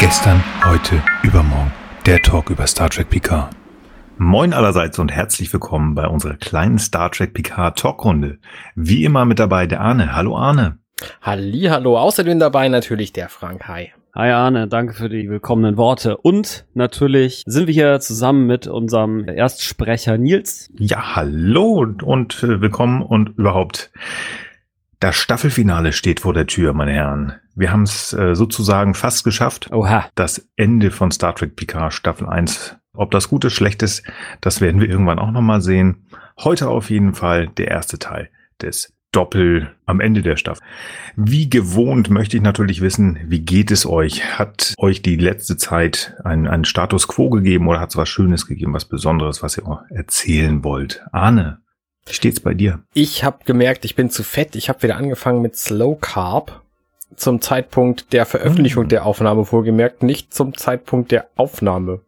Gestern, heute, übermorgen. Der Talk über Star Trek Picard. Moin allerseits und herzlich willkommen bei unserer kleinen Star Trek Picard Talkrunde. Wie immer mit dabei der Arne. Hallo Arne. Hallihallo, außerdem dabei natürlich der Frank. Hi. Hi Arne, danke für die willkommenen Worte. Und natürlich sind wir hier zusammen mit unserem Erstsprecher Nils. Ja, hallo und willkommen und überhaupt. Das Staffelfinale steht vor der Tür, meine Herren. Wir haben es sozusagen fast geschafft. Oha. Das Ende von Star Trek Picard Staffel 1. Ob das gut ist, schlecht ist, das werden wir irgendwann auch nochmal sehen. Heute auf jeden Fall der erste Teil des Doppel am Ende der Staffel. Wie gewohnt möchte ich natürlich wissen, wie geht es euch? Hat euch die letzte Zeit einen Status Quo gegeben oder hat es was Schönes gegeben, was Besonderes, was ihr erzählen wollt? Arne, wie steht's bei dir? Ich habe gemerkt, ich bin zu fett. Ich habe wieder angefangen mit Slow Carb. Zum Zeitpunkt der Veröffentlichung der Aufnahme wohlgemerkt, nicht zum Zeitpunkt der Aufnahme.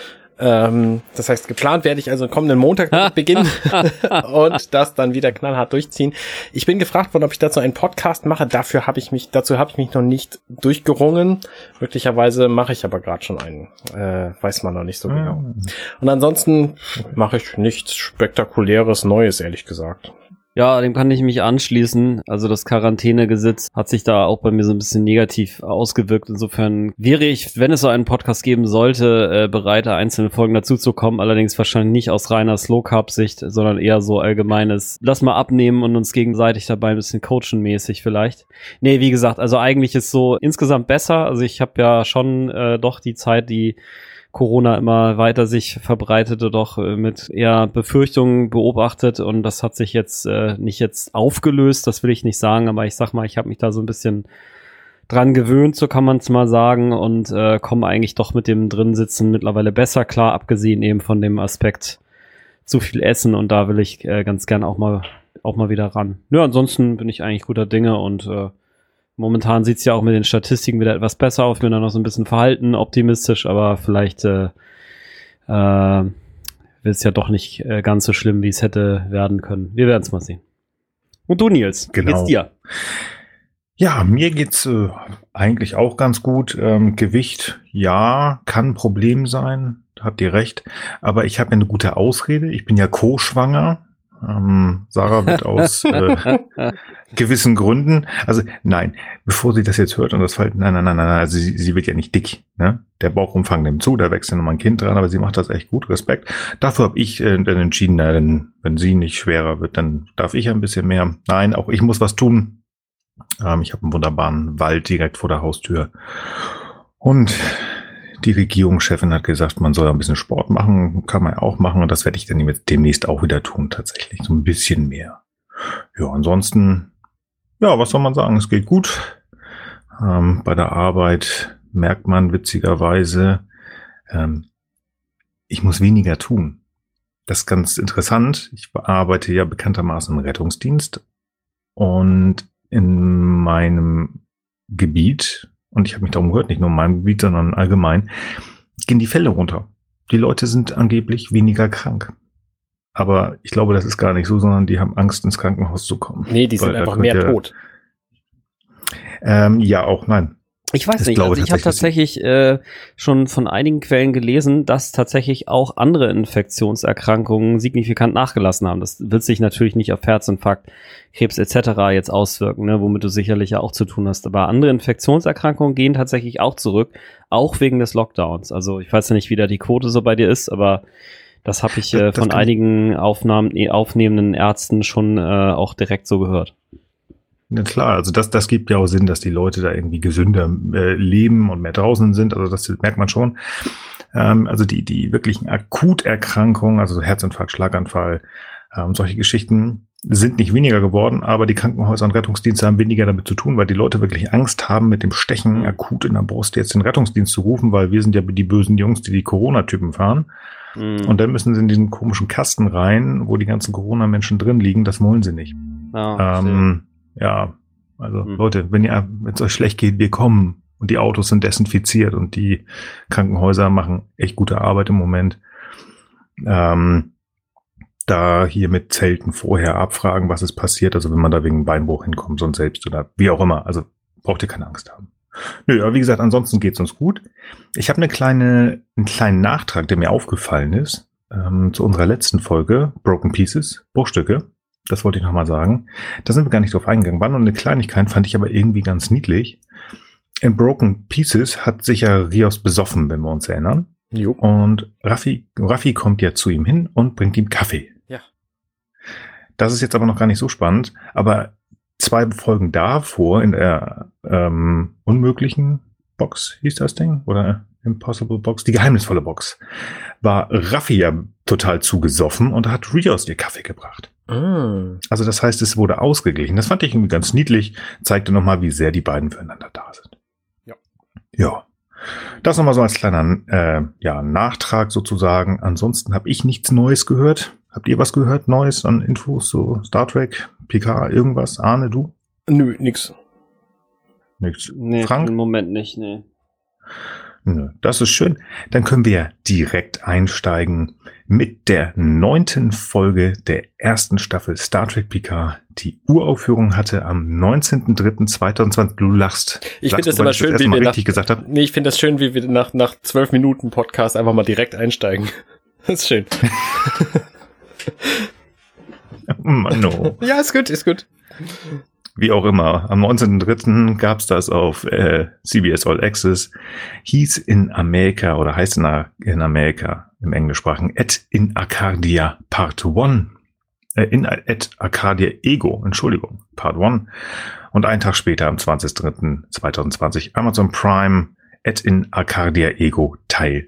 Das heißt, geplant werde ich also kommenden Montag beginnen und das dann wieder knallhart durchziehen. Ich bin gefragt worden, ob ich dazu einen Podcast mache. Dazu habe ich mich noch nicht durchgerungen. Möglicherweise mache ich aber gerade schon einen. Weiß man noch nicht so genau. Und ansonsten mache ich nichts Spektakuläres Neues, ehrlich gesagt. Ja, dem kann ich mich anschließen. Also das Quarantänegesetz hat sich da auch bei mir so ein bisschen negativ ausgewirkt. Insofern wäre ich, wenn es so einen Podcast geben sollte, bereit, einzelne Folgen dazu zu kommen. Allerdings wahrscheinlich nicht aus reiner Slow-Carb-Sicht, sondern eher so allgemeines, lass mal abnehmen und uns gegenseitig dabei ein bisschen coachen-mäßig vielleicht. Nee, wie gesagt, also eigentlich ist so insgesamt besser. Also ich habe ja schon doch die Zeit, die Corona immer weiter sich verbreitete, doch mit eher Befürchtungen beobachtet und das hat sich jetzt nicht jetzt aufgelöst, das will ich nicht sagen, aber ich sag mal, ich habe mich da so ein bisschen dran gewöhnt, so kann man es mal sagen und komme eigentlich doch mit dem Drinsitzen mittlerweile besser klar, abgesehen eben von dem Aspekt zu viel Essen und da will ich ganz gern auch mal wieder ran. Ja, ansonsten bin ich eigentlich guter Dinge und momentan sieht's ja auch mit den Statistiken wieder etwas besser aus. Ich bin da noch so ein bisschen verhalten, optimistisch, aber vielleicht wird es ja doch nicht ganz so schlimm, wie es hätte werden können. Wir werden es mal sehen. Und du, Nils, wie geht's dir? Ja, mir geht's eigentlich auch ganz gut. Gewicht, ja, kann ein Problem sein, habt ihr recht. Aber ich habe ja eine gute Ausrede. Ich bin ja co-schwanger. Sarah wird aus gewissen Gründen, also nein, bevor sie das jetzt hört und das fällt, nein, also sie wird ja nicht dick, ne? Der Bauchumfang nimmt zu, da wächst ja nochmal ein Kind dran, aber sie macht das echt gut, Respekt. Dafür habe ich dann entschieden, wenn sie nicht schwerer wird, dann darf ich ein bisschen mehr. Nein, auch ich muss was tun. Ich habe einen wunderbaren Wald direkt vor der Haustür und die Regierungschefin hat gesagt, man soll ein bisschen Sport machen, kann man ja auch machen und das werde ich dann demnächst auch wieder tun, tatsächlich, so ein bisschen mehr. Ja, ansonsten, ja, was soll man sagen, es geht gut. Bei der Arbeit merkt man witzigerweise, ich muss weniger tun. Das ist ganz interessant. Ich arbeite ja bekanntermaßen im Rettungsdienst und in meinem Gebiet, und ich habe mich darum gehört, nicht nur in meinem Gebiet, sondern allgemein, gehen die Fälle runter. Die Leute sind angeblich weniger krank. Aber ich glaube, das ist gar nicht so, sondern die haben Angst, ins Krankenhaus zu kommen. Nee, die sind einfach mehr tot. Ja, auch nein. Ich weiß nicht, also ich habe tatsächlich schon von einigen Quellen gelesen, dass tatsächlich auch andere Infektionserkrankungen signifikant nachgelassen haben. Das wird sich natürlich nicht auf Herzinfarkt, Krebs etc. jetzt auswirken, ne, womit du sicherlich ja auch zu tun hast. Aber andere Infektionserkrankungen gehen tatsächlich auch zurück, auch wegen des Lockdowns. Also ich weiß ja nicht, wie da die Quote so bei dir ist, aber das habe ich von einigen aufnehmenden Ärzten schon auch direkt so gehört. Ja klar, also das gibt ja auch Sinn, dass die Leute da irgendwie gesünder leben und mehr draußen sind, also das merkt man schon. Also die wirklichen Akuterkrankungen, also Herzinfarkt, Schlaganfall, solche Geschichten sind nicht weniger geworden, aber die Krankenhäuser und Rettungsdienste haben weniger damit zu tun, weil die Leute wirklich Angst haben, mit dem Stechen akut in der Brust jetzt den Rettungsdienst zu rufen, weil wir sind ja die bösen Jungs, die Corona-Typen fahren. Und dann müssen sie in diesen komischen Kasten rein, wo die ganzen Corona-Menschen drin liegen, das wollen sie nicht. Ja, also Leute, wenn es euch schlecht geht, wir kommen und die Autos sind desinfiziert und die Krankenhäuser machen echt gute Arbeit im Moment. Da hier mit Zelten vorher abfragen, was ist passiert, also wenn man da wegen Beinbruch hinkommt, sonst selbst oder wie auch immer, also braucht ihr keine Angst haben. Nö, aber wie gesagt, ansonsten geht's uns gut. Ich habe einen kleinen Nachtrag, der mir aufgefallen ist, zu unserer letzten Folge, Broken Pieces, Bruchstücke. Das wollte ich nochmal sagen. Da sind wir gar nicht drauf eingegangen. War nur eine Kleinigkeit, fand ich aber irgendwie ganz niedlich. In Broken Pieces hat sich ja Rios besoffen, wenn wir uns erinnern. Jo. Und Raffi kommt ja zu ihm hin und bringt ihm Kaffee. Ja. Das ist jetzt aber noch gar nicht so spannend. Aber 2 Folgen davor in der unmöglichen Box, hieß das Ding? Oder Impossible Box? Die geheimnisvolle Box. War Raffi ja total zugesoffen und hat Rios ihr Kaffee gebracht. Also das heißt, es wurde ausgeglichen. Das fand ich irgendwie ganz niedlich. Zeigte nochmal, wie sehr die beiden füreinander da sind. Ja. Das nochmal so als kleiner Nachtrag sozusagen. Ansonsten habe ich nichts Neues gehört. Habt ihr was gehört? Neues an Infos? So Star Trek, Picard, irgendwas? Arne, du? Nö, nix. Nichts. Nee, Frank? im Moment nicht, nee. Nö, das ist schön. Dann können wir direkt einsteigen mit der 9. Folge der ersten Staffel Star Trek Picard. Die Uraufführung hatte am 19.03.2020. Du lachst. Ich finde das immer schön, wie wir richtig gesagt haben. Nee, ich finde das schön, wie wir nach 12 Minuten Podcast einfach mal direkt einsteigen. Das ist schön. No. Ja, ist gut. Wie auch immer, am 19.03. gab es das auf CBS All Access, hieß in Amerika oder heißt in Amerika im Englischsprachigen Ed in Arcadia Part 1. In Ed Arcadia Ego, Entschuldigung, Part 1. Und einen Tag später, am 20.03.2020, Amazon Prime Ed in Arcadia Ego Teil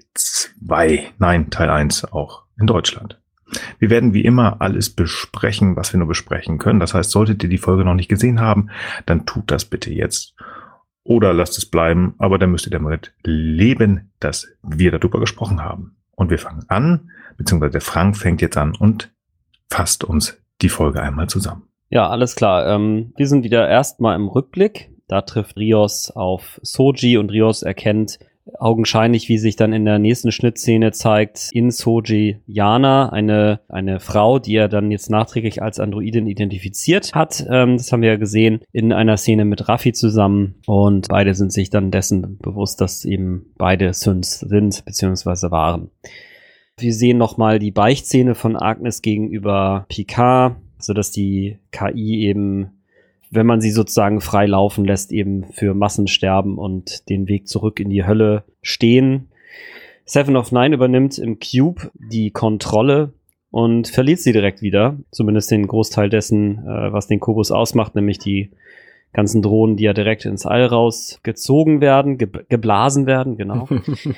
2. Nein, Teil 1 auch in Deutschland. Wir werden wie immer alles besprechen, was wir nur besprechen können. Das heißt, solltet ihr die Folge noch nicht gesehen haben, dann tut das bitte jetzt. Oder lasst es bleiben, aber dann müsst ihr damit leben, dass wir darüber gesprochen haben. Und wir fangen an, beziehungsweise der Frank fängt jetzt an und fasst uns die Folge einmal zusammen. Ja, alles klar. Wir sind wieder erstmal im Rückblick. Da trifft Rios auf Soji und Rios erkennt augenscheinlich, wie sich dann in der nächsten Schnittszene zeigt, in Soji Yana, eine Frau, die er dann jetzt nachträglich als Androidin identifiziert hat. Das haben wir ja gesehen in einer Szene mit Raffi zusammen und beide sind sich dann dessen bewusst, dass eben beide Synths sind bzw. waren. Wir sehen nochmal die Beichtszene von Agnes gegenüber Picard, sodass die KI eben, wenn man sie sozusagen frei laufen lässt, eben für Massensterben und den Weg zurück in die Hölle stehen. Seven of Nine übernimmt im Cube die Kontrolle und verliert sie direkt wieder. Zumindest den Großteil dessen, was den Kubus ausmacht, nämlich die ganzen Drohnen, die ja direkt ins All rausgezogen werden, geblasen werden, genau.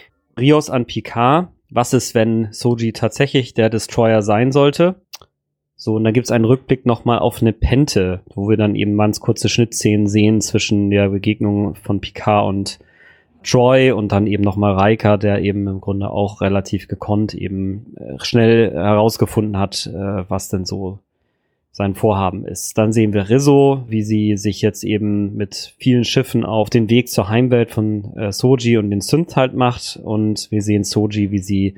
Rios an Picard. Was ist, wenn Soji tatsächlich der Destroyer sein sollte? So, und da gibt's einen Rückblick nochmal auf eine Pente, wo wir dann eben ganz kurze Schnittszenen sehen zwischen der Begegnung von Picard und Troy und dann eben nochmal Riker, der eben im Grunde auch relativ gekonnt eben schnell herausgefunden hat, was denn so sein Vorhaben ist. Dann sehen wir Rizzo, wie sie sich jetzt eben mit vielen Schiffen auf den Weg zur Heimwelt von Soji und den Synth halt macht und wir sehen Soji, wie sie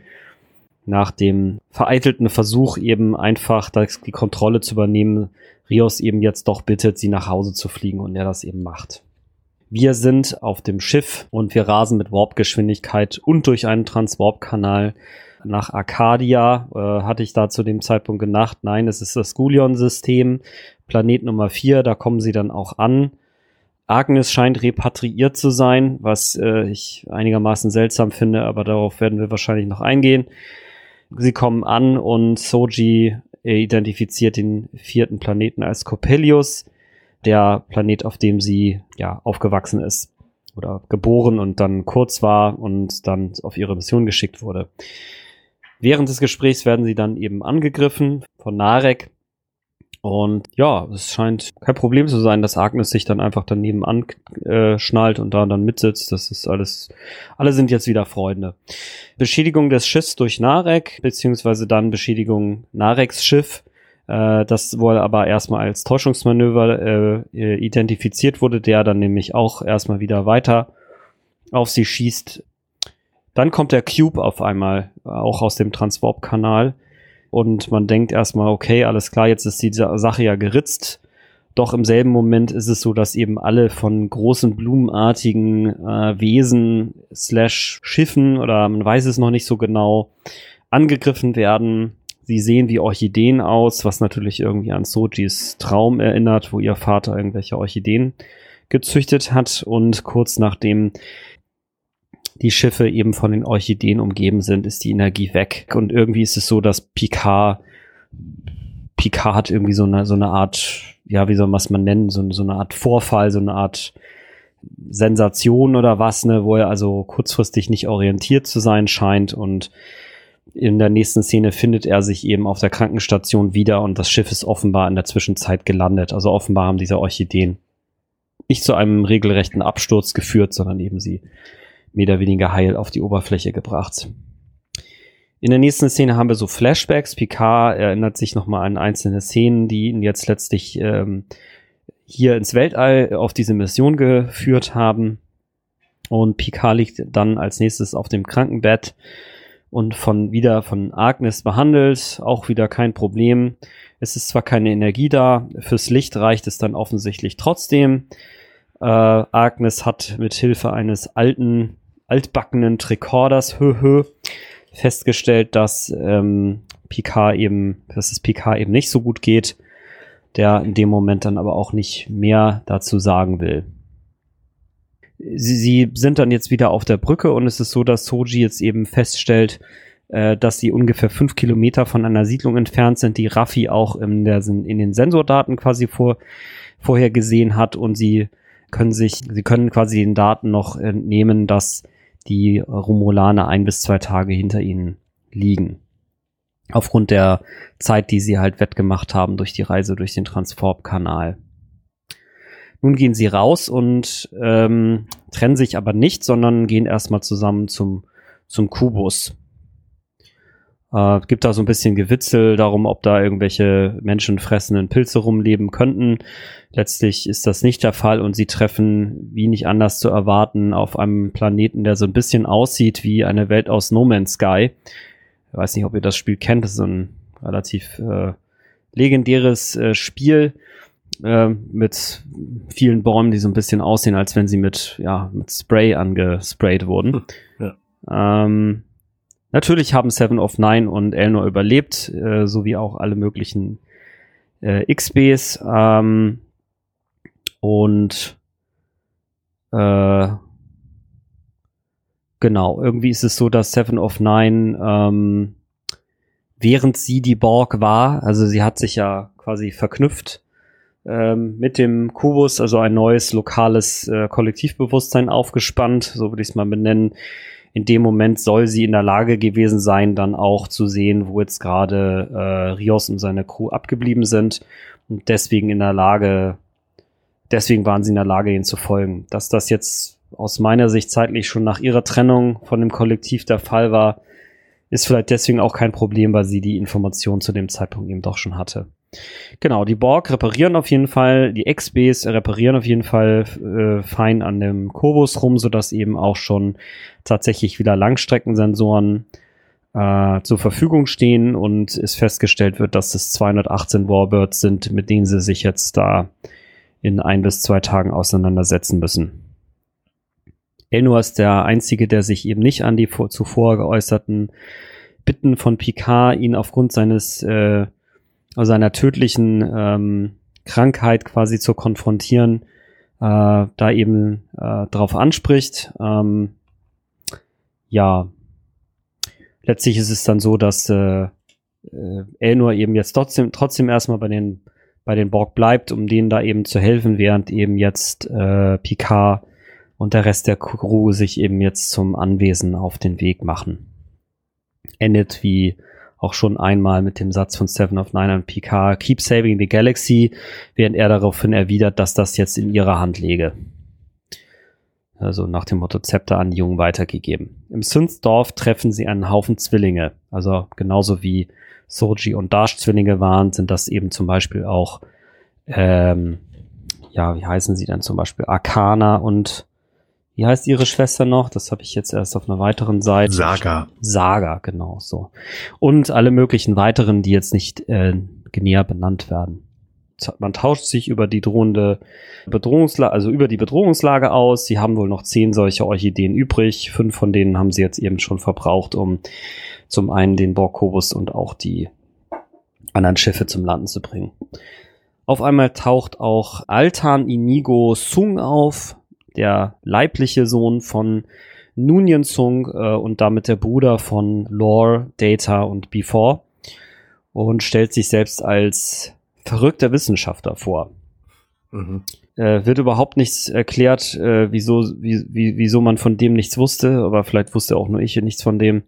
nach dem vereitelten Versuch eben einfach die Kontrolle zu übernehmen, Rios eben jetzt doch bittet, sie nach Hause zu fliegen und er das eben macht. Wir sind auf dem Schiff und wir rasen mit Warp-Geschwindigkeit und durch einen Transwarp-Kanal nach Arcadia. Hatte ich da zu dem Zeitpunkt gedacht, nein, es ist das Sculion-System, Planet Nummer 4, da kommen sie dann auch an. Agnes scheint repatriiert zu sein, was ich einigermaßen seltsam finde, aber darauf werden wir wahrscheinlich noch eingehen. Sie kommen an und Soji identifiziert den 4. Planeten als Coppelius, der Planet, auf dem sie ja aufgewachsen ist oder geboren und dann kurz war und dann auf ihre Mission geschickt wurde. Während des Gesprächs werden sie dann eben angegriffen von Narek. Und ja, es scheint kein Problem zu sein, dass Agnes sich dann einfach daneben anschnallt und da dann mitsitzt. Das ist alles, alle sind jetzt wieder Freunde. Beschädigung des Schiffs durch Narek, beziehungsweise dann Beschädigung Nareks Schiff, das wohl aber erstmal als Täuschungsmanöver identifiziert wurde, der dann nämlich auch erstmal wieder weiter auf sie schießt. Dann kommt der Cube auf einmal, auch aus dem Transwarp-Kanal. Und man denkt erstmal, okay, alles klar, jetzt ist die Sache ja geritzt. Doch im selben Moment ist es so, dass eben alle von großen blumenartigen Wesen / Schiffen oder man weiß es noch nicht so genau, angegriffen werden. Sie sehen wie Orchideen aus, was natürlich irgendwie an Sojis Traum erinnert, wo ihr Vater irgendwelche Orchideen gezüchtet hat. Und kurz nachdem die Schiffe eben von den Orchideen umgeben sind, ist die Energie weg. Und irgendwie ist es so, dass Picard hat irgendwie so eine Art, ja, wie soll man es mal nennen, so eine Art Vorfall, so eine Art Sensation oder was, ne, wo er also kurzfristig nicht orientiert zu sein scheint, und in der nächsten Szene findet er sich eben auf der Krankenstation wieder und das Schiff ist offenbar in der Zwischenzeit gelandet. Also offenbar haben diese Orchideen nicht zu einem regelrechten Absturz geführt, sondern eben sie mehr oder weniger heil auf die Oberfläche gebracht. In der nächsten Szene haben wir so Flashbacks. Picard erinnert sich nochmal an einzelne Szenen, die ihn jetzt letztlich hier ins Weltall auf diese Mission geführt haben. Und Picard liegt dann als nächstes auf dem Krankenbett und wieder von Agnes behandelt. Auch wieder kein Problem. Es ist zwar keine Energie da, fürs Licht reicht es dann offensichtlich trotzdem. Agnes hat mit Hilfe eines altbackenen Tricorders festgestellt, dass Picard eben nicht so gut geht, der in dem Moment dann aber auch nicht mehr dazu sagen will. Sie sind dann jetzt wieder auf der Brücke und es ist so, dass Soji jetzt eben feststellt, dass sie ungefähr 5 Kilometer von einer Siedlung entfernt sind, die Raffi auch in den Sensordaten quasi vorher gesehen hat, und sie können quasi den Daten noch entnehmen, dass die Romulaner 1 bis 2 Tage hinter ihnen liegen. Aufgrund der Zeit, die sie halt wettgemacht haben durch die Reise durch den Transform-Kanal. Nun gehen sie raus und trennen sich aber nicht, sondern gehen erstmal zusammen zum Kubus. Gibt da so ein bisschen Gewitzel darum, ob da irgendwelche menschenfressenden Pilze rumleben könnten. Letztlich ist das nicht der Fall und sie treffen, wie nicht anders zu erwarten, auf einem Planeten, der so ein bisschen aussieht wie eine Welt aus No Man's Sky. Ich weiß nicht, ob ihr das Spiel kennt. Das ist ein relativ legendäres Spiel mit vielen Bäumen, die so ein bisschen aussehen, als wenn sie mit Spray angesprayt wurden. Ja. Natürlich haben Seven of Nine und Elnor überlebt, sowie auch alle möglichen XBs. Genau, irgendwie ist es so, dass Seven of Nine, während sie die Borg war, also sie hat sich ja quasi verknüpft mit dem Kubus, also ein neues lokales Kollektivbewusstsein aufgespannt, so würde ich es mal benennen. In dem Moment soll sie in der Lage gewesen sein, dann auch zu sehen, wo jetzt gerade Rios und seine Crew abgeblieben sind, und deswegen waren sie in der Lage, ihnen zu folgen. Dass das jetzt aus meiner Sicht zeitlich schon nach ihrer Trennung von dem Kollektiv der Fall war, ist vielleicht deswegen auch kein Problem, weil sie die Information zu dem Zeitpunkt eben doch schon hatte. Genau, die Borg reparieren auf jeden Fall, die XBs reparieren auf jeden Fall fein an dem Kubus rum, sodass eben auch schon tatsächlich wieder Langstreckensensoren zur Verfügung stehen und es festgestellt wird, dass es 218 Warbirds sind, mit denen sie sich jetzt da in 1 bis 2 Tagen auseinandersetzen müssen. Elnor ist der Einzige, der sich eben nicht an die zuvor geäußerten Bitten von Picard, ihn aufgrund seiner tödlichen Krankheit quasi zu konfrontieren, da eben drauf anspricht. Letztlich ist es dann so, dass Elnor eben jetzt trotzdem erstmal bei den Borg bleibt, um denen da eben zu helfen, während eben jetzt Picard und der Rest der Crew sich eben jetzt zum Anwesen auf den Weg machen. Endet wie auch schon einmal mit dem Satz von Seven of Nine an Picard, "Keep saving the galaxy", während er daraufhin erwidert, dass das jetzt in ihrer Hand läge. Also nach dem Motto Zepter an die Jungen weitergegeben. Im Synth-Dorf treffen sie einen Haufen Zwillinge. Also genauso wie Soji und Dash Zwillinge waren, sind das eben zum Beispiel auch, wie heißen sie denn zum Beispiel? Arcana und wie heißt ihre Schwester noch? Das habe ich jetzt erst auf einer weiteren Seite. Saga, genau so. Und alle möglichen weiteren, die jetzt nicht näher benannt werden. man tauscht sich über die drohende Bedrohungslage, also über die Bedrohungslage aus. Sie haben wohl noch 10 solche Orchideen übrig. 5 von denen haben sie jetzt eben schon verbraucht, um zum einen den Borg-Kobus und auch die anderen Schiffe zum Landen zu bringen. Auf einmal taucht auch Altan Inigo Sung auf, der leibliche Sohn von Nunien Sung und damit der Bruder von Lore, Data und Before, und stellt sich selbst als verrückter Wissenschaftler vor. Wird überhaupt nichts erklärt, wieso man von dem nichts wusste, aber vielleicht wusste auch nur ich nichts von dem.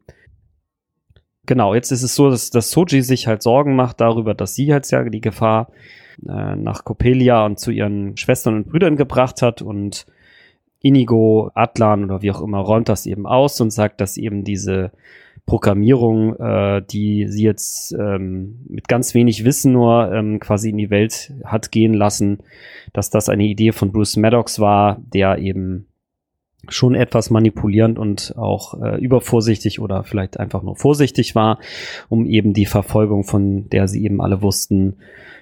Genau, jetzt ist es so, dass Soji sich halt Sorgen macht darüber, dass sie halt ja die Gefahr nach Coppelia und zu ihren Schwestern und Brüdern gebracht hat, und Inigo, Atlan oder wie auch immer räumt das eben aus und sagt, dass eben diese Programmierung, die sie jetzt mit ganz wenig Wissen nur quasi in die Welt hat gehen lassen, dass das eine Idee von Bruce Maddox war, der eben schon etwas manipulierend und auch übervorsichtig oder vielleicht einfach nur vorsichtig war, um eben die Verfolgung, von der sie eben alle wussten,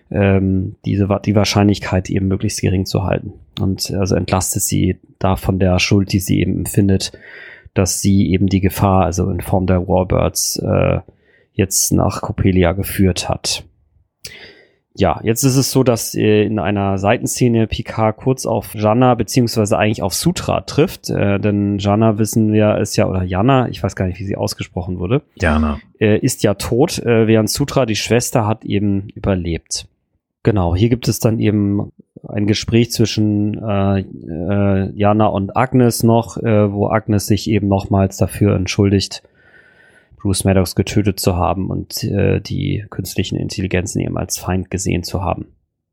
die Wahrscheinlichkeit eben möglichst gering zu halten. Und also entlastet sie da von der Schuld, die sie eben empfindet, dass sie eben die Gefahr, also in Form der Warbirds, jetzt nach Coppelia geführt hat. Ja, jetzt ist es so, dass in einer Seitenszene Picard kurz auf Jana beziehungsweise eigentlich auf Sutra trifft, denn Jana, wissen wir, ist ja, oder Jana, ich weiß gar nicht, wie sie ausgesprochen wurde, Jana, ist ja tot, während Sutra, die Schwester, hat eben überlebt. Genau, hier gibt es dann eben ein Gespräch zwischen Jana und Agnes noch, wo Agnes sich eben nochmals dafür entschuldigt, Bruce Maddox getötet zu haben und die künstlichen Intelligenzen eben als Feind gesehen zu haben.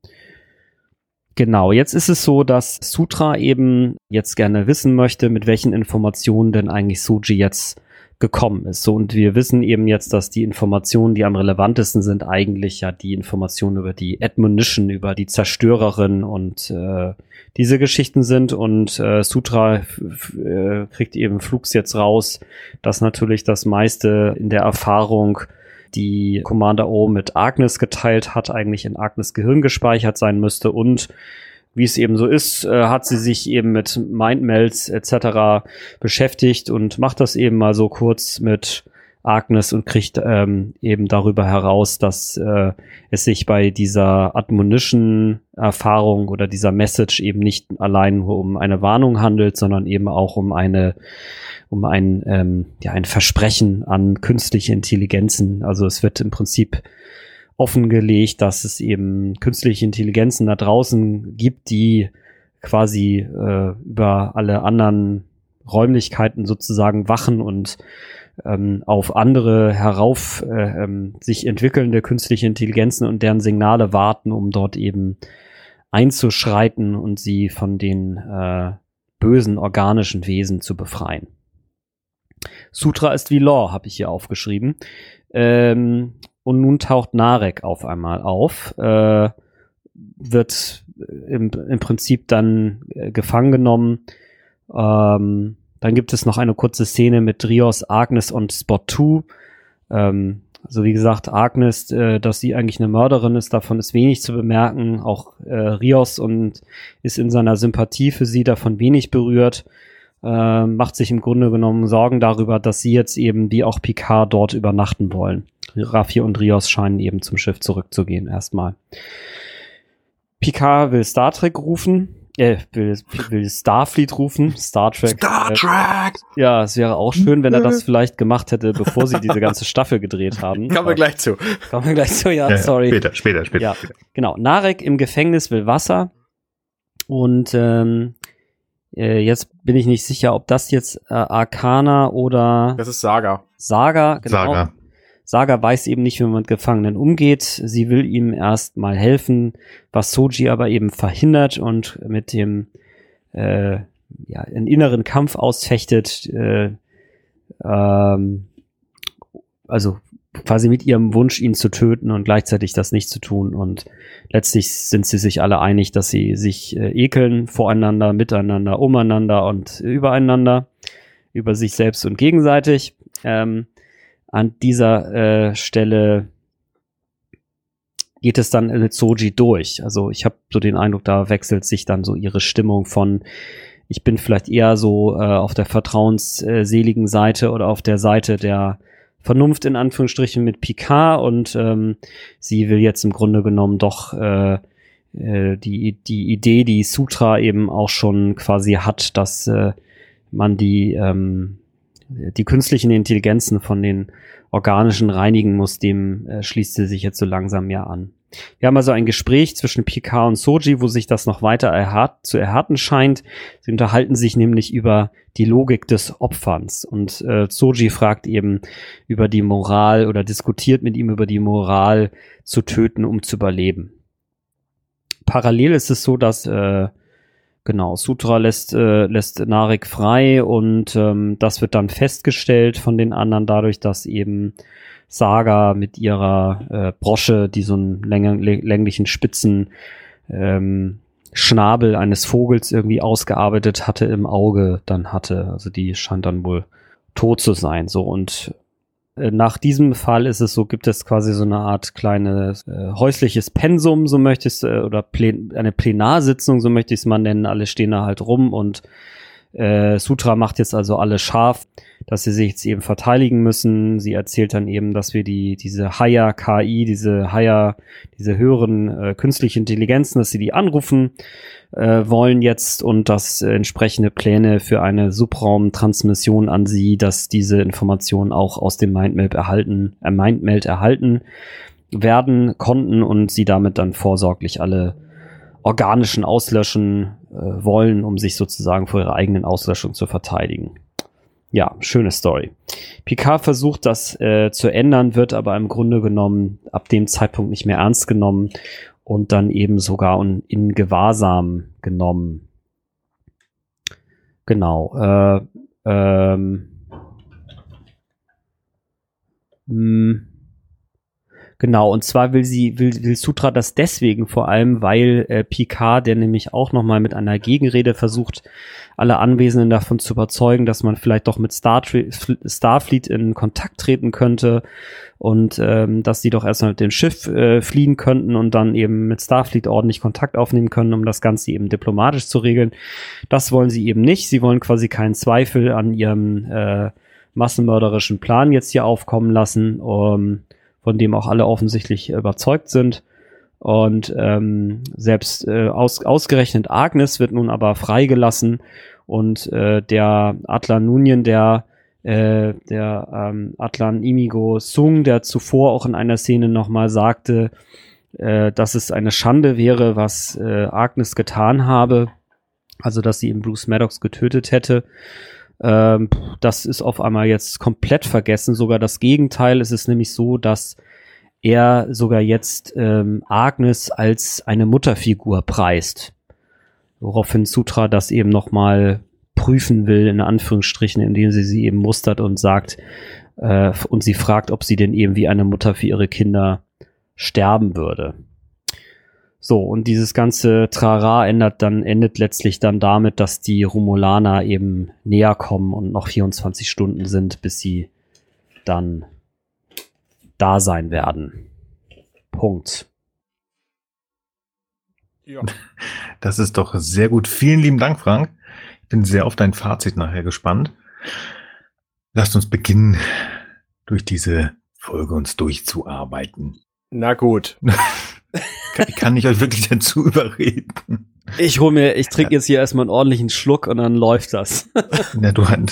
Genau, jetzt ist es so, dass Sutra eben jetzt gerne wissen möchte, mit welchen Informationen denn eigentlich Soji jetzt gekommen ist. So, und wir wissen eben jetzt, dass die Informationen, die am relevantesten sind, eigentlich ja die Informationen über die Admonition, über die Zerstörerin und diese Geschichten sind. Und Sutra kriegt eben flugs jetzt raus, dass natürlich das meiste in der Erfahrung, die Commander O mit Agnes geteilt hat, eigentlich in Agnes Gehirn gespeichert sein müsste. Und wie es eben so ist, hat sie sich eben mit Mindmelds etc. beschäftigt und macht das eben mal so kurz mit Agnes und kriegt eben darüber heraus, dass es sich bei dieser Admonition-Erfahrung oder dieser Message eben nicht allein nur um eine Warnung handelt, sondern eben auch um ein Versprechen an künstliche Intelligenzen. Also es wird im Prinzip offengelegt, dass es eben künstliche Intelligenzen da draußen gibt, die quasi über alle anderen Räumlichkeiten sozusagen wachen und auf andere sich entwickelnde künstliche Intelligenzen und deren Signale warten, um dort eben einzuschreiten und sie von den bösen organischen Wesen zu befreien. Sutra ist wie Lore, habe ich hier aufgeschrieben. Und nun taucht Narek auf einmal auf, wird im Prinzip dann gefangen genommen. Dann gibt es noch eine kurze Szene mit Rios, Agnes und Spot 2. Also wie gesagt, Agnes, dass sie eigentlich eine Mörderin ist, davon ist wenig zu bemerken. Auch Rios und ist in seiner Sympathie für sie davon wenig berührt. Macht sich im Grunde genommen Sorgen darüber, dass sie jetzt eben wie auch Picard dort übernachten wollen. Raffi und Rios scheinen eben zum Schiff zurückzugehen erstmal. Picard will Star Trek rufen, will Starfleet rufen, Star Trek. Star Trek! Ja, es wäre auch schön, wenn er das vielleicht gemacht hätte, bevor sie diese ganze Staffel gedreht haben. Kommen wir gleich zu. Ja, sorry. Später. Ja, genau. Narek im Gefängnis will Wasser und jetzt bin ich nicht sicher, ob das jetzt Arcana oder Das ist Saga. Saga, genau. Saga weiß eben nicht, wie man mit Gefangenen umgeht. Sie will ihm erst mal helfen, was Soji aber eben verhindert und mit dem einen inneren Kampf ausfechtet. Also quasi mit ihrem Wunsch, ihn zu töten und gleichzeitig das nicht zu tun. Und letztlich sind sie sich alle einig, dass sie sich ekeln voreinander, miteinander, umeinander und übereinander, über sich selbst und gegenseitig. An dieser Stelle geht es dann mit Soji durch. Also ich habe so den Eindruck, da wechselt sich dann so ihre Stimmung von, ich bin vielleicht eher so auf der vertrauensseligen Seite oder auf der Seite der Vernunft in Anführungsstrichen mit Picard und sie will jetzt im Grunde genommen doch die Idee, die Sutra eben auch schon quasi hat, dass man die künstlichen Intelligenzen von den organischen reinigen muss, dem schließt sie sich jetzt so langsam ja an. Wir haben also ein Gespräch zwischen Picard und Soji, wo sich das noch weiter zu erhärten scheint. Sie unterhalten sich nämlich über die Logik des Opferns und Soji fragt eben über die Moral oder diskutiert mit ihm über die Moral zu töten, um zu überleben. Parallel ist es so, dass Sutra lässt Narek frei und das wird dann festgestellt von den anderen dadurch, dass eben Saga mit ihrer Brosche, die so einen länglichen spitzen Schnabel eines Vogels irgendwie ausgearbeitet hatte, im Auge dann hatte. Also die scheint dann wohl tot zu sein. So, und nach diesem Fall ist es so, gibt es quasi so eine Art kleines häusliches Pensum, so möchtest oder eine Plenarsitzung, so möchte ich es mal nennen. Alle stehen da halt rum und Sutra macht jetzt also alle scharf, dass sie sich jetzt eben verteidigen müssen. Sie erzählt dann eben, dass wir diese Haya-KI, diese höheren künstlichen Intelligenzen, dass sie die anrufen wollen jetzt und dass entsprechende Pläne für eine Subraumtransmission an sie, dass diese Informationen auch aus dem Mindmeld erhalten werden konnten und sie damit dann vorsorglich alle organischen auslöschen wollen, um sich sozusagen vor ihrer eigenen Auslöschung zu verteidigen. Ja, schöne Story. Picard versucht das zu ändern, wird aber im Grunde genommen ab dem Zeitpunkt nicht mehr ernst genommen und dann eben sogar in Gewahrsam genommen. Genau. Genau, und zwar will Sutra das deswegen vor allem, weil Picard, der nämlich auch nochmal mit einer Gegenrede versucht, alle Anwesenden davon zu überzeugen, dass man vielleicht doch mit Starfleet in Kontakt treten könnte und dass die doch erstmal mit dem Schiff fliehen könnten und dann eben mit Starfleet ordentlich Kontakt aufnehmen können, um das Ganze eben diplomatisch zu regeln. Das wollen sie eben nicht. Sie wollen quasi keinen Zweifel an ihrem massenmörderischen Plan jetzt hier aufkommen lassen, von dem auch alle offensichtlich überzeugt sind. Und selbst ausgerechnet Agnes wird nun aber freigelassen und der Atlan Nunien, der Atlan Imigo Sung, der zuvor auch in einer Szene nochmal sagte, dass es eine Schande wäre, was Agnes getan habe, also dass sie eben Bruce Maddox getötet hätte. Das ist auf einmal jetzt komplett vergessen. Sogar das Gegenteil. Es ist nämlich so, dass er sogar jetzt Agnes als eine Mutterfigur preist. Woraufhin Sutra das eben nochmal prüfen will, in Anführungsstrichen, indem sie eben mustert und sagt, und sie fragt, ob sie denn eben wie eine Mutter für ihre Kinder sterben würde. So, und dieses ganze Trara endet letztlich dann damit, dass die Romulaner eben näher kommen und noch 24 Stunden sind, bis sie dann da sein werden. Punkt. Ja. Das ist doch sehr gut. Vielen lieben Dank, Frank. Ich bin sehr auf dein Fazit nachher gespannt. Lasst uns beginnen, durch diese Folge uns durchzuarbeiten. Na gut. Kann ich euch wirklich dazu überreden? Ich trinke jetzt hier erstmal einen ordentlichen Schluck und dann läuft das. Na,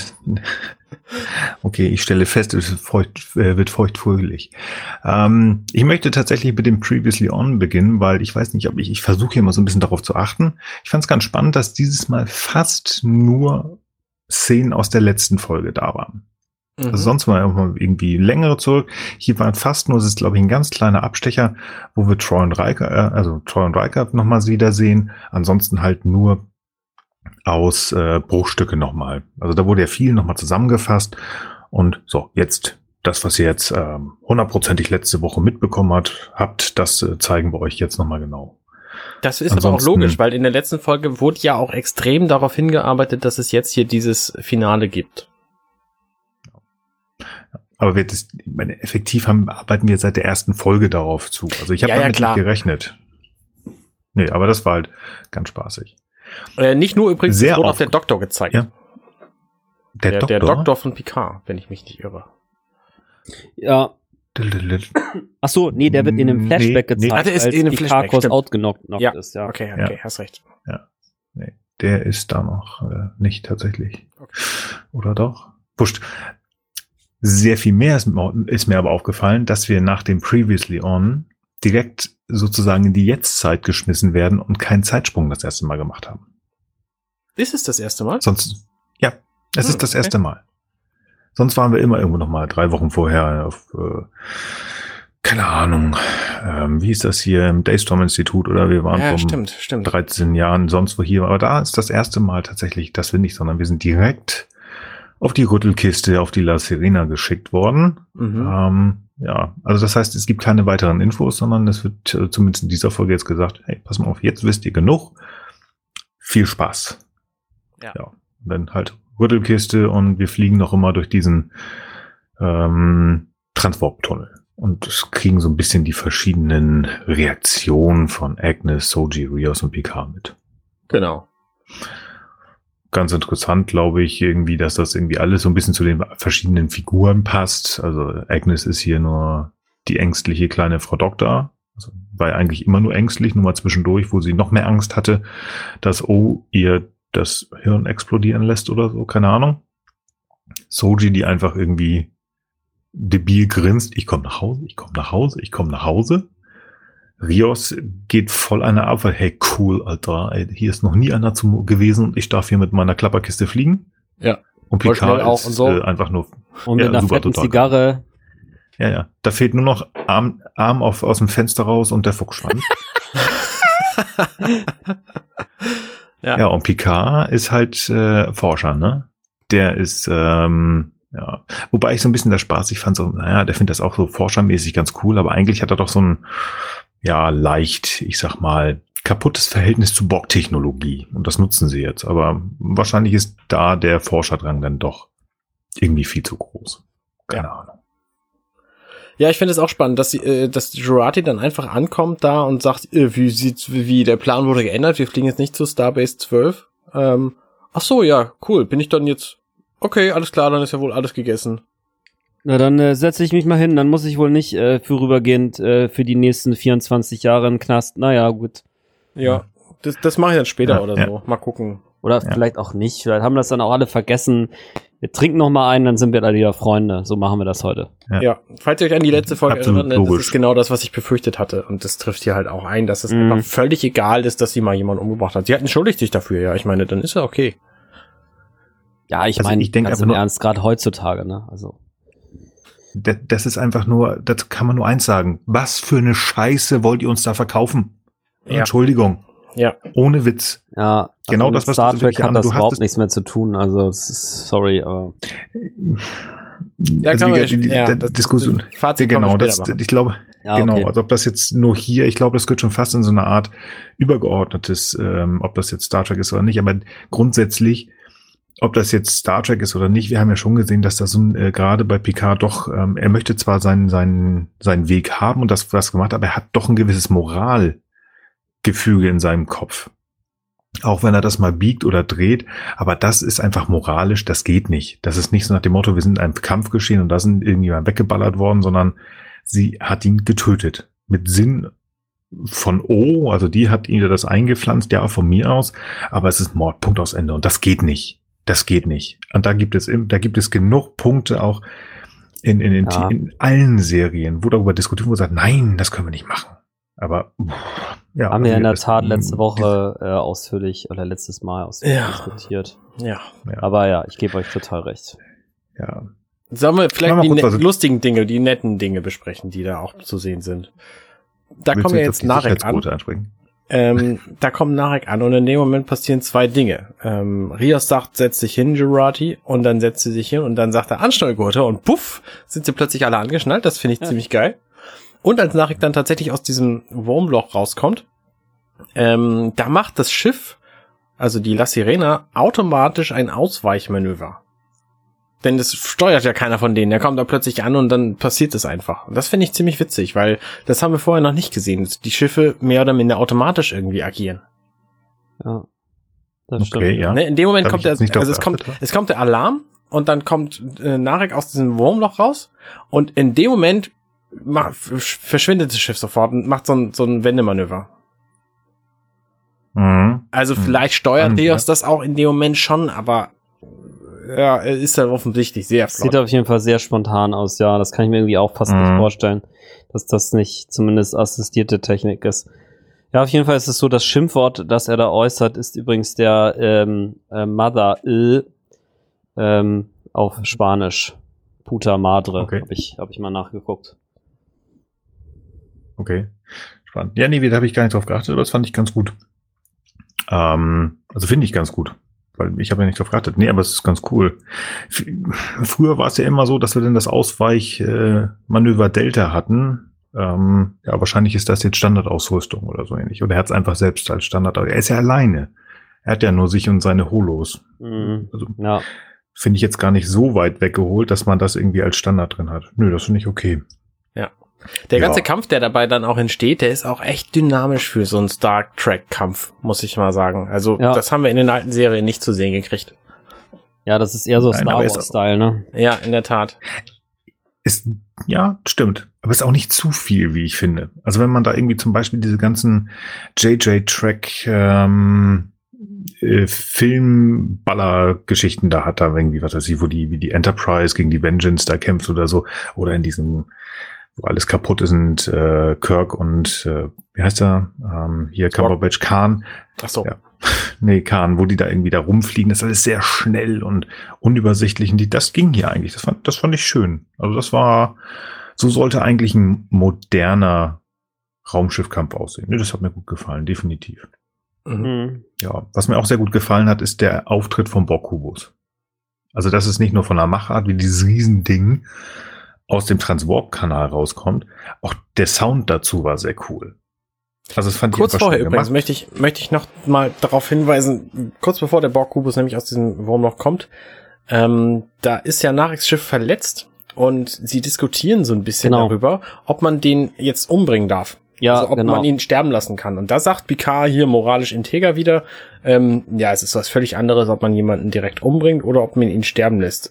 okay, ich stelle fest, es wird feuchtfröhlich. Ich möchte tatsächlich mit dem Previously On beginnen, weil ich weiß nicht, ich versuche hier mal so ein bisschen darauf zu achten. Ich fand es ganz spannend, dass dieses Mal fast nur Szenen aus der letzten Folge da waren. Also sonst war immer irgendwie längere zurück. Hier waren fast nur, es ist glaube ich ein ganz kleiner Abstecher, wo wir Troy und Riker nochmals wiedersehen. Ansonsten halt nur aus Bruchstücke nochmal. Also da wurde ja viel nochmal zusammengefasst. Und so, jetzt das, was ihr jetzt 100%ig letzte Woche mitbekommen habt, das zeigen wir euch jetzt nochmal genau. Das ist aber auch logisch, weil in der letzten Folge wurde ja auch extrem darauf hingearbeitet, dass es jetzt hier dieses Finale gibt. Aber effektiv arbeiten wir seit der ersten Folge darauf zu. Also ich habe damit nicht gerechnet. Nee, aber das war halt ganz spaßig. Nicht nur übrigens, es wurde auch der Doktor gezeigt. Ja. Der Doktor von Picard, wenn ich mich nicht irre. Ja. Ach so, nee, der wird in einem Flashback gezeigt, der ist in einem Flashback, Picard outgenockt ist. Ja. Okay, hast recht. Ja. Nee, der ist da noch nicht tatsächlich. Okay. Oder doch? Wurscht. Sehr viel mehr ist mir aber aufgefallen, dass wir nach dem Previously On direkt sozusagen in die Jetztzeit geschmissen werden und keinen Zeitsprung das erste Mal gemacht haben. Ist es das erste Mal? Sonst, ja, es ist das erste Mal. Sonst waren wir immer irgendwo noch mal 3 Wochen vorher auf, keine Ahnung, wie ist das hier im Daystorm-Institut oder wir waren vor 13 Jahren sonst wo hier. Aber da ist das erste Mal tatsächlich, dass wir nicht, sondern wir sind direkt auf die Rüttelkiste, auf die La Sirena geschickt worden. Ja, also das heißt, es gibt keine weiteren Infos, sondern es wird zumindest in dieser Folge jetzt gesagt, hey, pass mal auf, jetzt wisst ihr genug. Viel Spaß. Ja. Und dann halt Rüttelkiste und wir fliegen noch immer durch diesen Transwarp-Tunnel und kriegen so ein bisschen die verschiedenen Reaktionen von Agnes, Soji, Rios und Picard mit. Genau. Ganz interessant, glaube ich, irgendwie, dass das irgendwie alles so ein bisschen zu den verschiedenen Figuren passt. Also Agnes ist hier nur die ängstliche kleine Frau Doktor. Also war ja eigentlich immer nur ängstlich, nur mal zwischendurch, wo sie noch mehr Angst hatte, dass ihr das Hirn explodieren lässt oder so, keine Ahnung. Soji, die einfach irgendwie debil grinst, ich komme nach Hause. Rios geht voll einer ab, weil, hey, cool, Alter, ey, hier ist noch nie einer gewesen und ich darf hier mit meiner Klapperkiste fliegen. Ja. Und Picard auch ist und so. einfach nur und mit einer fetten Zigarre. Ja. Da fehlt nur noch Arm aus dem Fenster raus und der Fuchsschwanz. Ja, und Picard ist halt Forscher, ne? Der ist, wobei ich so ein bisschen der Spaß, ich fand so, der findet das auch so forschermäßig ganz cool, aber eigentlich hat er doch so ein, leicht, ich sag mal, kaputtes Verhältnis zu Borg-Technologie. Und das nutzen sie jetzt. Aber wahrscheinlich ist da der Forscherdrang dann doch irgendwie viel zu groß. Keine Ahnung. Ja, ich finde es auch spannend, dass Jurati dann einfach ankommt da und sagt, wie der Plan wurde geändert, wir fliegen jetzt nicht zu Starbase 12. Ach so, ja, cool, bin ich dann jetzt, okay, alles klar, dann ist ja wohl alles gegessen. Na, dann setze ich mich mal hin, dann muss ich wohl nicht vorübergehend für die nächsten 24 Jahre im Knast. Naja, gut. Ja, das mache ich dann später oder so, mal gucken. Oder vielleicht auch nicht, vielleicht haben das dann auch alle vergessen. Wir trinken noch mal einen, dann sind wir alle wieder Freunde. So machen wir das heute. Ja, falls ihr euch an die letzte Folge erinnert, das ist genau das, was ich befürchtet hatte. Und das trifft hier halt auch ein, dass es einfach völlig egal ist, dass sie mal jemanden umgebracht hat. Sie hat entschuldigt sich dafür, ja. Ich meine, dann ist ja okay. Ja, ich meine, ganz im Ernst, gerade heutzutage, ne? Also. Das ist einfach nur, das kann man nur eins sagen. Was für eine Scheiße wollt ihr uns da verkaufen? Ja. Entschuldigung. Ja. Ohne Witz. Ja, genau also das, was Star Trek du hat das überhaupt nichts mehr zu tun. Also, sorry, aber. Ja, also Diskussion. Fazit genau, ich glaube, also ob das jetzt nur hier, ich glaube, das gehört schon fast in so eine Art übergeordnetes, ob das jetzt Star Trek ist oder nicht, aber grundsätzlich, ob das jetzt Star Trek ist oder nicht, wir haben ja schon gesehen, dass das gerade bei Picard doch, er möchte zwar seinen Weg haben und das, was gemacht hat, aber er hat doch ein gewisses Moralgefüge in seinem Kopf. Auch wenn er das mal biegt oder dreht, aber das ist einfach moralisch, das geht nicht. Das ist nicht so nach dem Motto, wir sind in einem Kampf geschehen und da sind irgendjemand weggeballert worden, sondern sie hat ihn getötet. Mit Sinn von also die hat ihm das eingepflanzt, ja, von mir aus, aber es ist Mord, Punkt aus Ende und das geht nicht. Das geht nicht. Und da gibt es genug Punkte auch in allen Serien, wo darüber diskutiert wurde, sagt, nein, das können wir nicht machen. Aber haben wir in der Tat letzte Woche ausführlich oder letztes Mal ausführlich diskutiert. Ja. Aber ja, ich gebe euch total recht. Ja. Sollen wir vielleicht die lustigen Dinge, die netten Dinge besprechen, die da auch zu sehen sind? Da kommen wir jetzt Narek an. Da kommt Narek an und in dem Moment passieren 2 Dinge. Rios sagt, setz dich hin, Jurati, und dann setzt sie sich hin und dann sagt er Anschnallgurte und puff, sind sie plötzlich alle angeschnallt. Das finde ich ziemlich geil. Und als Narek dann tatsächlich aus diesem Wurmloch rauskommt, da macht das Schiff, also die La Sirena, automatisch ein Ausweichmanöver. Denn das steuert ja keiner von denen. Der kommt da plötzlich an und dann passiert es einfach. Und das finde ich ziemlich witzig, weil das haben wir vorher noch nicht gesehen, dass die Schiffe mehr oder minder automatisch irgendwie agieren. Ja, das Okay, stimmt. ja. Ne, in dem Moment Da hab kommt ich der, jetzt nicht drauf also geachtet, es kommt der Alarm und dann kommt Narek aus diesem Wurmloch raus und in dem Moment verschwindet das Schiff sofort und macht so ein Wendemanöver. Mhm. Also vielleicht steuert Spannend, Rios das auch in dem Moment schon, aber ja, er ist dann offensichtlich sehr flott. Sieht auf jeden Fall sehr spontan aus, ja. Das kann ich mir irgendwie auch fast nicht vorstellen, dass das nicht zumindest assistierte Technik ist. Ja, auf jeden Fall ist es so, das Schimpfwort, das er da äußert, ist übrigens der Mother auf Spanisch. Puta Madre, Okay. hab ich mal nachgeguckt. Okay, spannend. Ja, nee, da habe ich gar nicht drauf geachtet, aber das fand ich ganz gut. Also finde ich ganz gut, weil ich habe ja nicht drauf geachtet. Nee, aber es ist ganz cool. Früher war es ja immer so, dass wir dann das Ausweichmanöver Delta hatten. Ja, wahrscheinlich ist das jetzt Standardausrüstung oder so ähnlich. Oder er hat es einfach selbst als Standard. Aber er ist ja alleine. Er hat ja nur sich und seine Holos. Mhm. Also Ja. finde ich jetzt gar nicht so weit weggeholt, dass man das irgendwie als Standard drin hat. Nö, das finde ich okay. Der Ja. ganze Kampf, der dabei dann auch entsteht, der ist auch echt dynamisch für so einen Star Trek Kampf, muss ich mal sagen. Also Ja. das haben wir in den alten Serien nicht zu sehen gekriegt. Ja, das ist eher so Nein, Star aber ist Wars-Style, ne? Ja, in der Tat. Ist, ja, stimmt. Aber ist auch nicht zu viel, wie ich finde. Also wenn man da irgendwie zum Beispiel diese ganzen JJ-Track Filmballer-Geschichten da hat, da irgendwie, was weiß ich, wie die Enterprise gegen die Vengeance da kämpft oder so, oder in diesem, wo alles kaputt ist und Kirk und wie heißt er? Hier Cumberbatch Khan. Ach so. Ja. Nee, Khan, wo die da irgendwie da rumfliegen, das ist alles sehr schnell und unübersichtlich. Und das ging hier eigentlich. Das fand ich schön. Also so sollte eigentlich ein moderner Raumschiffkampf aussehen. Nee, das hat mir gut gefallen, definitiv. Mhm. Ja, was mir auch sehr gut gefallen hat, ist der Auftritt vom Borg-Kubus. Also, dass es nicht nur von der Machart wie dieses Riesending aus dem Transwarp-Kanal rauskommt. Auch der Sound dazu war sehr cool. Also, das fand ich Kurz einfach vorher schön übrigens gemacht. möchte ich noch mal darauf hinweisen, kurz bevor der Borg-Kubus nämlich aus diesem Wurmloch kommt, da ist ja Nareks Schiff verletzt und sie diskutieren so ein bisschen Genau. darüber, ob man den jetzt umbringen darf. Ja, also ob genau. man ihn sterben lassen kann. Und da sagt Picard hier moralisch integer wieder, ja, es ist was völlig anderes, ob man jemanden direkt umbringt oder ob man ihn sterben lässt.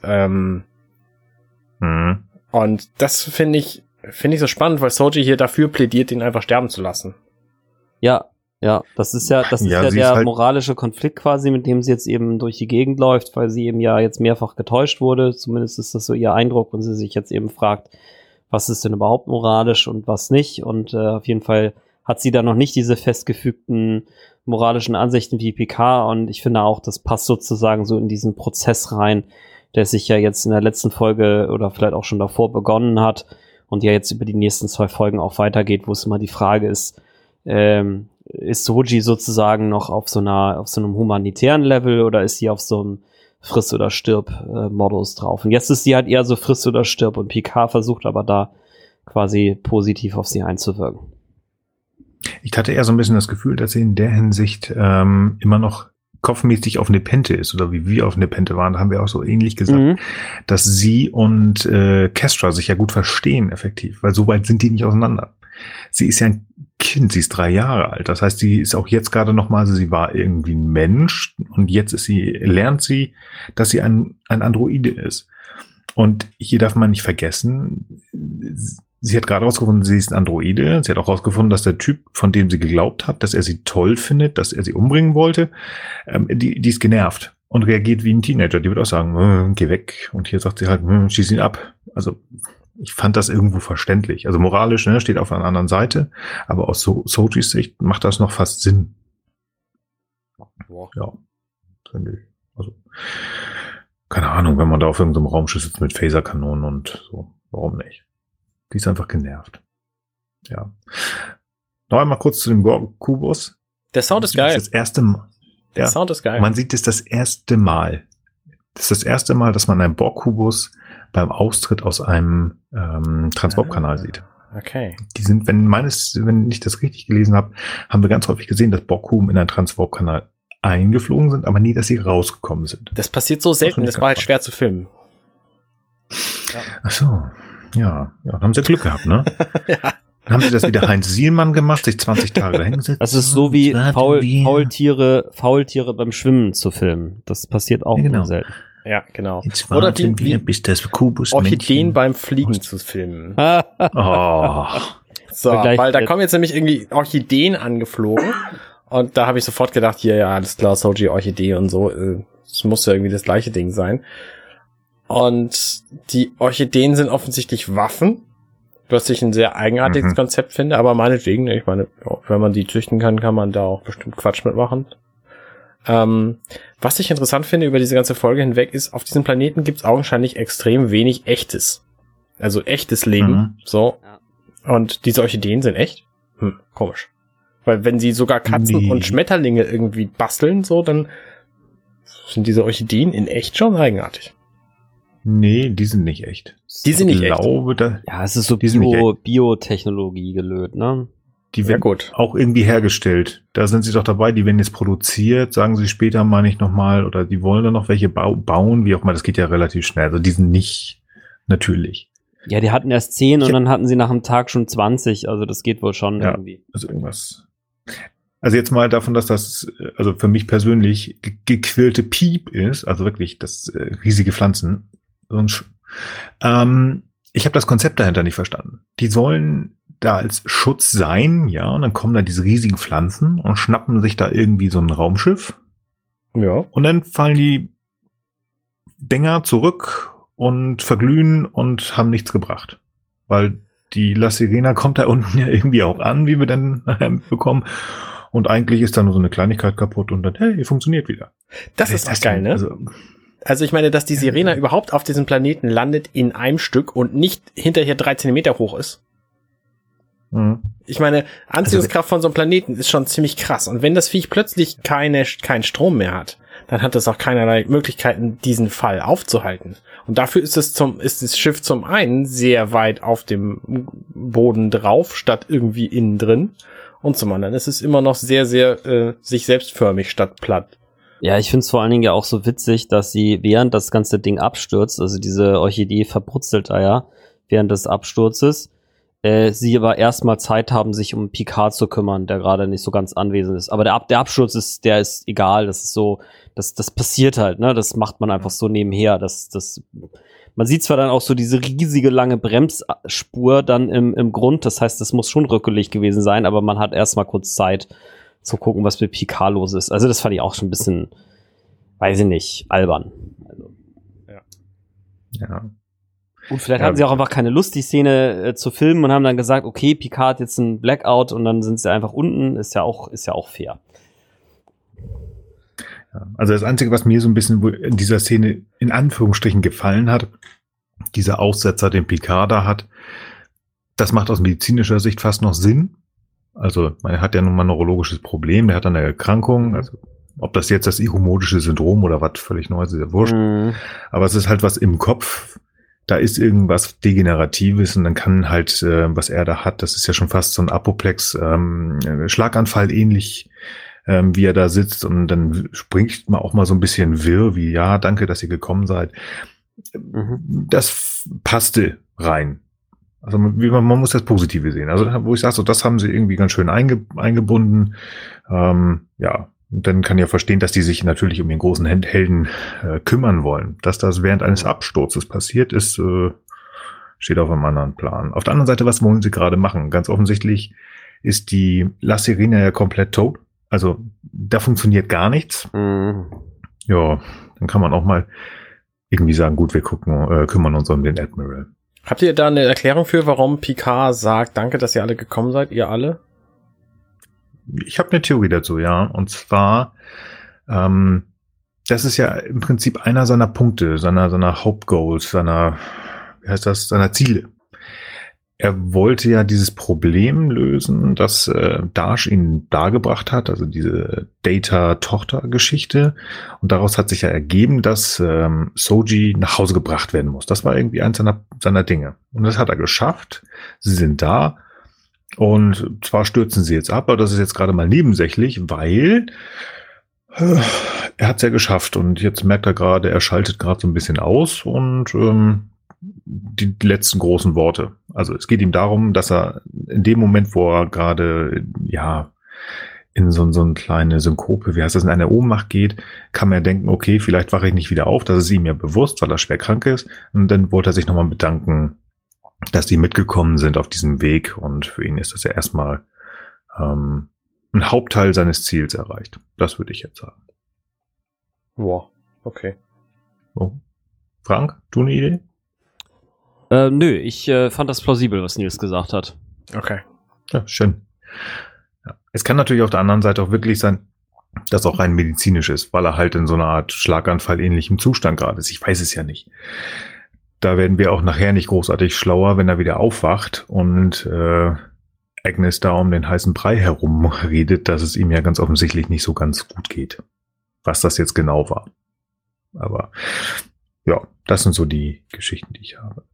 Und das finde ich so spannend, weil Soji hier dafür plädiert, ihn einfach sterben zu lassen. Ja, das ist ja sie der ist halt moralische Konflikt quasi, mit dem sie jetzt eben durch die Gegend läuft, weil sie eben ja jetzt mehrfach getäuscht wurde. Zumindest ist das so ihr Eindruck und sie sich jetzt eben fragt, was ist denn überhaupt moralisch und was nicht. Und auf jeden Fall hat sie da noch nicht diese festgefügten moralischen Ansichten wie Picard. Und ich finde auch, das passt sozusagen so in diesen Prozess rein, der sich ja jetzt in der letzten Folge oder vielleicht auch schon davor begonnen hat und ja jetzt über die nächsten 2 Folgen auch weitergeht, wo es immer die Frage ist Soji sozusagen noch auf so einem humanitären Level oder ist sie auf so einem Friss- oder Stirb-Modus drauf? Und jetzt ist sie halt eher so Friss- oder Stirb und Picard versucht aber da quasi positiv auf sie einzuwirken. Ich hatte eher so ein bisschen das Gefühl, dass sie in der Hinsicht immer noch kopfmäßig auf Nepente ist oder wie wir auf Nepente waren, da haben wir auch so ähnlich gesagt, dass sie und Kestra sich ja gut verstehen effektiv, weil so weit sind die nicht auseinander. Sie ist ja ein Kind, sie ist 3 Jahre alt, das heißt, sie ist auch jetzt gerade noch mal, also sie war irgendwie ein Mensch und jetzt lernt sie, dass sie ein Androide ist. Und hier darf man nicht vergessen, sie hat gerade rausgefunden, sie ist ein Androide. Sie hat auch rausgefunden, dass der Typ, von dem sie geglaubt hat, dass er sie toll findet, dass er sie umbringen wollte, die ist genervt und reagiert wie ein Teenager. Die wird auch sagen, geh weg. Und hier sagt sie halt, schieß ihn ab. Also ich fand das irgendwo verständlich. Also moralisch, ne, steht auf einer anderen Seite, aber aus Sojis Sicht macht das noch fast Sinn. Ja, finde ich. Also keine Ahnung, wenn man da auf irgendeinem Raumschiff sitzt mit Phaserkanonen und so, warum nicht? Die ist einfach genervt. Ja. Noch einmal kurz zu dem Kubus. Der Sound ist geil. Das erste Mal. Der Sound ist geil. Man sieht es das erste Mal. Das ist das erste Mal, dass man einen Borg-Kubus beim Austritt aus einem Transwarp-Kanal sieht. Okay. Die sind, wenn ich das richtig gelesen habe, haben wir ganz häufig gesehen, dass Borg-Kuben in einen Transwarp-Kanal eingeflogen sind, aber nie, dass sie rausgekommen sind. Das passiert so selten, das war halt schwer zu filmen. Ach so, ja, haben sie Glück gehabt, ne? Ja. Dann haben sie das wieder Heinz Sielmann gemacht, sich 20 Tage dahingesetzt. Das ist so wie Faultiere beim Schwimmen zu filmen. Das passiert auch genau. selten. Ja, genau. Jetzt Oder warten wir, bis das Kubusmännchen Orchideen beim Fliegen zu filmen. Oh, So, Vergleich weil da mit- kommen jetzt nämlich irgendwie Orchideen angeflogen und da habe ich sofort gedacht, hier, ja, alles klar, Soji, Orchidee und so, das muss ja irgendwie das gleiche Ding sein. Und die Orchideen sind offensichtlich Waffen, was ich ein sehr eigenartiges Konzept finde, aber meinetwegen, ich meine, ja, wenn man die züchten kann, kann man da auch bestimmt Quatsch mitmachen. Was ich interessant finde über diese ganze Folge hinweg ist, auf diesem Planeten gibt es augenscheinlich extrem wenig Echtes. Also echtes Leben, so. Ja. Und diese Orchideen sind echt? Komisch. Weil wenn sie sogar Katzen Nee. und Schmetterlinge irgendwie basteln, so, dann sind diese Orchideen in echt schon eigenartig. nee, die sind nicht echt. Die sind nicht Ich echt. glaube, Ja, es ist so Die sind nicht Biotechnologie gelöt, ne? die Ja, werden gut. auch irgendwie hergestellt. Da sind sie doch dabei, die werden jetzt produziert, sagen sie später, meine ich nochmal, oder die wollen dann noch welche bauen, wie auch immer, das geht ja relativ schnell. Also die sind nicht natürlich. Ja, die hatten erst 10 und Ich- dann hatten sie nach einem Tag schon 20. Also das geht wohl schon Ja. irgendwie. Also irgendwas. Also jetzt mal davon, dass das, also für mich persönlich gequirlte Piep ist, also wirklich das riesige Pflanzen. So ein ich habe das Konzept dahinter nicht verstanden. Die sollen da als Schutz sein, ja, und dann kommen da diese riesigen Pflanzen und schnappen sich da irgendwie so ein Raumschiff Ja. und dann fallen die Dinger zurück und verglühen und haben nichts gebracht. Weil die La Sirena kommt da unten ja irgendwie auch an, wie wir dann bekommen. Und eigentlich ist da nur so eine Kleinigkeit kaputt und dann, hey, funktioniert wieder. Das Was ist das doch geil, denn? ne? Also ich meine, dass die Sirena überhaupt auf diesem Planeten landet in einem Stück und nicht hinterher 3 Zentimeter hoch ist. Mhm. Ich meine, Anziehungskraft von so einem Planeten ist schon ziemlich krass. Und wenn das Viech plötzlich keinen Strom mehr hat, dann hat es auch keinerlei Möglichkeiten, diesen Fall aufzuhalten. Und dafür ist das Schiff zum einen sehr weit auf dem Boden drauf, statt irgendwie innen drin. Und zum anderen ist es immer noch sehr, sehr sich selbstförmig statt platt. Ja, ich finde es vor allen Dingen ja auch so witzig, dass sie, während das ganze Ding abstürzt, also diese Orchidee verbrutzelt da ja während des Absturzes, sie aber erstmal Zeit haben, sich um Picard zu kümmern, der gerade nicht so ganz anwesend ist. Aber der Absturz ist egal, das ist so, das passiert halt, ne? Das macht man einfach so nebenher. Man sieht zwar dann auch so diese riesige lange Bremsspur dann im Grund, das heißt, das muss schon rückelig gewesen sein, aber man hat erstmal kurz Zeit zu gucken, was mit Picard los ist. Also das fand ich auch schon ein bisschen, weiß ich nicht, albern. Also. Ja. Und vielleicht Ja. hatten sie auch einfach keine Lust, die Szene zu filmen und haben dann gesagt, okay, Picard hat jetzt ein Blackout und dann sind sie einfach unten, ist ja auch fair. Ja. Also das Einzige, was mir so ein bisschen in dieser Szene in Anführungsstrichen gefallen hat, dieser Aussetzer, den Picard da hat, das macht aus medizinischer Sicht fast noch Sinn. Also man hat ja nun mal ein neurologisches Problem, der hat dann eine Erkrankung, also ob das jetzt das ichomodische Syndrom oder was völlig Neues ist, ja wurscht. Aber es ist halt was im Kopf, da ist irgendwas Degeneratives und dann kann halt, was er da hat, das ist ja schon fast so ein Apoplex, Schlaganfall ähnlich, wie er da sitzt und dann springt man auch mal so ein bisschen wirr, wie, ja, danke, dass ihr gekommen seid. Das passte rein. Also man muss das Positive sehen. Also wo ich sage, so das haben sie irgendwie ganz schön eingebunden. Ja, und dann kann ich ja verstehen, dass die sich natürlich um den großen Helden kümmern wollen. Dass das während eines Absturzes passiert ist, steht auf einem anderen Plan. Auf der anderen Seite, was wollen sie gerade machen? Ganz offensichtlich ist die La Sirena ja komplett tot. Also da funktioniert gar nichts. Ja, dann kann man auch mal irgendwie sagen, gut, wir kümmern uns um den Admiral. Habt ihr da eine Erklärung für, warum Picard sagt, danke, dass ihr alle gekommen seid, ihr alle? Ich habe eine Theorie dazu, ja. Und zwar, das ist ja im Prinzip einer seiner Punkte, seiner Hauptgoals, seiner Ziele. Er wollte ja dieses Problem lösen, das Dash ihn dargebracht hat, also diese Data-Tochter-Geschichte. Und daraus hat sich ja ergeben, dass Soji nach Hause gebracht werden muss. Das war irgendwie eins seiner Dinge. Und das hat er geschafft. Sie sind da. Und zwar stürzen sie jetzt ab, aber das ist jetzt gerade mal nebensächlich, weil er hat es ja geschafft. Und jetzt merkt er gerade, er schaltet gerade so ein bisschen aus und die letzten großen Worte. Also es geht ihm darum, dass er in dem Moment, wo er gerade, ja, in so eine kleine Synkope, wie heißt das, in eine Ohnmacht geht, kann man ja denken, okay, vielleicht wache ich nicht wieder auf. Das ist ihm ja bewusst, weil er schwer krank ist. Und dann wollte er sich nochmal bedanken, dass die mitgekommen sind auf diesem Weg. Und für ihn ist das ja erstmal ein Hauptteil seines Ziels erreicht. Das würde ich jetzt sagen. Wow, okay. So. Frank, du eine Idee? Nö, ich fand das plausibel, was Nils gesagt hat. Okay. Ja, schön. Ja. Es kann natürlich auf der anderen Seite auch wirklich sein, dass auch rein medizinisch ist, weil er halt in so einer Art Schlaganfall-ähnlichem Zustand gerade ist. Ich weiß es ja nicht. Da werden wir auch nachher nicht großartig schlauer, wenn er wieder aufwacht und Agnes da um den heißen Brei herum redet, dass es ihm ja ganz offensichtlich nicht so ganz gut geht. Was das jetzt genau war. Aber ja, das sind so die Geschichten, die ich habe.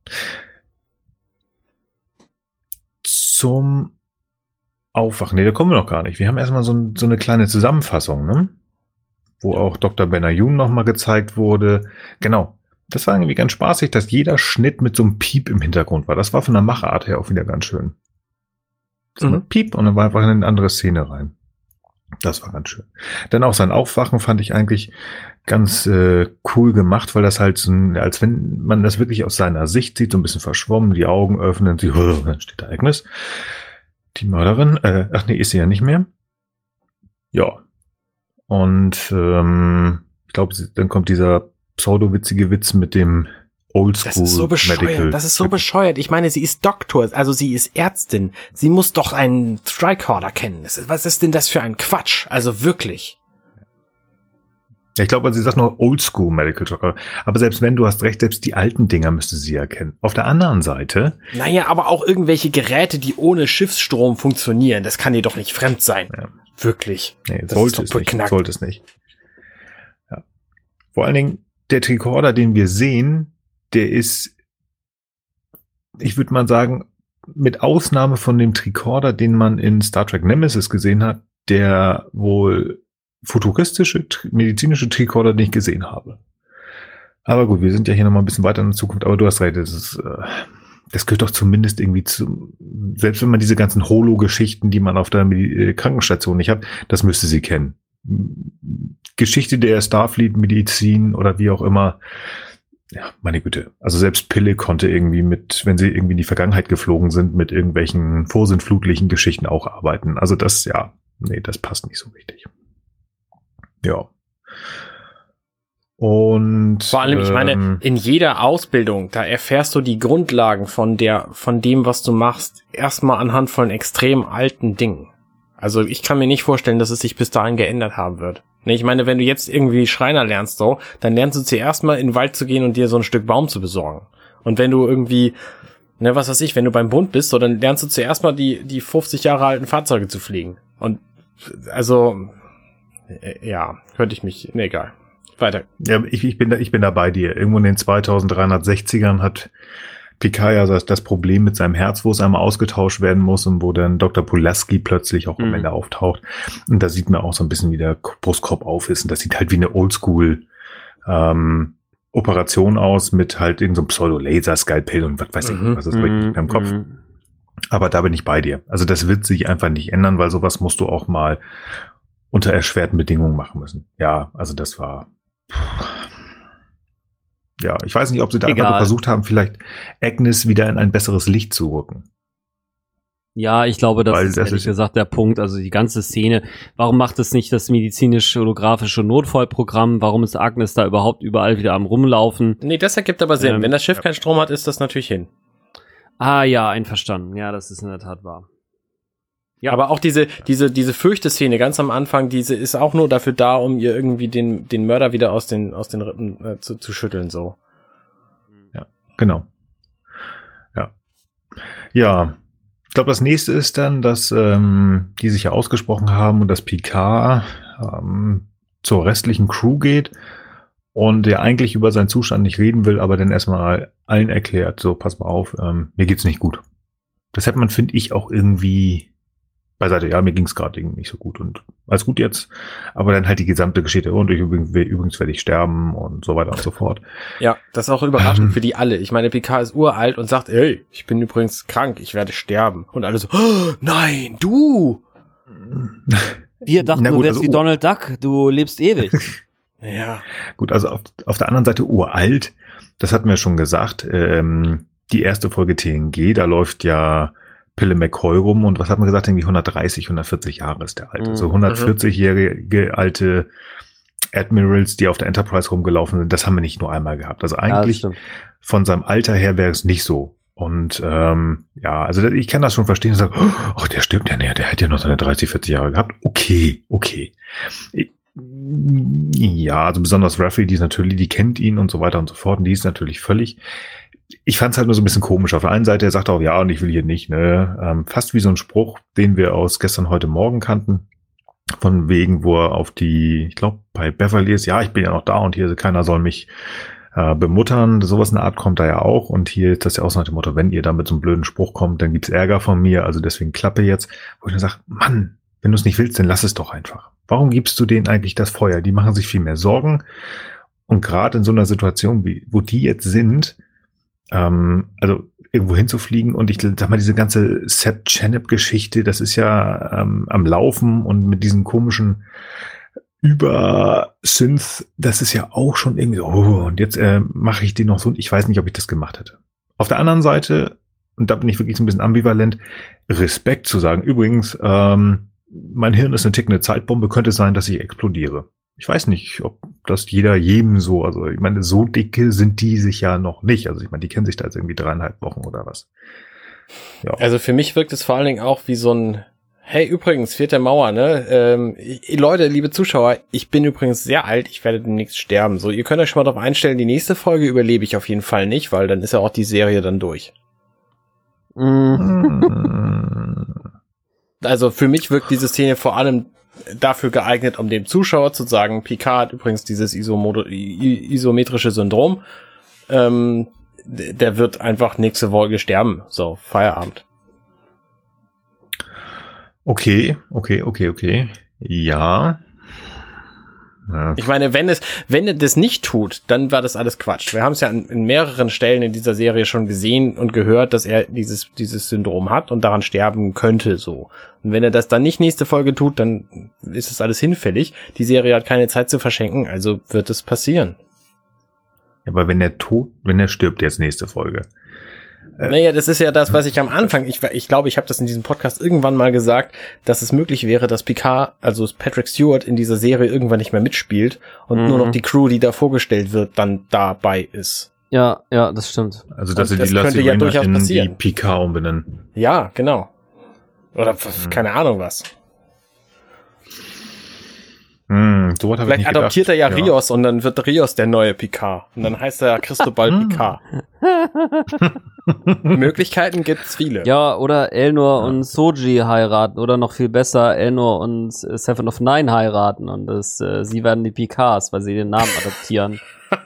Zum Aufwachen. Nee, da kommen wir noch gar nicht. Wir haben erstmal so eine kleine Zusammenfassung, ne? Wo auch Dr. Benayoun nochmal gezeigt wurde. Genau. Das war irgendwie ganz spaßig, dass jeder Schnitt mit so einem Piep im Hintergrund war. Das war von der Machart her auch wieder ganz schön. So ein Piep und dann war einfach eine andere Szene rein. Das war ganz schön. Dann auch sein Aufwachen fand ich eigentlich ganz cool gemacht, weil das halt so als wenn man das wirklich aus seiner Sicht sieht, so ein bisschen verschwommen, die Augen öffnen, dann steht da Agnes, die Mörderin. Ach nee, ist sie ja nicht mehr. Ja. Und ich glaube, dann kommt dieser pseudo-witzige Witz mit dem Oldschool. Das ist so bescheuert. Das ist so bescheuert. Ich meine, sie ist Doktor, also sie ist Ärztin. Sie muss doch einen Tricorder kennen. Was ist denn das für ein Quatsch? Also wirklich. Ja, ich glaube, sie sagt nur Oldschool Medical Tricorder. Aber selbst wenn, du hast recht, selbst die alten Dinger müsste sie ja kennen. Auf der anderen Seite. Naja, aber auch irgendwelche Geräte, die ohne Schiffsstrom funktionieren. Das kann ihr doch nicht fremd sein. Ja. Wirklich. Nee, sollte es nicht. Ja. Vor allen Dingen, der Tricorder, den wir sehen, der ist, ich würde mal sagen, mit Ausnahme von dem Tricorder, den man in Star Trek Nemesis gesehen hat, der wohl futuristische, medizinische Tricorder, den ich gesehen habe. Aber gut, wir sind ja hier nochmal ein bisschen weiter in der Zukunft, aber du hast recht, das gehört doch zumindest irgendwie zu, selbst wenn man diese ganzen Holo-Geschichten, die man auf der Krankenstation nicht hat, das müsste sie kennen. Geschichte der Starfleet-Medizin oder wie auch immer. Ja, meine Güte. Also selbst Pille konnte irgendwie wenn sie irgendwie in die Vergangenheit geflogen sind, mit irgendwelchen vorsintflutlichen Geschichten auch arbeiten. Also das, ja, nee, das passt nicht so richtig. Ja. Und vor allem, ich meine, in jeder Ausbildung, da erfährst du die Grundlagen von dem, was du machst, erstmal anhand von extrem alten Dingen. Also ich kann mir nicht vorstellen, dass es sich bis dahin geändert haben wird. Ich meine, wenn du jetzt irgendwie Schreiner lernst, so, dann lernst du zuerst mal in den Wald zu gehen und dir so ein Stück Baum zu besorgen. Und wenn du irgendwie, was weiß ich, wenn du beim Bund bist, so, dann lernst du zuerst mal die 50 Jahre alten Fahrzeuge zu fliegen. Und also, ja, könnte ich mich, egal. Weiter. Ja, ich bin da bei dir. Irgendwo in den 2360ern hat Picard ja das Problem mit seinem Herz, wo es einmal ausgetauscht werden muss und wo dann Dr. Pulaski plötzlich auch am Ende auftaucht. Und da sieht man auch so ein bisschen, wie der Brustkorb auf ist. Und das sieht halt wie eine Oldschool Operation aus mit halt irgendeinem so Pseudo-Laser-Skalpell und was weiß ich, was ist wirklich nicht mehr im Kopf. Aber da bin ich bei dir. Also das wird sich einfach nicht ändern, weil sowas musst du auch mal unter erschwerten Bedingungen machen müssen. Ja, also das war... Ja, ich weiß nicht, ob sie da einfach versucht haben, vielleicht Agnes wieder in ein besseres Licht zu rücken. Ja, ich glaube, das ist ehrlich gesagt der Punkt. Also die ganze Szene. Warum macht es nicht das medizinisch-holographische Notfallprogramm? Warum ist Agnes da überhaupt überall wieder am Rumlaufen? Nee, das ergibt aber Sinn. Wenn das Schiff keinen Strom hat, ist das natürlich hin. Ah ja, einverstanden. Ja, das ist in der Tat wahr. Ja, aber auch diese Fürchte-Szene ganz am Anfang, diese ist auch nur dafür da, um ihr irgendwie den Mörder wieder aus den Rippen zu schütteln, so. Ja, genau. Ja. Ja. Ich glaube, das nächste ist dann, dass die sich ja ausgesprochen haben und dass Picard zur restlichen Crew geht und der eigentlich über seinen Zustand nicht reden will, aber dann erstmal allen erklärt, so, pass mal auf, mir geht's nicht gut. Das hätte man, finde ich, auch irgendwie beiseite, ja, mir ging es gerade nicht so gut und alles gut jetzt. Aber dann halt die gesamte Geschichte und übrigens werde ich sterben und so weiter und so fort. Ja, das ist auch überraschend für die alle. Ich meine, Picard ist uralt und sagt, ey, ich bin übrigens krank, ich werde sterben. Und alle so, oh, nein, du! Wir dachten, Na gut, du wärst also, wie Donald Duck, du lebst ewig. Ja. Gut, also auf der anderen Seite uralt, das hatten wir schon gesagt, die erste Folge TNG, da läuft ja Pille McCoy rum und was hat man gesagt, irgendwie 130, 140 Jahre ist der alte. So 140-jährige alte Admirals, die auf der Enterprise rumgelaufen sind, das haben wir nicht nur einmal gehabt. Also eigentlich von seinem Alter her wäre es nicht so. Und ja, also ich kann das schon verstehen und sagen, oh, der stimmt ja nicht, der hat ja noch seine 30, 40 Jahre gehabt. Okay. Ja, also besonders Raffi, die kennt ihn und so weiter und so fort. Und die ist natürlich völlig. Ich fand es halt nur so ein bisschen komisch. Auf der einen Seite, er sagt auch, ja, und ich will hier nicht, ne? Fast wie so ein Spruch, den wir aus gestern, heute Morgen kannten. Von wegen, wo er auf ich glaube, bei Beverly ist, ja, ich bin ja noch da und hier, keiner soll mich bemuttern. Sowas in der Art kommt da ja auch. Und hier ist das ja auch so nach dem Motto, wenn ihr da mit so einem blöden Spruch kommt, dann gibt's Ärger von mir. Also deswegen Klappe jetzt. Wo ich dann sage, Mann, wenn du es nicht willst, dann lass es doch einfach. Warum gibst du denen eigentlich das Feuer? Die machen sich viel mehr Sorgen. Und gerade in so einer Situation, wo die jetzt sind, also irgendwo hinzufliegen und ich sag mal, diese ganze Seb Chanep-Geschichte, das ist ja am Laufen und mit diesen komischen Über-Synth, das ist ja auch schon irgendwie so, und jetzt mache ich den noch so, und ich weiß nicht, ob ich das gemacht hätte. Auf der anderen Seite, und da bin ich wirklich so ein bisschen ambivalent, Respekt zu sagen, übrigens, mein Hirn ist eine tickende Zeitbombe, könnte sein, dass ich explodiere. Ich weiß nicht, ob das jedem so, also ich meine, so dicke sind die sich ja noch nicht. Also ich meine, die kennen sich da jetzt irgendwie 3,5 Wochen oder was. Ja. Also für mich wirkt es vor allen Dingen auch wie so ein, hey, übrigens, 4. Mauer, ne? Leute, liebe Zuschauer, ich bin übrigens sehr alt, ich werde demnächst sterben. So, ihr könnt euch schon mal darauf einstellen, die nächste Folge überlebe ich auf jeden Fall nicht, weil dann ist ja auch die Serie dann durch. Also für mich wirkt diese Szene vor allem dafür geeignet, um dem Zuschauer zu sagen, Picard hat übrigens dieses isometrische Syndrom, der wird einfach nächste Folge sterben. So, Feierabend. Okay. Ja. Ich meine, wenn er das nicht tut, dann war das alles Quatsch. Wir haben es ja in mehreren Stellen in dieser Serie schon gesehen und gehört, dass er dieses Syndrom hat und daran sterben könnte, so. Und wenn er das dann nicht nächste Folge tut, dann ist es alles hinfällig. Die Serie hat keine Zeit zu verschenken, also wird es passieren. Aber wenn er stirbt jetzt nächste Folge. Naja, das ist ja das, was ich am Anfang, ich glaube, ich habe das in diesem Podcast irgendwann mal gesagt, dass es möglich wäre, dass Picard, also Patrick Stewart in dieser Serie irgendwann nicht mehr mitspielt und nur noch die Crew, die da vorgestellt wird, dann dabei ist. Ja, das stimmt. Also, dass sie das die könnte ja durchaus in passieren. die Picard umbenennen. Ja, genau. Oder keine Ahnung was. So hat Vielleicht adoptiert er ja Rios und dann wird Rios der neue Picard. Und dann heißt er ja Cristobal Picard. Möglichkeiten gibt's viele. Ja, oder Elnor und Soji heiraten. Oder noch viel besser, Elnor und Seven of Nine heiraten. Und sie werden die Picards, weil sie den Namen adoptieren.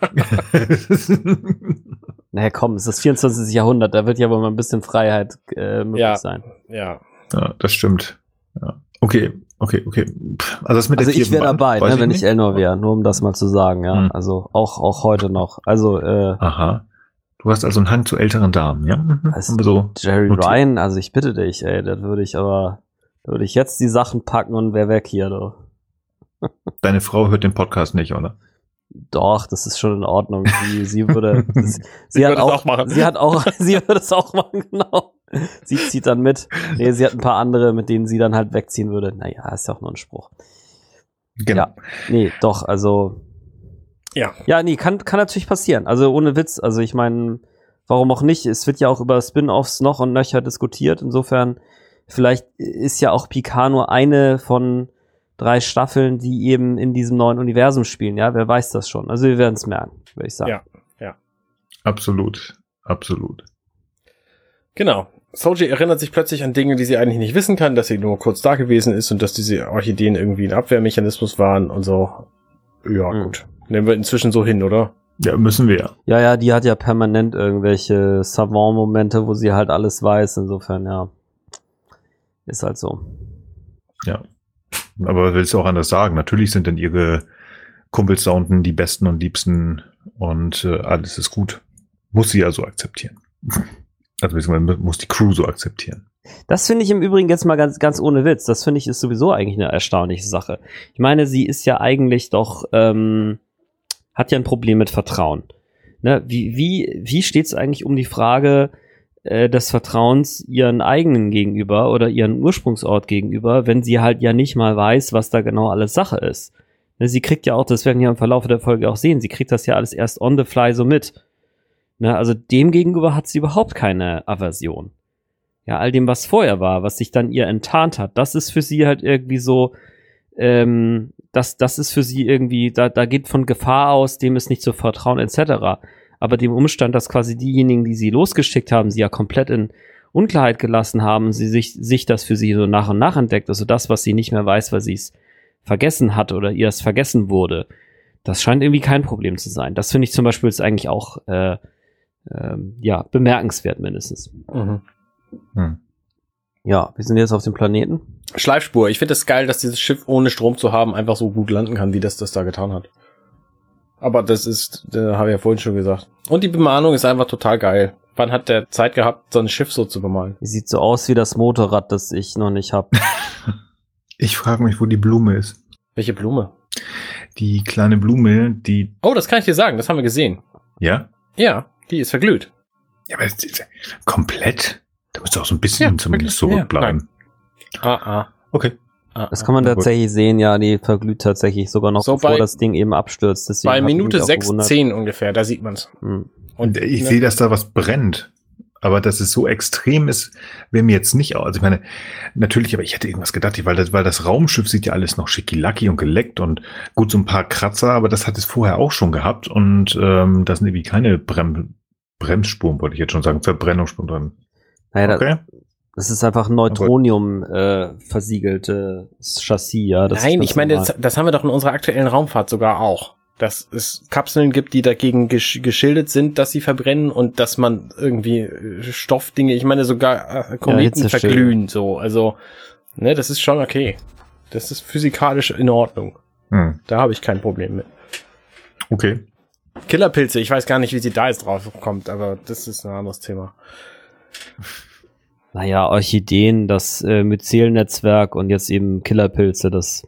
Naja, komm, es ist das 24. Jahrhundert. Da wird ja wohl mal ein bisschen Freiheit möglich sein. Ja, das stimmt. Ja. Okay. Also das mit der ich wäre dabei, ne, wenn ich Elnor wäre, nur um das mal zu sagen, ja. Also auch heute noch. Also aha. Du hast also einen Hang zu älteren Damen, ja? Also so Jerry Ryan, also ich bitte dich, ey, da würde ich jetzt die Sachen packen und wär weg hier, du. Deine Frau hört den Podcast nicht, oder? Doch, das ist schon in Ordnung. Sie würde sie hat auch machen. Sie würde es auch machen, genau. Sie zieht dann mit. Nee, sie hat ein paar andere, mit denen sie dann halt wegziehen würde. Naja, ist ja auch nur ein Spruch. Genau. Ja, nee, doch, also ja, nee, kann natürlich passieren. Also ohne Witz, also ich meine, warum auch nicht? Es wird ja auch über Spin-Offs noch und nöcher diskutiert. Insofern, vielleicht ist ja auch Picard nur eine von 3 Staffeln, die eben in diesem neuen Universum spielen. Ja, wer weiß das schon? Also wir werden es merken, würde ich sagen. Ja. Absolut. Genau. Soji erinnert sich plötzlich an Dinge, die sie eigentlich nicht wissen kann, dass sie nur kurz da gewesen ist und dass diese Orchideen irgendwie ein Abwehrmechanismus waren und so. Ja, gut. Nehmen wir inzwischen so hin, oder? Ja, müssen wir. Ja, die hat ja permanent irgendwelche Savant-Momente, wo sie halt alles weiß. Insofern, ja. Ist halt so. Ja. Aber willst du auch anders sagen? Natürlich sind dann ihre Kumpels da unten die Besten und Liebsten und alles ist gut. Muss sie ja so akzeptieren. Also man muss die Crew so akzeptieren. Das finde ich im Übrigen jetzt mal ganz ohne Witz. Das finde ich ist sowieso eigentlich eine erstaunliche Sache. Ich meine, sie ist ja eigentlich doch, hat ja ein Problem mit Vertrauen. Ne? Wie steht es eigentlich um die Frage des Vertrauens ihren eigenen gegenüber oder ihren Ursprungsort gegenüber, wenn sie halt ja nicht mal weiß, was da genau alles Sache ist? Ne? Sie kriegt ja auch, das werden wir im Verlauf der Folge auch sehen, sie kriegt das ja alles erst on the fly so mit. Ne? Also dem gegenüber hat sie überhaupt keine Aversion. Ja, all dem, was vorher war, was sich dann ihr enttarnt hat, das ist für sie halt irgendwie so, das ist für sie irgendwie, da geht von Gefahr aus, dem ist nicht zu vertrauen, etc. Aber dem Umstand, dass quasi diejenigen, die sie losgeschickt haben, sie ja komplett in Unklarheit gelassen haben, sie sich das für sie so nach und nach entdeckt, also das, was sie nicht mehr weiß, weil sie es vergessen hat oder ihr es vergessen wurde, das scheint irgendwie kein Problem zu sein. Das finde ich zum Beispiel ist eigentlich auch, bemerkenswert mindestens. Mhm. Ja, wir sind jetzt auf dem Planeten. Schleifspur. Ich finde es geil, dass dieses Schiff ohne Strom zu haben einfach so gut landen kann, wie das da getan hat. Aber das ist, habe ich ja vorhin schon gesagt. Und die Bemalung ist einfach total geil. Wann hat der Zeit gehabt, so ein Schiff so zu bemalen? Die sieht so aus wie das Motorrad, das ich noch nicht habe. Ich frage mich, wo die Blume ist. Welche Blume? Die kleine Blume, die... Oh, das kann ich dir sagen. Das haben wir gesehen. Ja? Ja, die ist verglüht. Ja, aber komplett? Da müsste auch so ein bisschen zumindest zurückbleiben. Okay. Das kann man tatsächlich sehen, ja, die verglüht tatsächlich sogar noch, so bevor das Ding eben abstürzt. Deswegen bei Minute 6:10 ungefähr, da sieht man's. Und ich sehe, dass da was brennt. Aber dass es so extrem ist, wäre mir jetzt nicht, also ich meine, natürlich, aber ich hätte irgendwas gedacht, weil das Raumschiff sieht ja alles noch schickilacki und geleckt und gut, so ein paar Kratzer, aber das hat es vorher auch schon gehabt und das sind irgendwie keine Bremsspuren, wollte ich jetzt schon sagen, Verbrennungsspuren drin. Naja, okay. Das ist einfach ein Neutronium versiegeltes Chassis, ja. Nein, ich meine, das haben wir doch in unserer aktuellen Raumfahrt sogar auch. Dass es Kapseln gibt, die dagegen geschildert sind, dass sie verbrennen und dass man irgendwie Stoffdinge, ich meine sogar Kometen verglühen, so. Also, ne, das ist schon okay. Das ist physikalisch in Ordnung. Da habe ich kein Problem mit. Okay. Killerpilze, ich weiß gar nicht, wie sie da jetzt drauf kommt, aber das ist ein anderes Thema. Naja, Orchideen, das Myzel-Netzwerk und jetzt eben Killerpilze, das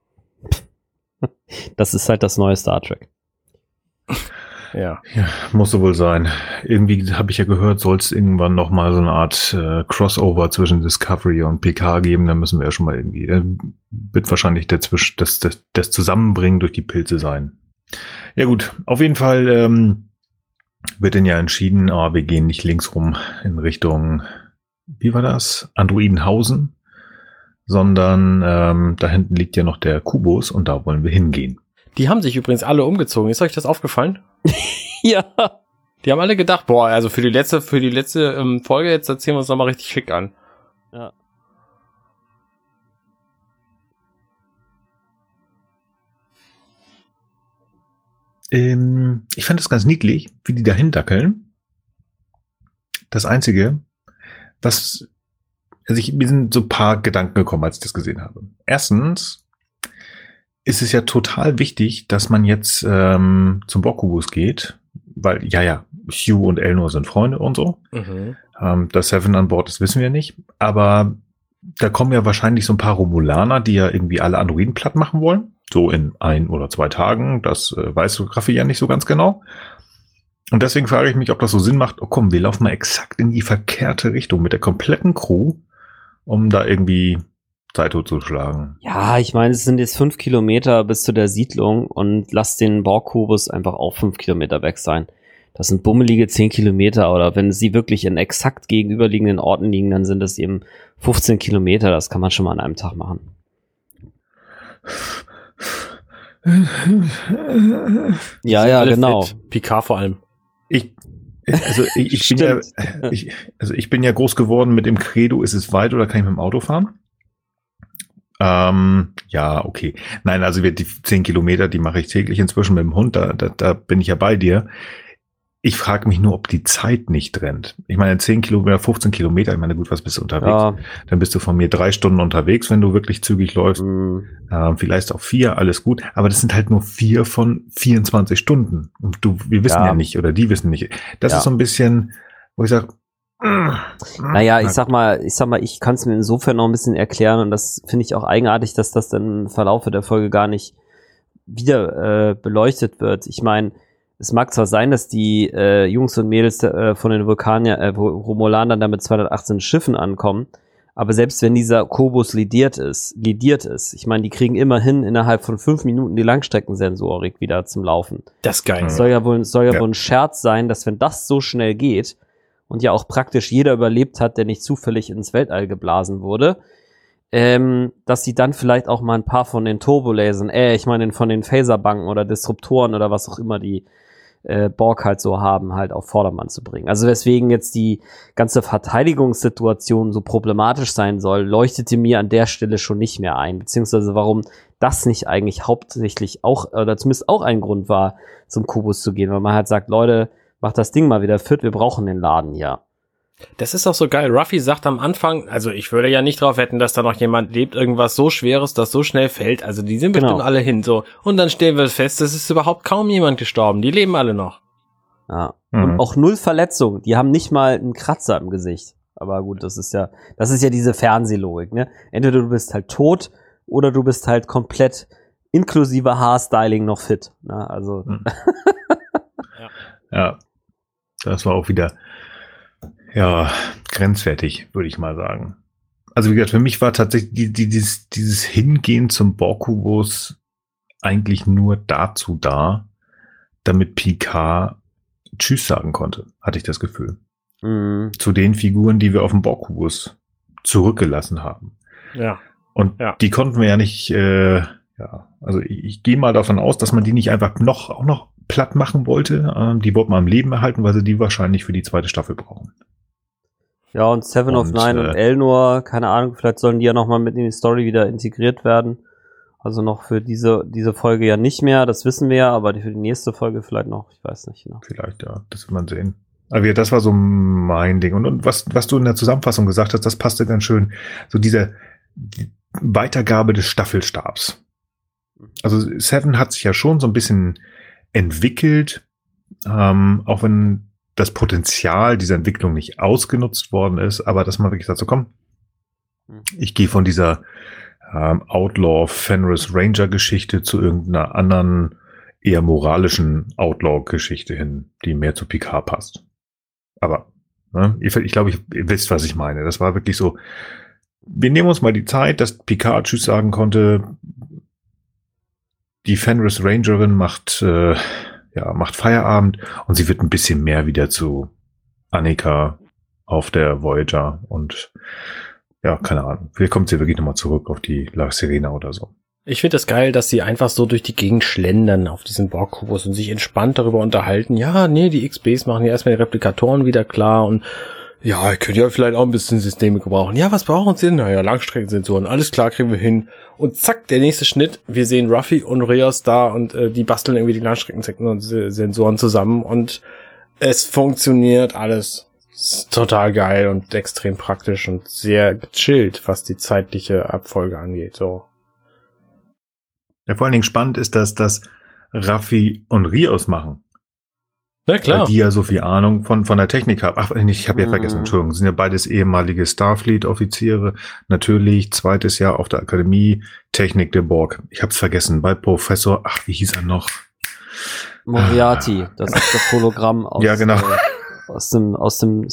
ist halt das neue Star Trek. Ja, muss so wohl sein. Irgendwie habe ich ja gehört, soll es irgendwann noch mal so eine Art Crossover zwischen Discovery und PK geben. Da müssen wir ja schon mal irgendwie, wird wahrscheinlich das Zusammenbringen durch die Pilze sein. Ja gut, auf jeden Fall wird denn ja entschieden, wir gehen nicht links rum in Richtung, wie war das? Androidenhausen, sondern da hinten liegt ja noch der Kubus und da wollen wir hingehen. Die haben sich übrigens alle umgezogen. Ist euch das aufgefallen? Ja. Die haben alle gedacht, boah, also für die letzte Folge jetzt erzählen wir uns nochmal richtig schick an. Ja. Ich fand das ganz niedlich, wie die dahin dackeln. Das Einzige, mir sind so ein paar Gedanken gekommen, als ich das gesehen habe. Erstens ist es ja total wichtig, dass man jetzt zum Borg-Kubus geht, weil, Hugh und Elnor sind Freunde und so. Dass Seven an Bord ist, wissen wir nicht. Aber da kommen ja wahrscheinlich so ein paar Romulaner, die ja irgendwie alle Androiden platt machen wollen. So in 1 oder 2 Tagen. Das weiß Raffi ja nicht so ganz genau. Und deswegen frage ich mich, ob das so Sinn macht. Oh komm, wir laufen mal exakt in die verkehrte Richtung mit der kompletten Crew, um da irgendwie Zeit totzuschlagen. Ja, ich meine, es sind jetzt 5 Kilometer bis zu der Siedlung und lass den Borg-Kubus einfach auch 5 Kilometer weg sein. Das sind bummelige 10 Kilometer oder wenn sie wirklich in exakt gegenüberliegenden Orten liegen, dann sind das eben 15 Kilometer. Das kann man schon mal an einem Tag machen. Ja, genau. Picard vor allem. Ich bin ja groß geworden mit dem Credo, ist es weit oder kann ich mit dem Auto fahren? Ja, okay. Nein, also die 10 Kilometer, die mache ich täglich inzwischen mit dem Hund, da bin ich ja bei dir. Ich frage mich nur, ob die Zeit nicht rennt. Ich meine, 10 Kilometer, 15 Kilometer, ich meine, gut, was bist du unterwegs? Ja. Dann bist du von mir 3 Stunden unterwegs, wenn du wirklich zügig läufst. Vielleicht auch 4, alles gut. Aber das sind halt nur 4 von 24 Stunden. Und wir wissen ja nicht, oder die wissen nicht. Das ist so ein bisschen, wo ich sage, naja, ich sag mal, ich kann es mir insofern noch ein bisschen erklären und das finde ich auch eigenartig, dass das dann im Verlaufe der Folge gar nicht wieder beleuchtet wird. Ich meine, es mag zwar sein, dass die Jungs und Mädels von den Romulanern da mit 218 Schiffen ankommen, aber selbst wenn dieser Kobus lidiert ist, ich meine, die kriegen immerhin innerhalb von 5 Minuten die Langstreckensensorik wieder zum Laufen. Das ist geil. Es soll ja wohl ein Scherz sein, dass wenn das so schnell geht und ja auch praktisch jeder überlebt hat, der nicht zufällig ins Weltall geblasen wurde, dass sie dann vielleicht auch mal ein paar von den Turbolasern, von den Phaserbanken oder Disruptoren oder was auch immer die Borg halt so haben, halt auf Vordermann zu bringen. Also weswegen jetzt die ganze Verteidigungssituation so problematisch sein soll, leuchtete mir an der Stelle schon nicht mehr ein, beziehungsweise warum das nicht eigentlich hauptsächlich auch, oder zumindest auch ein Grund war, zum Kubus zu gehen, weil man halt sagt, Leute, macht das Ding mal wieder fit, wir brauchen den Laden hier. Das ist auch so geil. Ruffy sagt am Anfang, also ich würde ja nicht drauf wetten, dass da noch jemand lebt, irgendwas so Schweres, das so schnell fällt. Also die sind bestimmt alle hin, so. Und dann stellen wir fest, es ist überhaupt kaum jemand gestorben. Die leben alle noch. Ja. Und auch 0 Verletzungen. Die haben nicht mal einen Kratzer im Gesicht. Aber gut, das ist ja diese Fernsehlogik, ne? Entweder du bist halt tot oder du bist halt komplett inklusive Haarstyling noch fit. Ne? Also. Ja. Das war auch wieder grenzwertig, würde ich mal sagen. Also wie gesagt, für mich war tatsächlich dieses Hingehen zum Borg-Kubus eigentlich nur dazu da, damit Picard Tschüss sagen konnte, hatte ich das Gefühl. Zu den Figuren, die wir auf dem Borg-Kubus zurückgelassen haben. Ja. Und die konnten wir ja nicht, also ich gehe mal davon aus, dass man die nicht einfach auch noch platt machen wollte. Die wollten wir am Leben erhalten, weil sie die wahrscheinlich für die 2. Staffel brauchen. Ja, und Seven of Nine und Elnor, keine Ahnung, vielleicht sollen die ja nochmal mit in die Story wieder integriert werden. Also noch für diese Folge ja nicht mehr, das wissen wir ja, aber für die nächste Folge vielleicht noch, ich weiß nicht. Ne? Vielleicht, ja, das wird man sehen. Aber das war so mein Ding. Und was du in der Zusammenfassung gesagt hast, das passte ganz schön. So die Weitergabe des Staffelstabs. Also Seven hat sich ja schon so ein bisschen entwickelt, auch wenn das Potenzial dieser Entwicklung nicht ausgenutzt worden ist, aber dass man wirklich sagt, so komm, ich gehe von dieser Outlaw Fenris Ranger Geschichte zu irgendeiner anderen, eher moralischen Outlaw-Geschichte hin, die mehr zu Picard passt. Aber ich glaube, ihr wisst, was ich meine. Das war wirklich so, wir nehmen uns mal die Zeit, dass Picard Tschüss sagen konnte, die Fenris Rangerin macht Feierabend und sie wird ein bisschen mehr wieder zu Annika auf der Voyager und keine Ahnung. Vielleicht kommt sie wirklich nochmal zurück auf die La Sirena oder so. Ich finde das geil, dass sie einfach so durch die Gegend schlendern auf diesen Borg-Kubus und sich entspannt darüber unterhalten. Ja, nee, die XBs machen ja erstmal die Replikatoren wieder klar und ja, ihr könnt ja vielleicht auch ein bisschen Systeme gebrauchen. Ja, was brauchen sie denn? Naja, Langstreckensensoren. Alles klar, kriegen wir hin. Und zack, der nächste Schnitt. Wir sehen Ruffy und Rios da und die basteln irgendwie die Langstreckensensoren zusammen und es funktioniert alles. Ist total geil und extrem praktisch und sehr gechillt, was die zeitliche Abfolge angeht. So. Ja, vor allen Dingen spannend ist, dass das Ruffy und Rios machen. Na klar. Weil die ja so viel Ahnung von der Technik haben. Ach, ich habe ja vergessen, Entschuldigung, sind ja beides ehemalige Starfleet-Offiziere. Natürlich, 2. Jahr auf der Akademie, Technik der Borg. Ich hab's vergessen, bei Professor, wie hieß er noch? Moriarty, das ist das Hologramm aus, ja, genau. aus dem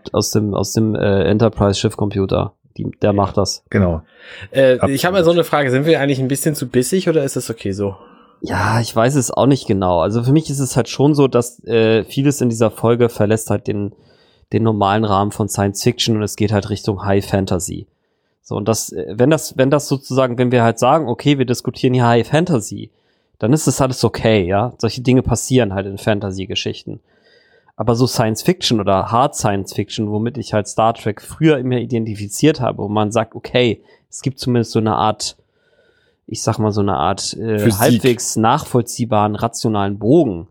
Enterprise-Schiffcomputer. Der macht das. Genau. Ich habe mal so eine Frage, sind wir eigentlich ein bisschen zu bissig oder ist das okay so? Ja, ich weiß es auch nicht genau. Also für mich ist es halt schon so, dass vieles in dieser Folge verlässt halt den normalen Rahmen von Science Fiction und es geht halt Richtung High Fantasy. So, und wenn das sozusagen, wenn wir halt sagen, okay, wir diskutieren hier High Fantasy, dann ist das alles okay, ja. Solche Dinge passieren halt in Fantasy-Geschichten. Aber so Science Fiction oder Hard Science Fiction, womit ich halt Star Trek früher immer identifiziert habe, wo man sagt, okay, es gibt zumindest so eine Art, ich sag mal so eine Art halbwegs nachvollziehbaren, rationalen Bogen.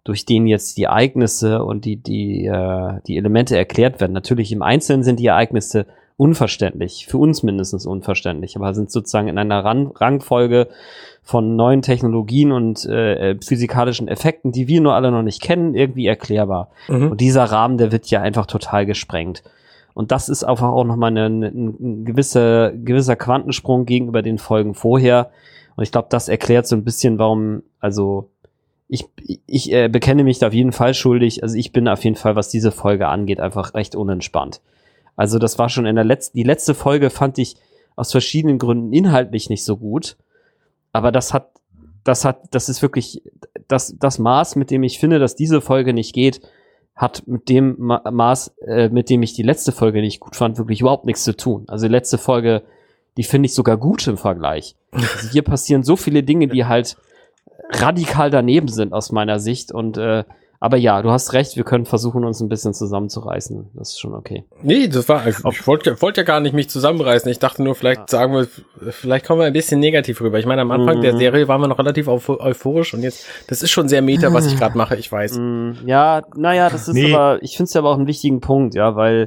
durch den jetzt die Ereignisse und die Elemente erklärt werden. Natürlich im Einzelnen sind die Ereignisse unverständlich, für uns mindestens unverständlich, aber sind sozusagen in einer Rangfolge von neuen Technologien und physikalischen Effekten, die wir nur alle noch nicht kennen, irgendwie erklärbar. Und dieser Rahmen, der wird ja einfach total gesprengt. Und das ist einfach auch nochmal ein gewisser Quantensprung gegenüber den Folgen vorher. Und ich glaube, das erklärt so ein bisschen, warum, also ich bekenne mich da auf jeden Fall schuldig. Also ich bin auf jeden Fall, was diese Folge angeht, einfach recht unentspannt. Also das war schon die letzte Folge fand ich aus verschiedenen Gründen inhaltlich nicht so gut. Aber das ist wirklich das Maß, mit dem ich finde, dass diese Folge nicht geht, hat mit dem Maß, mit dem ich die letzte Folge nicht gut fand, wirklich überhaupt nichts zu tun. Also die letzte Folge, die finde ich sogar gut im Vergleich. Also hier passieren so viele Dinge, die halt radikal daneben sind aus meiner Sicht und aber ja, du hast recht, wir können versuchen, uns ein bisschen zusammenzureißen. Das ist schon okay. Nee, ich wollte ja gar nicht mich zusammenreißen. Ich dachte nur, vielleicht kommen wir ein bisschen negativ rüber. Ich meine, am Anfang der Serie waren wir noch relativ euphorisch und jetzt, das ist schon sehr meta, was ich gerade mache, ich weiß. Ja, naja, das ist aber, ich finde es ja aber auch einen wichtigen Punkt, ja, weil,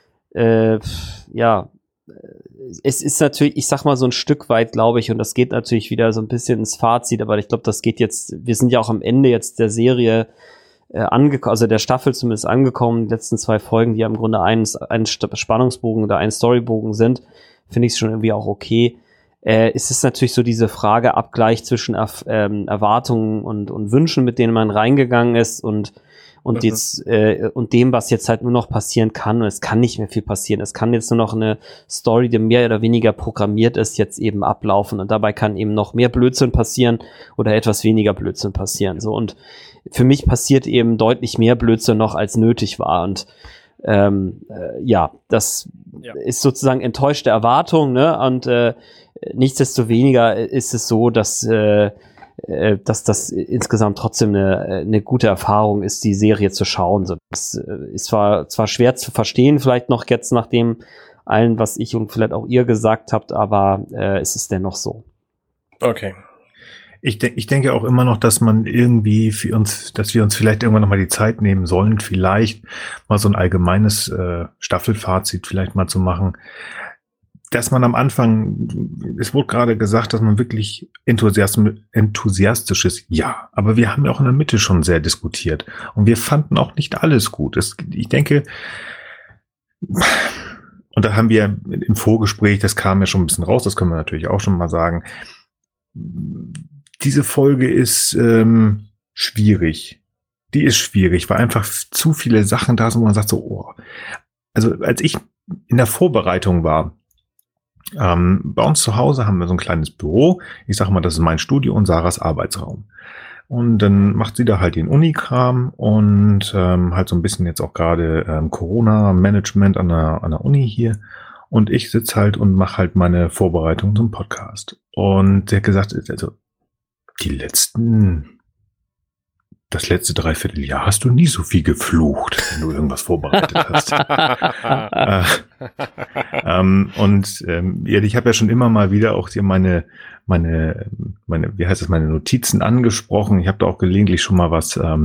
es ist natürlich, ich sag mal so ein Stück weit, glaube ich, und das geht natürlich wieder so ein bisschen ins Fazit, aber ich glaube, das geht jetzt, wir sind ja auch am Ende jetzt der Serie also der Staffel zumindest angekommen, die letzten 2 Folgen, die ja im Grunde ein Spannungsbogen oder ein Storybogen sind, finde ich es schon irgendwie auch okay. Es ist natürlich so diese Frage, Abgleich zwischen Erwartungen und Wünschen, mit denen man reingegangen ist und jetzt und dem, was jetzt halt nur noch passieren kann. Und es kann nicht mehr viel passieren. Es kann jetzt nur noch eine Story, die mehr oder weniger programmiert ist, jetzt eben ablaufen. Und dabei kann eben noch mehr Blödsinn passieren oder etwas weniger Blödsinn passieren. So, und für mich passiert eben deutlich mehr Blödsinn noch, als nötig war. Und das ist sozusagen enttäuschte Erwartung, ne? Und nichtsdestoweniger ist es so, dass das insgesamt trotzdem eine gute Erfahrung ist, die Serie zu schauen. So, das ist zwar schwer zu verstehen, vielleicht noch jetzt nach dem allen, was ich und vielleicht auch ihr gesagt habt, aber es ist dennoch so. Okay. Ich denke auch immer noch, dass man irgendwie dass wir uns vielleicht irgendwann noch mal die Zeit nehmen sollen, vielleicht mal so ein allgemeines Staffelfazit vielleicht mal zu machen. Dass man am Anfang, es wurde gerade gesagt, dass man wirklich enthusiastisches Ja, aber wir haben ja auch in der Mitte schon sehr diskutiert und wir fanden auch nicht alles gut. Ich denke, und da haben wir im Vorgespräch, das kam ja schon ein bisschen raus, das können wir natürlich auch schon mal sagen, diese Folge ist schwierig. Die ist schwierig, weil einfach zu viele Sachen da sind, wo man sagt so, oh. Also als ich in der Vorbereitung war, bei uns zu Hause haben wir so ein kleines Büro. Ich sage mal, das ist mein Studio und Sarahs Arbeitsraum. Und dann macht sie da halt den Unikram und halt so ein bisschen jetzt auch gerade Corona-Management an der Uni hier. Und ich sitze halt und mache halt meine Vorbereitung zum Podcast. Und sie hat gesagt, also das letzte Dreivierteljahr hast du nie so viel geflucht, wenn du irgendwas vorbereitet hast. Ich habe ja schon immer mal wieder auch hier meine Notizen angesprochen. Ich habe da auch gelegentlich schon mal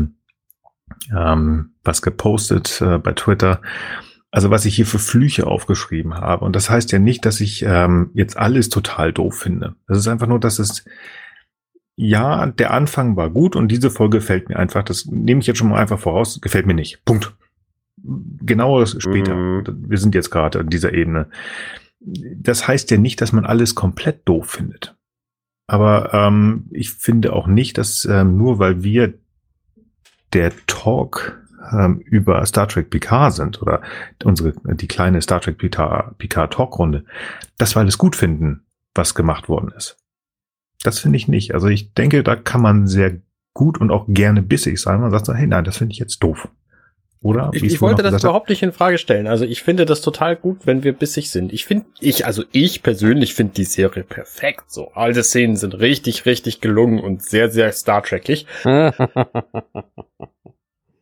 was gepostet bei Twitter. Also was ich hier für Flüche aufgeschrieben habe. Und das heißt ja nicht, dass ich jetzt alles total doof finde. Das ist einfach nur, dass ja, der Anfang war gut und diese Folge gefällt mir einfach. Das nehme ich jetzt schon mal einfach voraus. Gefällt mir nicht. Punkt. Genaueres später. Wir sind jetzt gerade an dieser Ebene. Das heißt ja nicht, dass man alles komplett doof findet. Aber ich finde auch nicht, dass nur weil wir der Talk über Star Trek Picard sind oder die kleine Star Trek Picard Talkrunde, dass wir alles gut finden, was gemacht worden ist. Das finde ich nicht. Also ich denke, da kann man sehr gut und auch gerne bissig sein. Man sagt so, hey, nein, das finde ich jetzt doof. Oder? Ich wollte das überhaupt nicht in Frage stellen. Also ich finde das total gut, wenn wir bissig sind. Ich persönlich finde die Serie perfekt. So, alle Szenen sind richtig, richtig gelungen und sehr, sehr Star Trekig.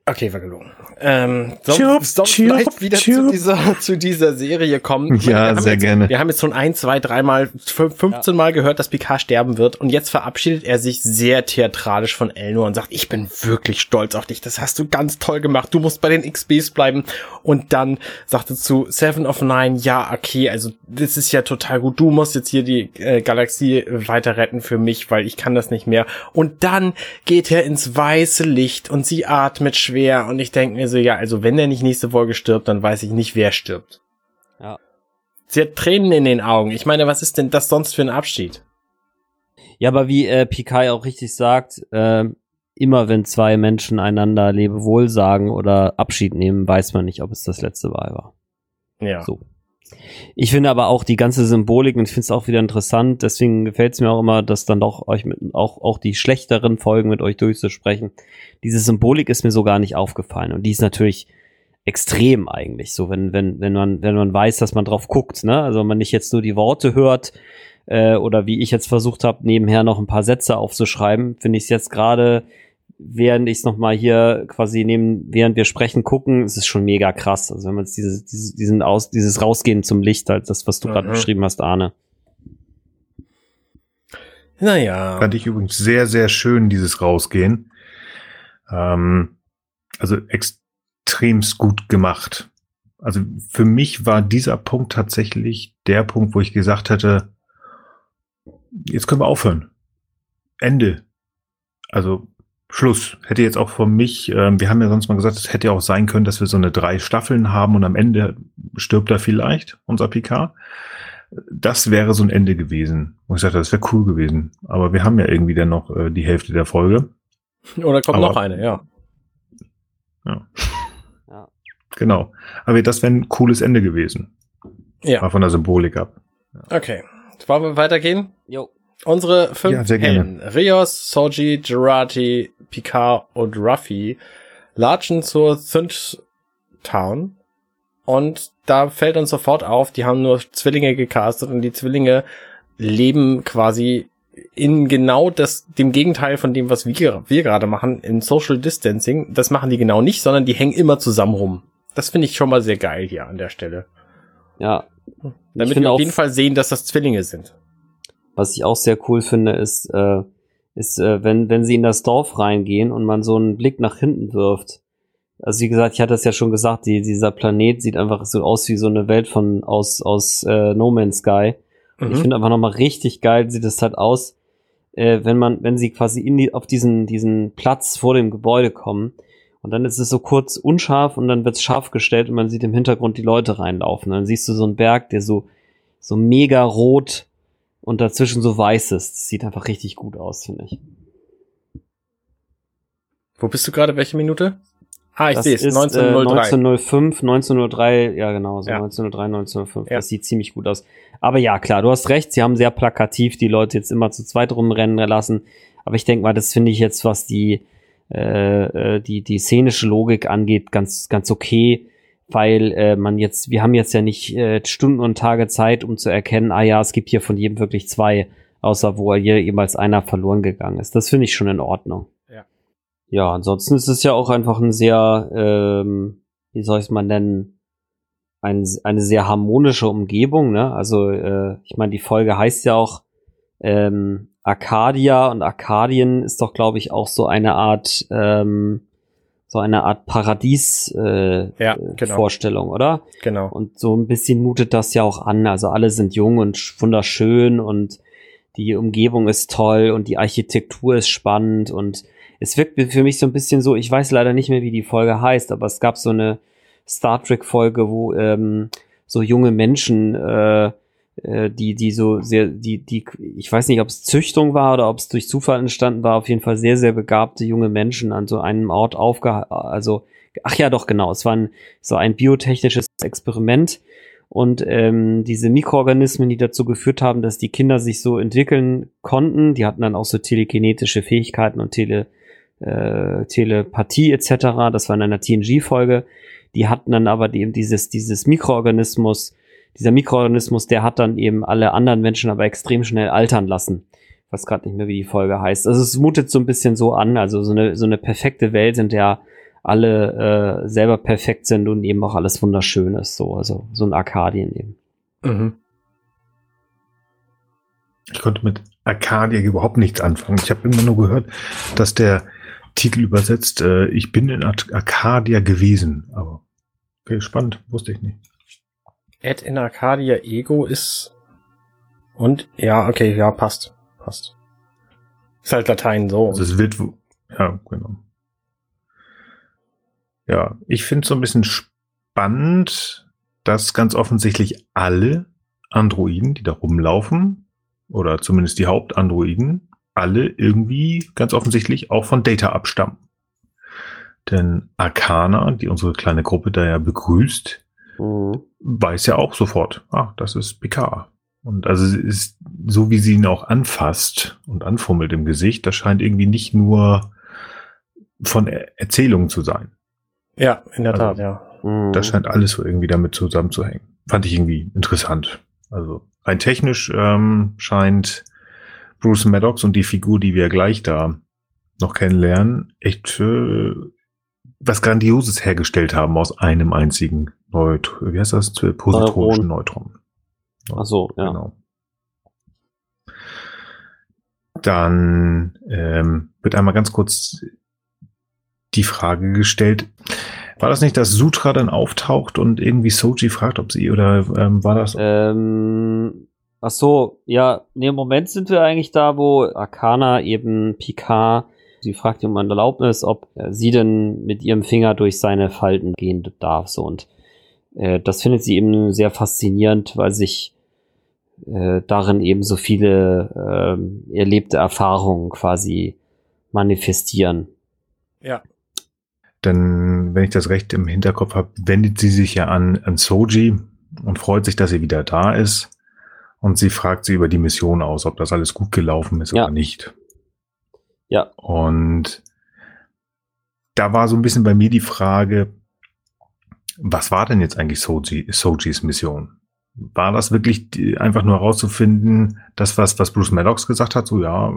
Okay, war gelogen. Sonst vielleicht wieder zu dieser Serie kommen. Ja, sehr gerne. Wir haben jetzt schon 1, 2, 3 Mal, 15 Mal gehört, dass Picard sterben wird. Und jetzt verabschiedet er sich sehr theatralisch von Elnor und sagt, ich bin wirklich stolz auf dich. Das hast du ganz toll gemacht. Du musst bei den XBs bleiben. Und dann sagt er zu Seven of Nine, ja, okay, also das ist ja total gut. Du musst jetzt hier die Galaxie weiter retten für mich, weil ich kann das nicht mehr. Und dann geht er ins weiße Licht und sie atmet schwer. Und ich denke mir so, ja, also wenn der nicht nächste Folge stirbt, dann weiß ich nicht, wer stirbt. Ja. Sie hat Tränen in den Augen. Ich meine, was ist denn das sonst für ein Abschied? Ja, aber wie Picard auch richtig sagt, immer wenn zwei Menschen einander Lebewohl sagen oder Abschied nehmen, weiß man nicht, ob es das letzte Mal war. Ja. So. Ich finde aber auch die ganze Symbolik, und ich finde es auch wieder interessant, deswegen gefällt es mir auch immer, dass dann doch euch auch die schlechteren Folgen mit euch durchzusprechen. Diese Symbolik ist mir so gar nicht aufgefallen, und die ist natürlich extrem eigentlich, so wenn man weiß, dass man drauf guckt, ne? Also wenn man nicht jetzt nur die Worte hört, oder wie ich jetzt versucht habe, nebenher noch ein paar Sätze aufzuschreiben, finde ich es jetzt gerade, während ich es nochmal hier quasi während wir sprechen, gucken, ist es schon mega krass. Also wenn man jetzt dieses Rausgehen zum Licht, halt das, was du gerade beschrieben hast, Arne. Naja. Fand ich übrigens sehr, sehr schön, dieses Rausgehen. Also extremst gut gemacht. Also für mich war dieser Punkt tatsächlich der Punkt, wo ich gesagt hätte, jetzt können wir aufhören. Ende. Also Schluss. Hätte jetzt auch von mich, wir haben ja sonst mal gesagt, es hätte ja auch sein können, dass wir so eine 3 Staffeln haben und am Ende stirbt er vielleicht, unser Picard. Das wäre so ein Ende gewesen. Und ich sagte, das wäre cool gewesen. Aber wir haben ja irgendwie dann noch die Hälfte der Folge. Oder kommt noch eine, ja. Ja. Genau. Aber das wäre ein cooles Ende gewesen. Ja. Mal von der Symbolik ab. Ja. Okay. Wollen wir weitergehen? Jo. Unsere 5 sehr Helden, Rios, Soji, Jurati, Picard und Ruffy, latschen zur Synth Town, und da fällt uns sofort auf, die haben nur Zwillinge gecastet, und die Zwillinge leben quasi in genau dem Gegenteil von dem, was wir gerade machen, in Social Distancing. Das machen die genau nicht, sondern die hängen immer zusammen rum. Das finde ich schon mal sehr geil hier an der Stelle. Ja. Damit wir auf jeden Fall sehen, dass das Zwillinge sind. Was ich auch sehr cool finde, ist, wenn sie in das Dorf reingehen und man so einen Blick nach hinten wirft. Also wie gesagt, ich hatte es ja schon gesagt, dieser Planet sieht einfach so aus wie so eine Welt aus No Man's Sky. Und ich finde einfach nochmal richtig geil, sieht es halt aus, wenn sie quasi auf diesen Platz vor dem Gebäude kommen. Und dann ist es so kurz unscharf und dann wird es scharf gestellt und man sieht im Hintergrund die Leute reinlaufen. Und dann siehst du so einen Berg, der so mega rot und dazwischen so weiß ist. Das sieht einfach richtig gut aus, finde ich. Wo bist du gerade? Welche Minute? Ich sehe es. 1905, 1903, ja genau, so ja. 1903, 1905. Ja. Das sieht ziemlich gut aus. Aber ja, klar, du hast recht, sie haben sehr plakativ die Leute jetzt immer zu zweit rumrennen lassen. Aber ich denke mal, das finde ich jetzt, was die szenische Logik angeht, ganz, ganz okay. Weil wir haben jetzt ja nicht Stunden und Tage Zeit, um zu erkennen, es gibt hier von jedem wirklich 2, außer wo jemals einer verloren gegangen ist. Das finde ich schon in Ordnung. Ja. Ja, ansonsten ist es ja auch einfach ein sehr, wie soll ich es mal nennen, eine sehr harmonische Umgebung, ne? Also, ich meine, die Folge heißt ja auch Arcadia, und Arkadien ist doch, glaube ich, auch so eine Art Paradies genau. Vorstellung, oder? Genau. Und so ein bisschen mutet das ja auch an. Also alle sind jung und wunderschön und die Umgebung ist toll und die Architektur ist spannend, und es wirkt für mich so ein bisschen so, ich weiß leider nicht mehr, wie die Folge heißt, aber es gab so eine Star Trek Folge, wo so junge Menschen die so sehr, ich weiß nicht, ob es Züchtung war oder ob es durch Zufall entstanden war, auf jeden Fall sehr, sehr begabte junge Menschen an so einem Ort es war so ein biotechnisches Experiment, und diese Mikroorganismen, die dazu geführt haben, dass die Kinder sich so entwickeln konnten, die hatten dann auch so telekinetische Fähigkeiten und Telepathie etc., das war in einer TNG-Folge, die hatten dann aber dieses Mikroorganismus, dieser Mikroorganismus, der hat dann eben alle anderen Menschen aber extrem schnell altern lassen. Ich weiß gerade nicht mehr, wie die Folge heißt. Also es mutet so ein bisschen so an, also so eine perfekte Welt, in der alle selber perfekt sind und eben auch alles wunderschön ist. So, also so ein Arkadien eben. Mhm. Ich konnte mit Arcadia überhaupt nichts anfangen. Ich habe immer nur gehört, dass der Titel übersetzt, ich bin in Arcadia gewesen. Aber okay, spannend, wusste ich nicht. Ad in Arcadia Ego ist und ja, okay, ja, passt. Ist halt Latein so. Also es wird, ja, genau. Ja, ich finde es so ein bisschen spannend, dass ganz offensichtlich alle Androiden, die da rumlaufen, oder zumindest die Hauptandroiden, alle irgendwie ganz offensichtlich auch von Data abstammen. Denn Arcana, die unsere kleine Gruppe da ja begrüßt, weiß ja auch sofort, das ist Picard. Und also es ist, so wie sie ihn auch anfasst und anfummelt im Gesicht, das scheint irgendwie nicht nur von Erzählungen zu sein. Ja, in der Tat, Also, ja. Das scheint alles so irgendwie damit zusammenzuhängen. Fand ich irgendwie interessant. Also rein technisch scheint Bruce Maddox und die Figur, die wir gleich da noch kennenlernen, echt was Grandioses hergestellt haben aus einem einzigen wie heißt das? Positronischen Neutron. Ach so, ja. Genau. Dann wird einmal ganz kurz die Frage gestellt, war das nicht, dass Sutra dann auftaucht und irgendwie Soji fragt, ob sie, oder war das? Ach so, ja, nee, im Moment sind wir eigentlich da, wo Arcana eben Picard, sie fragt ihn um eine Erlaubnis, ob sie denn mit ihrem Finger durch seine Falten gehen darf, so, und das findet sie eben sehr faszinierend, weil sich darin eben so viele erlebte Erfahrungen quasi manifestieren. Ja. Denn, wenn ich das recht im Hinterkopf habe, wendet sie sich ja an Soji und freut sich, dass sie wieder da ist. Und sie fragt sie über die Mission aus, ob das alles gut gelaufen ist oder nicht. Ja. Und da war so ein bisschen bei mir die Frage, was war denn jetzt eigentlich Sojis Mission? War das wirklich einfach nur herauszufinden, das, was Bruce Maddox gesagt hat, so ja,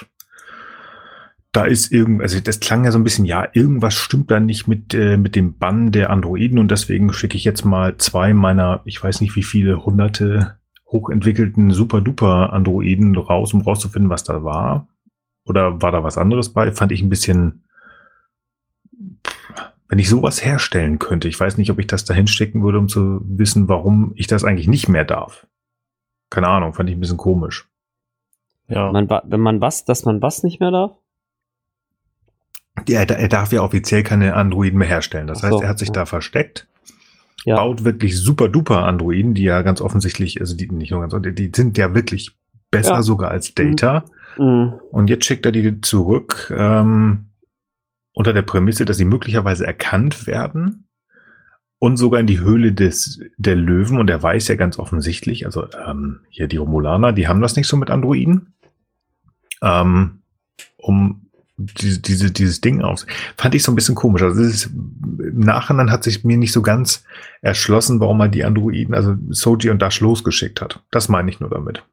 da ist also das klang ja so ein bisschen, ja, irgendwas stimmt da nicht mit dem Bann der Androiden und deswegen schicke ich jetzt mal 2 meiner, ich weiß nicht wie viele hunderte hochentwickelten Super-Duper-Androiden raus, um rauszufinden, was da war. Oder war da was anderes bei? Fand ich ein bisschen, wenn ich sowas herstellen könnte, ich weiß nicht, ob ich das da hinstecken würde, um zu wissen, warum ich das eigentlich nicht mehr darf. Keine Ahnung, fand ich ein bisschen komisch. Ja. Wenn man was nicht mehr darf? Ja, er darf ja offiziell keine Androiden mehr herstellen. Das heißt, er hat sich da versteckt, baut wirklich super-duper Androiden, die ja ganz offensichtlich, also die nicht nur ganz, die sind ja wirklich besser sogar als Data. Mhm. Und jetzt schickt er die zurück, unter der Prämisse, dass sie möglicherweise erkannt werden und sogar in die Höhle der Löwen. Und er weiß ja ganz offensichtlich, also hier die Romulaner, die haben das nicht so mit Androiden, um dieses Ding aus. Fand ich so ein bisschen komisch. Also im Nachhinein hat sich mir nicht so ganz erschlossen, warum er die Androiden, also Soji und Dash losgeschickt hat. Das meine ich nur damit.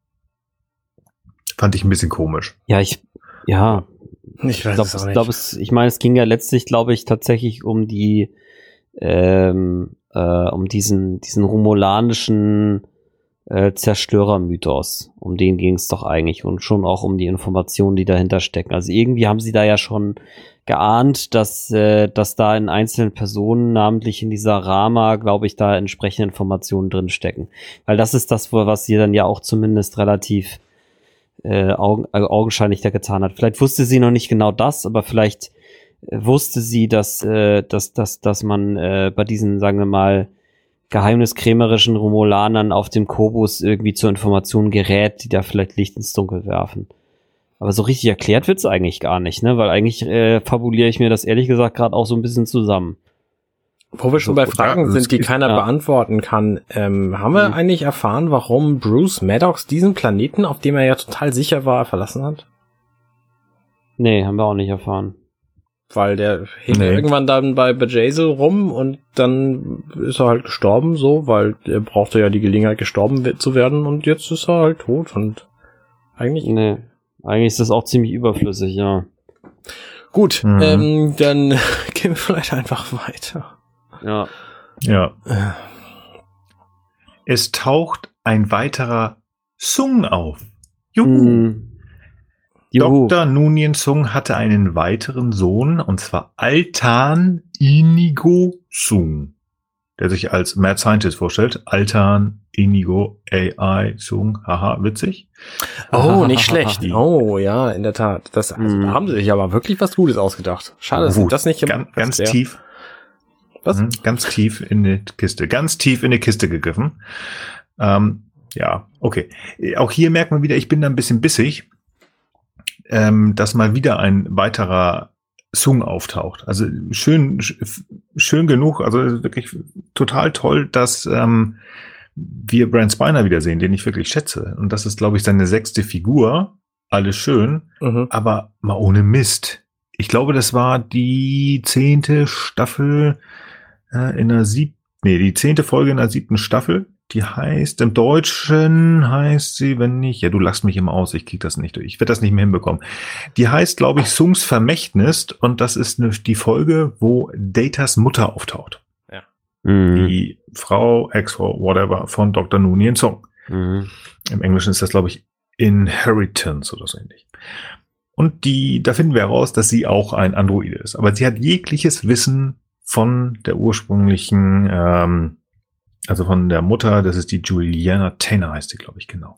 Fand ich ein bisschen komisch. Ich weiß es auch nicht. Ich meine, es ging ja letztlich, glaube ich, tatsächlich um die, um diesen romulanischen Zerstörermythos. Um den ging es doch eigentlich und schon auch um die Informationen, die dahinter stecken. Also irgendwie haben sie da ja schon geahnt, dass da in einzelnen Personen, namentlich in dieser Rama, glaube ich, da entsprechende Informationen drin stecken. Weil das ist das, was sie dann ja auch zumindest relativ augenscheinlich da getan hat. Vielleicht wusste sie noch nicht genau das, aber vielleicht wusste sie, dass man bei diesen, sagen wir mal, geheimniskrämerischen Romulanern auf dem Kobus irgendwie zur Information gerät, die da vielleicht Licht ins Dunkel werfen. Aber so richtig erklärt wird's eigentlich gar nicht, ne? Weil eigentlich fabuliere ich mir das ehrlich gesagt gerade auch so ein bisschen zusammen. Wo wir schon bei Fragen sind, die keiner beantworten kann, haben wir eigentlich erfahren, warum Bruce Maddox diesen Planeten, auf dem er ja total sicher war, verlassen hat? Nee, haben wir auch nicht erfahren. Weil der hing irgendwann dann bei Bjayzl rum und dann ist er halt gestorben, so, weil er brauchte ja die Gelegenheit, gestorben zu werden und jetzt ist er halt tot und eigentlich... Nee, eigentlich ist das auch ziemlich überflüssig, ja. Gut, dann gehen wir vielleicht einfach weiter. Ja. Ja. Es taucht ein weiterer Sung auf. Juhu. Juhu. Dr. Nunien Sung hatte einen weiteren Sohn, und zwar Altan Inigo Sung, der sich als Mad Scientist vorstellt. Altan Inigo AI Sung. Haha, witzig. Oh, nicht schlecht. Oh, ja, in der Tat. Da haben sie sich aber wirklich was Gutes ausgedacht. Schade, dass das nicht ganz tief. Was? Ganz tief in die Kiste. Ganz tief in die Kiste gegriffen. Ja, okay. Auch hier merkt man wieder, ich bin da ein bisschen bissig, dass mal wieder ein weiterer Sung auftaucht. Also schön genug, also wirklich total toll, dass wir Brent Spiner wiedersehen, den ich wirklich schätze. Und das ist, glaube ich, seine 6. Figur. Alles schön, aber mal ohne Mist. Ich glaube, das war die 10. Staffel die 10. Folge in der 7. Staffel. Die heißt, im Deutschen heißt sie, wenn nicht, ja, du lachst mich immer aus, ich krieg das nicht durch, ich werde das nicht mehr hinbekommen. Die heißt, glaube ich, Sungs Vermächtnis, und das ist die Folge, wo Datas Mutter auftaucht. Ja. Die Frau, Ex-Frau, whatever, von Dr. Nunien Sung. Im Englischen ist das, glaube ich, Inheritance oder so ähnlich. Und da finden wir heraus, dass sie auch ein Androide ist. Aber sie hat jegliches Wissen von der ursprünglichen, also von der Mutter, das ist die Juliana Taylor, heißt sie, glaube ich, genau.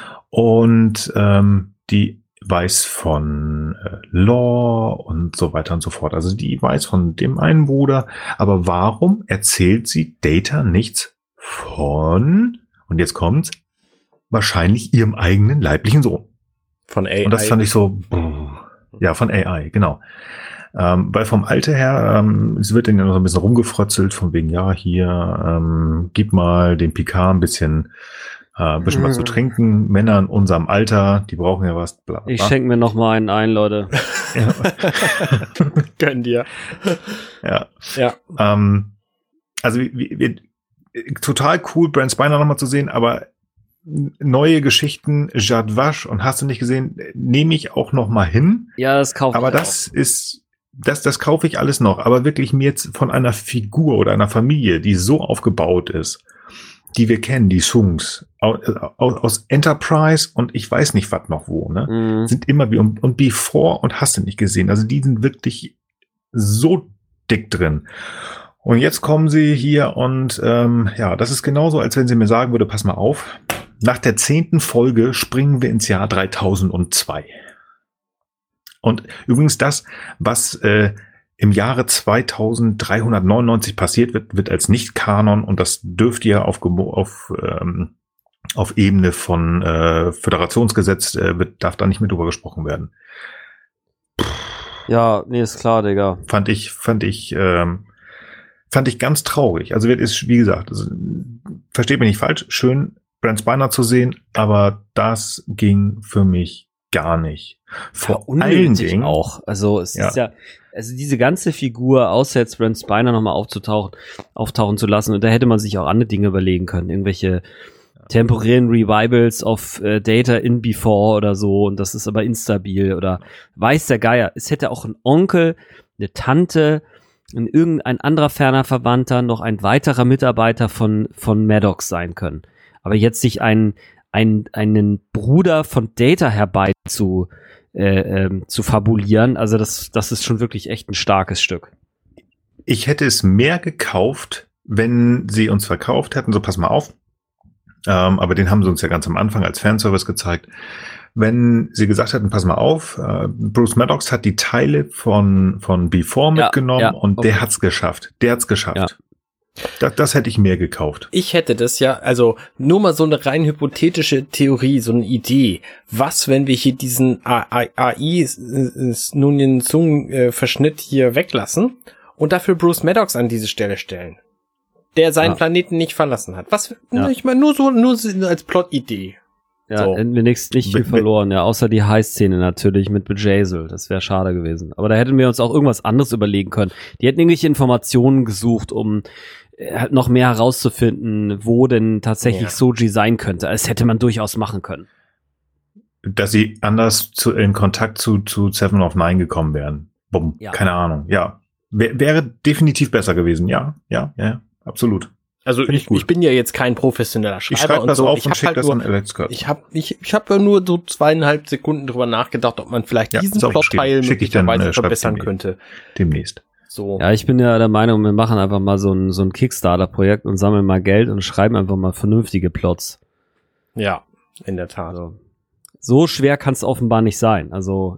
Und die weiß von Law und so weiter und so fort. Also die weiß von dem einen Bruder. Aber warum erzählt sie Data nichts von, und jetzt kommt's, wahrscheinlich ihrem eigenen leiblichen Sohn? Von AI. Und das fand ich so, ja, von AI, genau. Weil vom Alter her, es wird dann ja noch ein bisschen rumgefrotzelt, von wegen, ja, hier, gib mal dem Picard ein bisschen was zu trinken. Männer in unserem Alter, die brauchen ja was. Bla, bla. Ich schenke mir noch mal einen ein, Leute. Ja. Gönn dir. Ja. Ja. Also total cool, Brent Spiner nochmal zu sehen, aber neue Geschichten, Jad Vash und hast du nicht gesehen, nehme ich auch noch mal hin. Ja, das kaufe ich. Aber das kaufe ich alles noch. Aber wirklich mir jetzt von einer Figur oder einer Familie, die so aufgebaut ist, die wir kennen, die Sungs, aus Enterprise und ich weiß nicht was noch wo, ne? Sind immer wie und Before und hast du nicht gesehen. Also die sind wirklich so dick drin. Und jetzt kommen sie hier und ja, das ist genauso, als wenn sie mir sagen würde, pass mal auf, nach der 10. Folge springen wir ins Jahr 3002. Und übrigens das, was im Jahre 2399 passiert wird als Nicht-Kanon, und das dürfte ja auf Ebene von Föderationsgesetz darf da nicht mehr drüber gesprochen werden. Ja, nee, ist klar, Digga. Fand ich ganz traurig. Also ist, wie gesagt, versteht mich nicht falsch, schön Brent Spiner zu sehen, aber das ging für mich gar nicht. Vor allen Dingen auch. Also es ist ja, also diese ganze Figur, außer jetzt Brent Spiner nochmal auftauchen zu lassen, und da hätte man sich auch andere Dinge überlegen können, irgendwelche temporären Revivals auf Data in Before oder so, und das ist aber instabil oder weiß der Geier. Es hätte auch ein Onkel, eine Tante, irgendein anderer ferner Verwandter, noch ein weiterer Mitarbeiter von Maddox sein können. Aber jetzt sich einen Bruder von Data herbei zu fabulieren, also das ist schon wirklich echt ein starkes Stück. Ich hätte es mehr gekauft, wenn sie uns verkauft hätten, so pass mal auf, aber den haben sie uns ja ganz am Anfang als Fanservice gezeigt, wenn sie gesagt hätten, pass mal auf, Bruce Maddox hat die Teile von Before mitgenommen und okay. Der hat's geschafft. Ja. Das hätte ich mehr gekauft. Ich hätte das ja, also nur mal so eine rein hypothetische Theorie, so eine Idee. Was, wenn wir hier diesen AI Nunien Sung Verschnitt hier weglassen und dafür Bruce Maddox an diese Stelle stellen, der seinen Planeten nicht verlassen hat. Was? Ich meine, nur als Plot-Idee. Ja, so. Hätten wir nicht viel verloren, ja, außer die High-Szene natürlich mit Bjayzl. Das wäre schade gewesen. Aber da hätten wir uns auch irgendwas anderes überlegen können. Die hätten irgendwelche Informationen gesucht, um halt noch mehr herauszufinden, wo denn tatsächlich Soji sein könnte. Das hätte man durchaus machen können. Dass sie anders in Kontakt zu Seven of Nine gekommen wären. bumm, Ja. keine Ahnung, ja. Wäre definitiv besser gewesen, ja, absolut. Also Find ich gut. ich bin ja jetzt kein professioneller Ich Schreiber schreibe und das so. auf Ich und habe schicke halt das nur, an Alex Kurtz. ich habe ja nur so 2,5 Sekunden drüber nachgedacht, ob man vielleicht Ja, diesen ist auch Plotteil bestimmt. Schick ich dann, möglicherweise schreib verbessern dem könnte. Demnächst. So. Ja, ich bin ja der Meinung, wir machen einfach mal so ein Kickstarter-Projekt und sammeln mal Geld und schreiben einfach mal vernünftige Plots. Ja, in der Tat. Also, so schwer kann es offenbar nicht sein. Also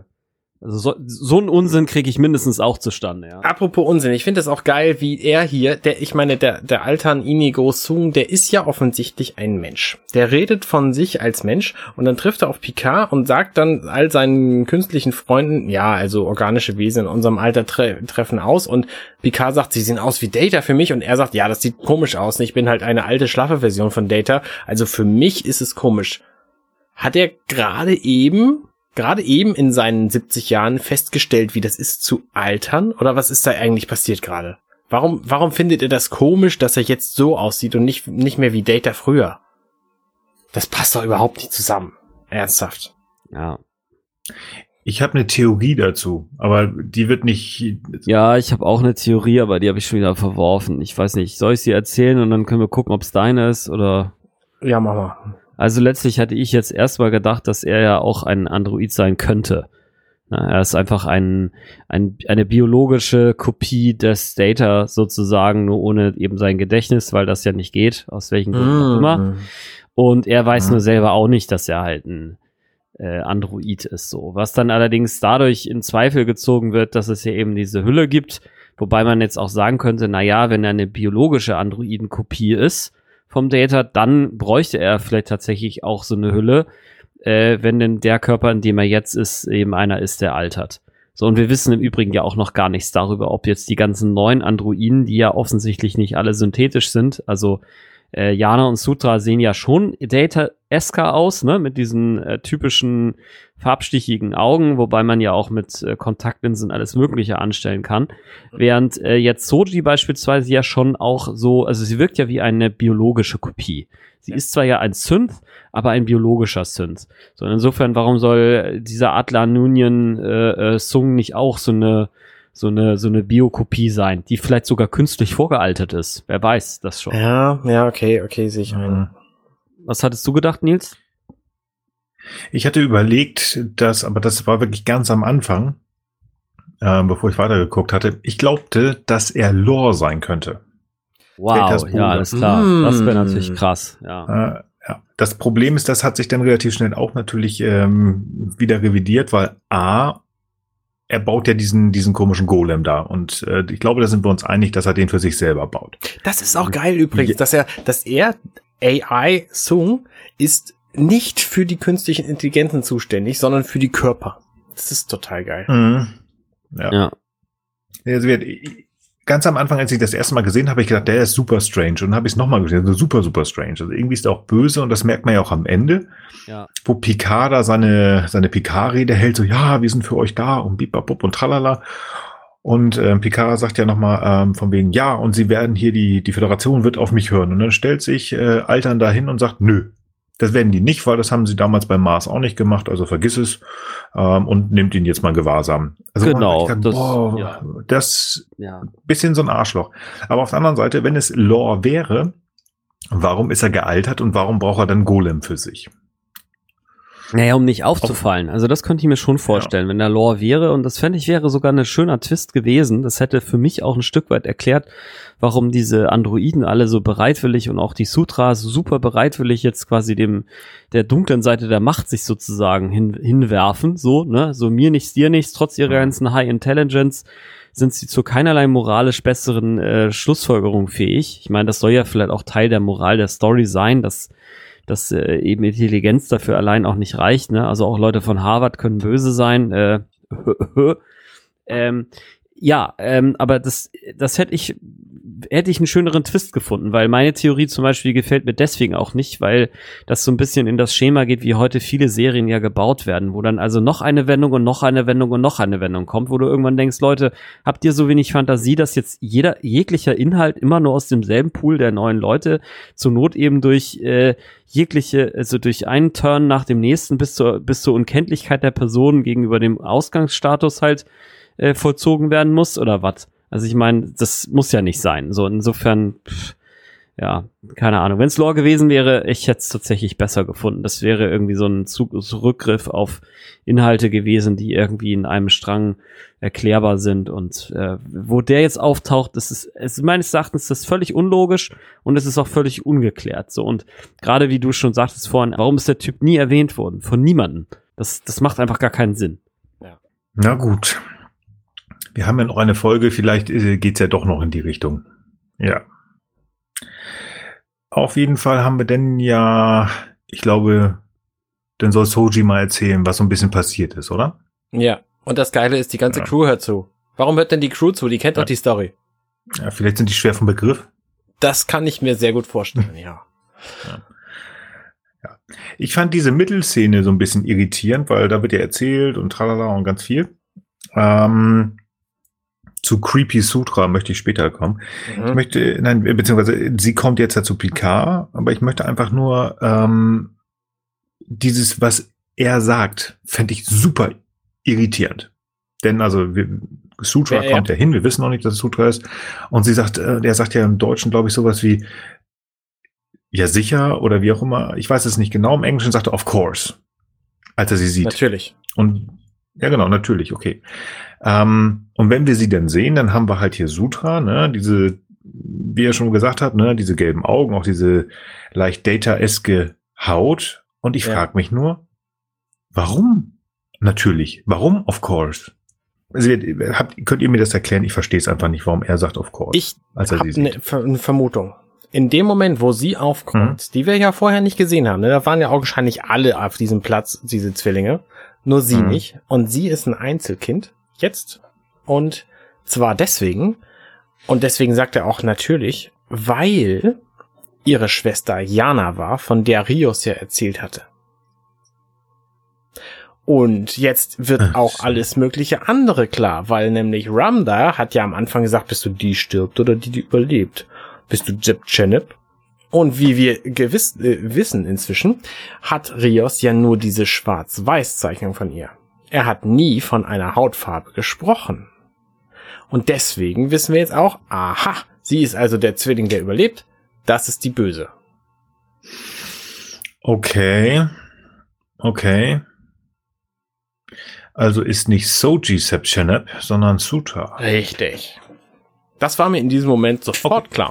so einen Unsinn kriege ich mindestens auch zustande, ja. Apropos Unsinn, ich finde es auch geil, wie er hier, der Altan Inigo Sung, der ist ja offensichtlich ein Mensch. Der redet von sich als Mensch und dann trifft er auf Picard und sagt dann all seinen künstlichen Freunden, ja, also organische Wesen in unserem Alter treffen aus und Picard sagt, sie sehen aus wie Data für mich und er sagt, ja, das sieht komisch aus, ich bin halt eine alte, schlaffe Version von Data, also für mich ist es komisch. Hat er gerade eben in seinen 70 Jahren festgestellt, wie das ist zu altern? Oder was ist da eigentlich passiert gerade? Warum findet ihr das komisch, dass er jetzt so aussieht und nicht mehr wie Data früher? Das passt doch überhaupt nicht zusammen. Ernsthaft. Ja. Ich habe eine Theorie dazu, aber die wird nicht... Ja, ich habe auch eine Theorie, aber die habe ich schon wieder verworfen. Ich weiß nicht, soll ich sie erzählen und dann können wir gucken, ob es deine ist oder... Ja, mach mal. Also letztlich hatte ich jetzt erstmal gedacht, dass er ja auch ein Android sein könnte. Na, er ist einfach eine biologische Kopie des Data sozusagen, nur ohne eben sein Gedächtnis, weil das ja nicht geht, aus welchen Gründen auch immer. Und er weiß nur selber auch nicht, dass er halt ein Android ist, so. Was dann allerdings dadurch in Zweifel gezogen wird, dass es ja eben diese Hülle gibt, wobei man jetzt auch sagen könnte, na ja, wenn er eine biologische Androidenkopie ist vom Data, dann bräuchte er vielleicht tatsächlich auch so eine Hülle, wenn denn der Körper, in dem er jetzt ist, eben einer ist, der altert. So, und wir wissen im Übrigen ja auch noch gar nichts darüber, ob jetzt die ganzen neuen Androiden, die ja offensichtlich nicht alle synthetisch sind, also Jana und Sutra sehen ja schon Data-esker aus, ne, mit diesen typischen farbstichigen Augen, wobei man ja auch mit Kontaktlinsen alles Mögliche anstellen kann. Während jetzt Soji beispielsweise ja schon auch so, also sie wirkt ja wie eine biologische Kopie. Sie ist zwar ja ein Synth, aber ein biologischer Synth. So, insofern, warum soll dieser Atlan Nunien Sung nicht auch so eine Biokopie sein, die vielleicht sogar künstlich vorgealtert ist? Wer weiß das schon. Ja, okay, sehe ich ein. Was hattest du gedacht, Nils? Ich hatte überlegt, aber das war wirklich ganz am Anfang, bevor ich weitergeguckt hatte. Ich glaubte, dass er Lore sein könnte. Wow, ja, alles klar. Das wäre natürlich krass, ja. Ja. Das Problem ist, das hat sich dann relativ schnell auch natürlich wieder revidiert, weil er baut ja diesen komischen Golem da und ich glaube, da sind wir uns einig, dass er den für sich selber baut. Das ist auch geil übrigens, dass er AI Sung ist nicht für die künstlichen Intelligenzen zuständig, sondern für die Körper. Das ist total geil. Mhm. Ja. Ja. Ganz am Anfang, als ich das erste Mal gesehen habe, habe ich gedacht, der ist super strange. Und dann habe ich es nochmal gesehen, also super, super strange. Also irgendwie ist er auch böse und das merkt man ja auch am Ende, Ja. wo Picard da seine Picard-Rede hält, so, ja, wir sind für euch da und bibabub und tralala. Und Picard sagt ja nochmal von wegen, ja, und sie werden hier, die Föderation wird auf mich hören. Und dann stellt sich Altern dahin und sagt, nö, das werden die nicht, weil das haben sie damals beim Mars auch nicht gemacht, also vergiss es und nimmt ihn jetzt mal Gewahrsam. Also Genau, das Ja. bisschen so ein Arschloch. Aber auf der anderen Seite, wenn es Lore wäre, warum ist er gealtert und warum braucht er dann Golem für sich? Naja, um nicht aufzufallen. Also das könnte ich mir schon vorstellen, wenn der Lore wäre. Und das fände ich wäre sogar ein schöner Twist gewesen. Das hätte für mich auch ein Stück weit erklärt, warum diese Androiden alle so bereitwillig und auch die Sutras super bereitwillig jetzt quasi der dunklen Seite der Macht sich sozusagen hinwerfen. So, ne? So mir nichts, dir nichts. Trotz ihrer ganzen High Intelligence sind sie zu keinerlei moralisch besseren Schlussfolgerungen fähig. Ich meine, das soll ja vielleicht auch Teil der Moral der Story sein, dass eben Intelligenz dafür allein auch nicht reicht, ne? Also auch Leute von Harvard können böse sein. Aber das hätte ich einen schöneren Twist gefunden, weil meine Theorie zum Beispiel gefällt mir deswegen auch nicht, weil das so ein bisschen in das Schema geht, wie heute viele Serien ja gebaut werden, wo dann also noch eine Wendung und noch eine Wendung und noch eine Wendung kommt, wo du irgendwann denkst, Leute, habt ihr so wenig Fantasie, dass jetzt jeglicher Inhalt immer nur aus demselben Pool der neuen Leute zur Not eben durch durch einen Turn nach dem nächsten bis zur Unkenntlichkeit der Person gegenüber dem Ausgangsstatus halt vollzogen werden muss oder was? Also ich meine, das muss ja nicht sein. So, insofern, ja, keine Ahnung. Wenn es Lore gewesen wäre, ich hätte es tatsächlich besser gefunden. Das wäre irgendwie so ein Zurückgriff auf Inhalte gewesen, die irgendwie in einem Strang erklärbar sind. Und wo der jetzt auftaucht, es meines Erachtens das völlig unlogisch und es ist auch völlig ungeklärt. So, und gerade wie du schon sagtest vorhin, warum ist der Typ nie erwähnt worden? Von niemandem. Das macht einfach gar keinen Sinn. Ja. Na gut. Wir haben ja noch eine Folge, vielleicht geht's ja doch noch in die Richtung. Ja. Auf jeden Fall haben wir denn ja, ich glaube, dann soll Soji mal erzählen, was so ein bisschen passiert ist, oder? Ja, und das Geile ist, die ganze Crew hört zu. Warum hört denn die Crew zu? Die kennt doch die Story. Ja, vielleicht sind die schwer vom Begriff. Das kann ich mir sehr gut vorstellen, ja. Ja. Ich fand diese Mittelszene so ein bisschen irritierend, weil da wird ja erzählt und tralala und ganz viel. Zu Creepy Sutra möchte ich später kommen. Ich möchte, beziehungsweise sie kommt jetzt ja zu Picard, aber ich möchte einfach nur dieses, was er sagt, fände ich super irritierend. Denn also Sutra kommt ja hin, wir wissen noch nicht, dass es Sutra ist. Und sie sagt, der sagt ja im Deutschen, glaube ich, sowas wie ja sicher oder wie auch immer. Ich weiß es nicht genau. Im Englischen sagt er of course, als er sie sieht. Natürlich. Und ja, genau, natürlich, okay. Und wenn wir sie dann sehen, dann haben wir halt hier Sutra, ne, diese, wie er schon gesagt hat, ne, diese gelben Augen, auch diese leicht Data-eske Haut. Und ich frage mich nur, warum? Natürlich. Warum of course? Also, könnt ihr mir das erklären? Ich verstehe es einfach nicht, warum er sagt of course. Ich habe eine Vermutung. In dem Moment, wo sie aufkommt, die wir ja vorher nicht gesehen haben, ne, da waren ja augenscheinlich alle auf diesem Platz, diese Zwillinge, nur sie nicht. Und sie ist ein Einzelkind, jetzt. Und zwar deswegen, und deswegen sagt er auch natürlich, weil ihre Schwester Jana war, von der Rios ja erzählt hatte. Und jetzt wird auch alles mögliche andere klar, weil nämlich Ramda hat ja am Anfang gesagt, bist du die stirbt oder die überlebt? Bist du Zip Chenip? Und wie wir wissen inzwischen, hat Rios ja nur diese Schwarz-Weiß-Zeichnung von ihr. Er hat nie von einer Hautfarbe gesprochen. Und deswegen wissen wir jetzt auch, aha, sie ist also der Zwilling, der überlebt. Das ist die Böse. Okay. Also ist nicht Soji Sepchenep, sondern Sutra. Richtig. Das war mir in diesem Moment sofort klar.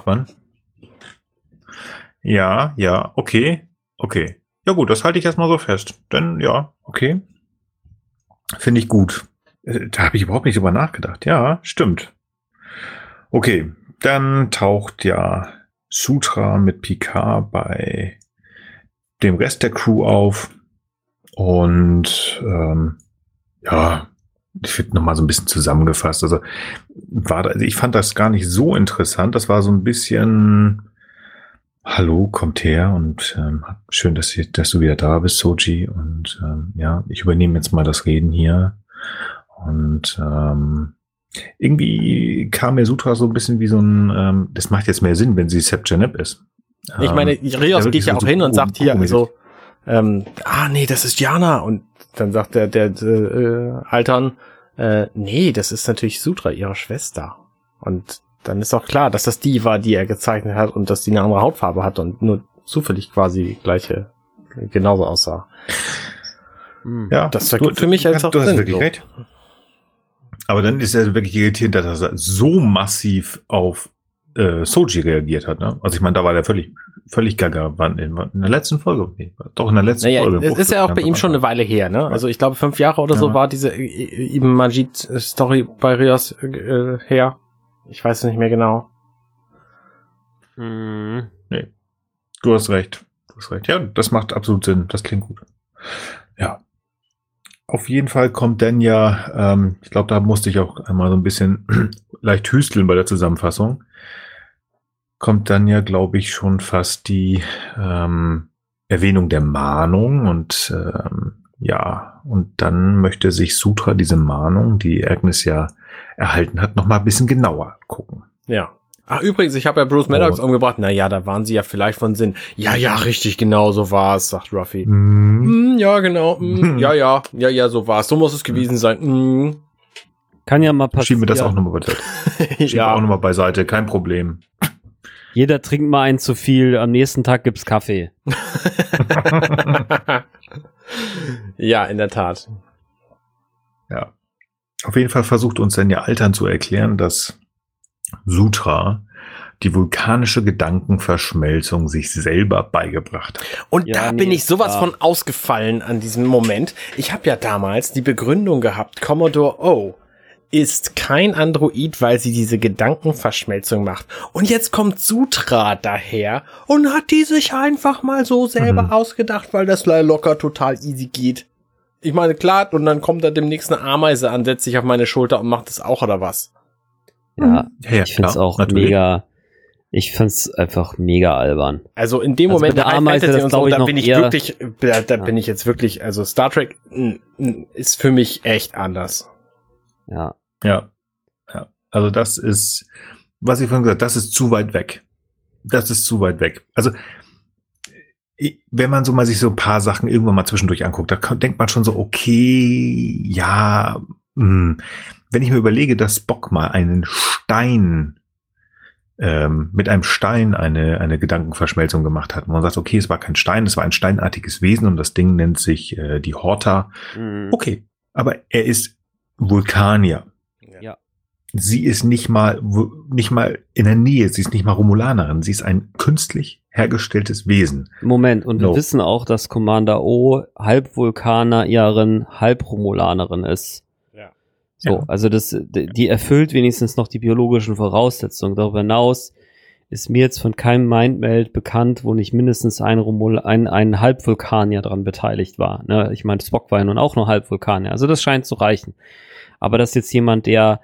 Ja, okay. Ja gut, das halte ich erstmal so fest. Denn, ja, okay. Finde ich gut. Da habe ich überhaupt nicht drüber nachgedacht. Ja, stimmt. Okay, dann taucht ja Sutra mit Picard bei dem Rest der Crew auf. Und ja, ich würde nochmal so ein bisschen zusammengefasst. Also ich fand das gar nicht so interessant. Das war so ein bisschen hallo, kommt her und schön, dass du wieder da bist, Soji. Und ja, ich übernehme jetzt mal das Reden hier. Und irgendwie kam mir Sutra so ein bisschen wie so ein, das macht jetzt mehr Sinn, wenn sie Sepchenep ist. Ich meine, Rios geht ja auch hin und sagt hier, also, nee, das ist Jana. Und dann sagt der Altern, nee, das ist natürlich Sutra, ihre Schwester. Und dann ist auch klar, dass das die war, die er gezeichnet hat und dass die eine andere Hautfarbe hat und nur zufällig quasi genauso aussah. Ja, das ergibt für mich als auch du hast Sinn. Wirklich recht. Aber dann ist er wirklich irritierend, dass er so massiv auf Soji reagiert hat. Ne? Also ich meine, da war der völlig gaga. In der letzten Folge? Nee, doch, in der letzten Folge. Es ist ja auch bei ihm schon eine Weile her. Ne? Also ich glaube, 5 Jahre oder so war diese Ibn Majid-Story bei Rios her. Ich weiß nicht mehr genau. Nee. Du hast recht. Ja, das macht absolut Sinn. Das klingt gut. Ja. Auf jeden Fall kommt dann ja, ich glaube, da musste ich auch einmal so ein bisschen leicht hüsteln bei der Zusammenfassung. Kommt dann ja, glaube ich, schon fast die Erwähnung der Mahnung und ja, und dann möchte sich Sutra diese Mahnung, die Agnes ja erhalten hat, noch mal ein bisschen genauer gucken. Ja. Ach, übrigens, ich habe ja Bruce Maddox umgebracht. Na ja, da waren sie ja vielleicht von Sinn. Ja, richtig, genau, so war's, sagt Ruffy. Ja, genau. Ja, so war's. So muss es gewesen sein. Kann ja mal passieren. Schieben wir das auch nochmal beiseite. Auch nochmal beiseite, kein Problem. Jeder trinkt mal einen zu viel, am nächsten Tag gibt's Kaffee. Ja, in der Tat. Ja. Auf jeden Fall versucht uns Senja Altern zu erklären, dass Sutra die vulkanische Gedankenverschmelzung sich selber beigebracht hat. Und da bin ich sowas von ausgefallen an diesem Moment. Ich habe ja damals die Begründung gehabt, Commodore O ist kein Android, weil sie diese Gedankenverschmelzung macht. Und jetzt kommt Sutra daher und hat die sich einfach mal so selber ausgedacht, weil das locker total easy geht. Ich meine, klar, und dann kommt da demnächst eine Ameise an, setzt sich auf meine Schulter und macht das auch, oder was? Ja, Ja, ich find's klar, auch natürlich. mega, ich find's einfach mega albern. Also in dem Also Moment bei der Ameise, das und glaub so, ich da noch bin ich eher- wirklich, da bin ich jetzt wirklich, also Star Trek ist für mich echt anders. Ja. Ja. Also das ist, was ich vorhin gesagt habe, das ist zu weit weg. Das ist zu weit weg. Also wenn man so mal sich so ein paar Sachen irgendwann mal zwischendurch anguckt, da denkt man schon so, okay, ja, wenn ich mir überlege, dass Spock mal einen Stein mit einem Stein eine Gedankenverschmelzung gemacht hat. Und man sagt, okay, es war kein Stein, es war ein steinartiges Wesen und das Ding nennt sich die Horta. Mhm. Okay, aber er ist Vulkanier. Ja. Sie ist nicht mal in der Nähe, sie ist nicht mal Romulanerin, sie ist ein künstlich hergestelltes Wesen. Moment, und wir No. wissen auch, dass Commander O halb Vulkanierin, halb Romulanerin ist. Ja. So, Ja. also die erfüllt wenigstens noch die biologischen Voraussetzungen. Darüber hinaus ist mir jetzt von keinem Mindmeld bekannt, wo nicht mindestens ein Halbvulkanier dran beteiligt war. Ne? Ich meine, Spock war ja nun auch noch Halbvulkanier. Also das scheint zu reichen. Aber dass jetzt jemand, der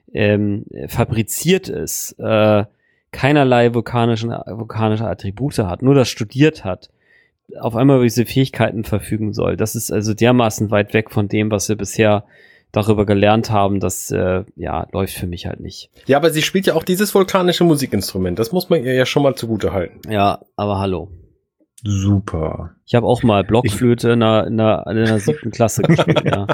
fabriziert ist, keinerlei vulkanische Attribute hat, nur das studiert hat, auf einmal über diese Fähigkeiten verfügen soll. Das ist also dermaßen weit weg von dem, was wir bisher darüber gelernt haben. Das läuft für mich halt nicht. Ja, aber sie spielt ja auch dieses vulkanische Musikinstrument. Das muss man ihr ja schon mal zugute halten. Ja, aber hallo. Super. Ich habe auch mal Blockflöte in der 7. Klasse gespielt, ja.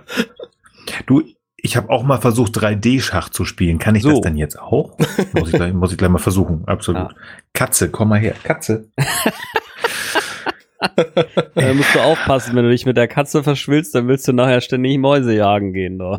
Du, ich habe auch mal versucht, 3D-Schach zu spielen. Kann ich So. das denn jetzt auch? Muss ich gleich mal versuchen. Absolut. Ja. Katze, komm mal her. Katze. Da musst du aufpassen, wenn du dich mit der Katze verschwillst, dann willst du nachher ständig Mäuse jagen gehen, doch.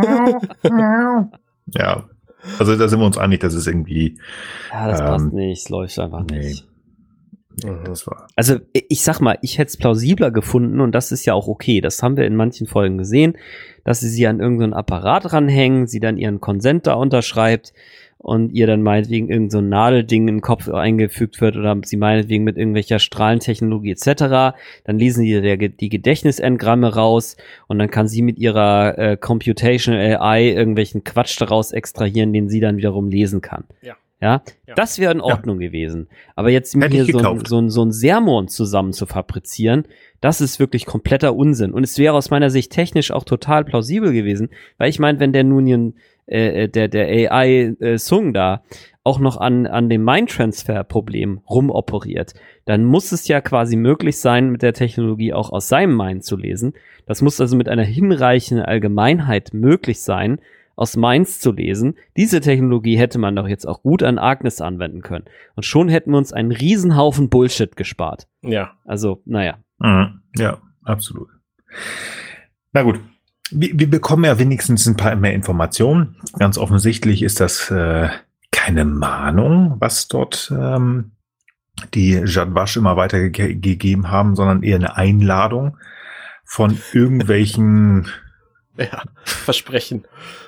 Ja. Also da sind wir uns einig, dass es irgendwie. Ja, das passt nicht, es läuft einfach nee. nicht. Das war. Also ich sag mal, ich hätte es plausibler gefunden und das ist ja auch okay. Das haben wir in manchen Folgen gesehen, dass sie an irgendeinen Apparat ranhängen, sie dann ihren Konsent da unterschreibt und ihr dann meinetwegen irgend so ein Nadelding in den Kopf eingefügt wird oder sie meinetwegen mit irgendwelcher Strahlentechnologie etc. Dann lesen die Gedächtnisengramme raus und dann kann sie mit ihrer Computational AI irgendwelchen Quatsch daraus extrahieren, den sie dann wiederum lesen kann. Ja, das wäre in Ordnung gewesen. Aber jetzt mir Hätte ich hier gekauft. so ein Sermon zusammen zu fabrizieren, das ist wirklich kompletter Unsinn. Und es wäre aus meiner Sicht technisch auch total plausibel gewesen, weil ich meine, wenn der nun der AI Sung da auch noch an dem Mind-Transfer-Problem rumoperiert, dann muss es ja quasi möglich sein, mit der Technologie auch aus seinem Mind zu lesen. Das muss also mit einer hinreichenden Allgemeinheit möglich sein, aus Minds zu lesen. Diese Technologie hätte man doch jetzt auch gut an Agnes anwenden können. Und schon hätten wir uns einen Riesenhaufen Bullshit gespart. Ja. Also, naja. Ja, absolut. Na gut. Wir bekommen ja wenigstens ein paar mehr Informationen. Ganz offensichtlich ist das keine Mahnung, was dort die Jadwash immer weitergegeben haben, sondern eher eine Einladung von irgendwelchen Versprechen.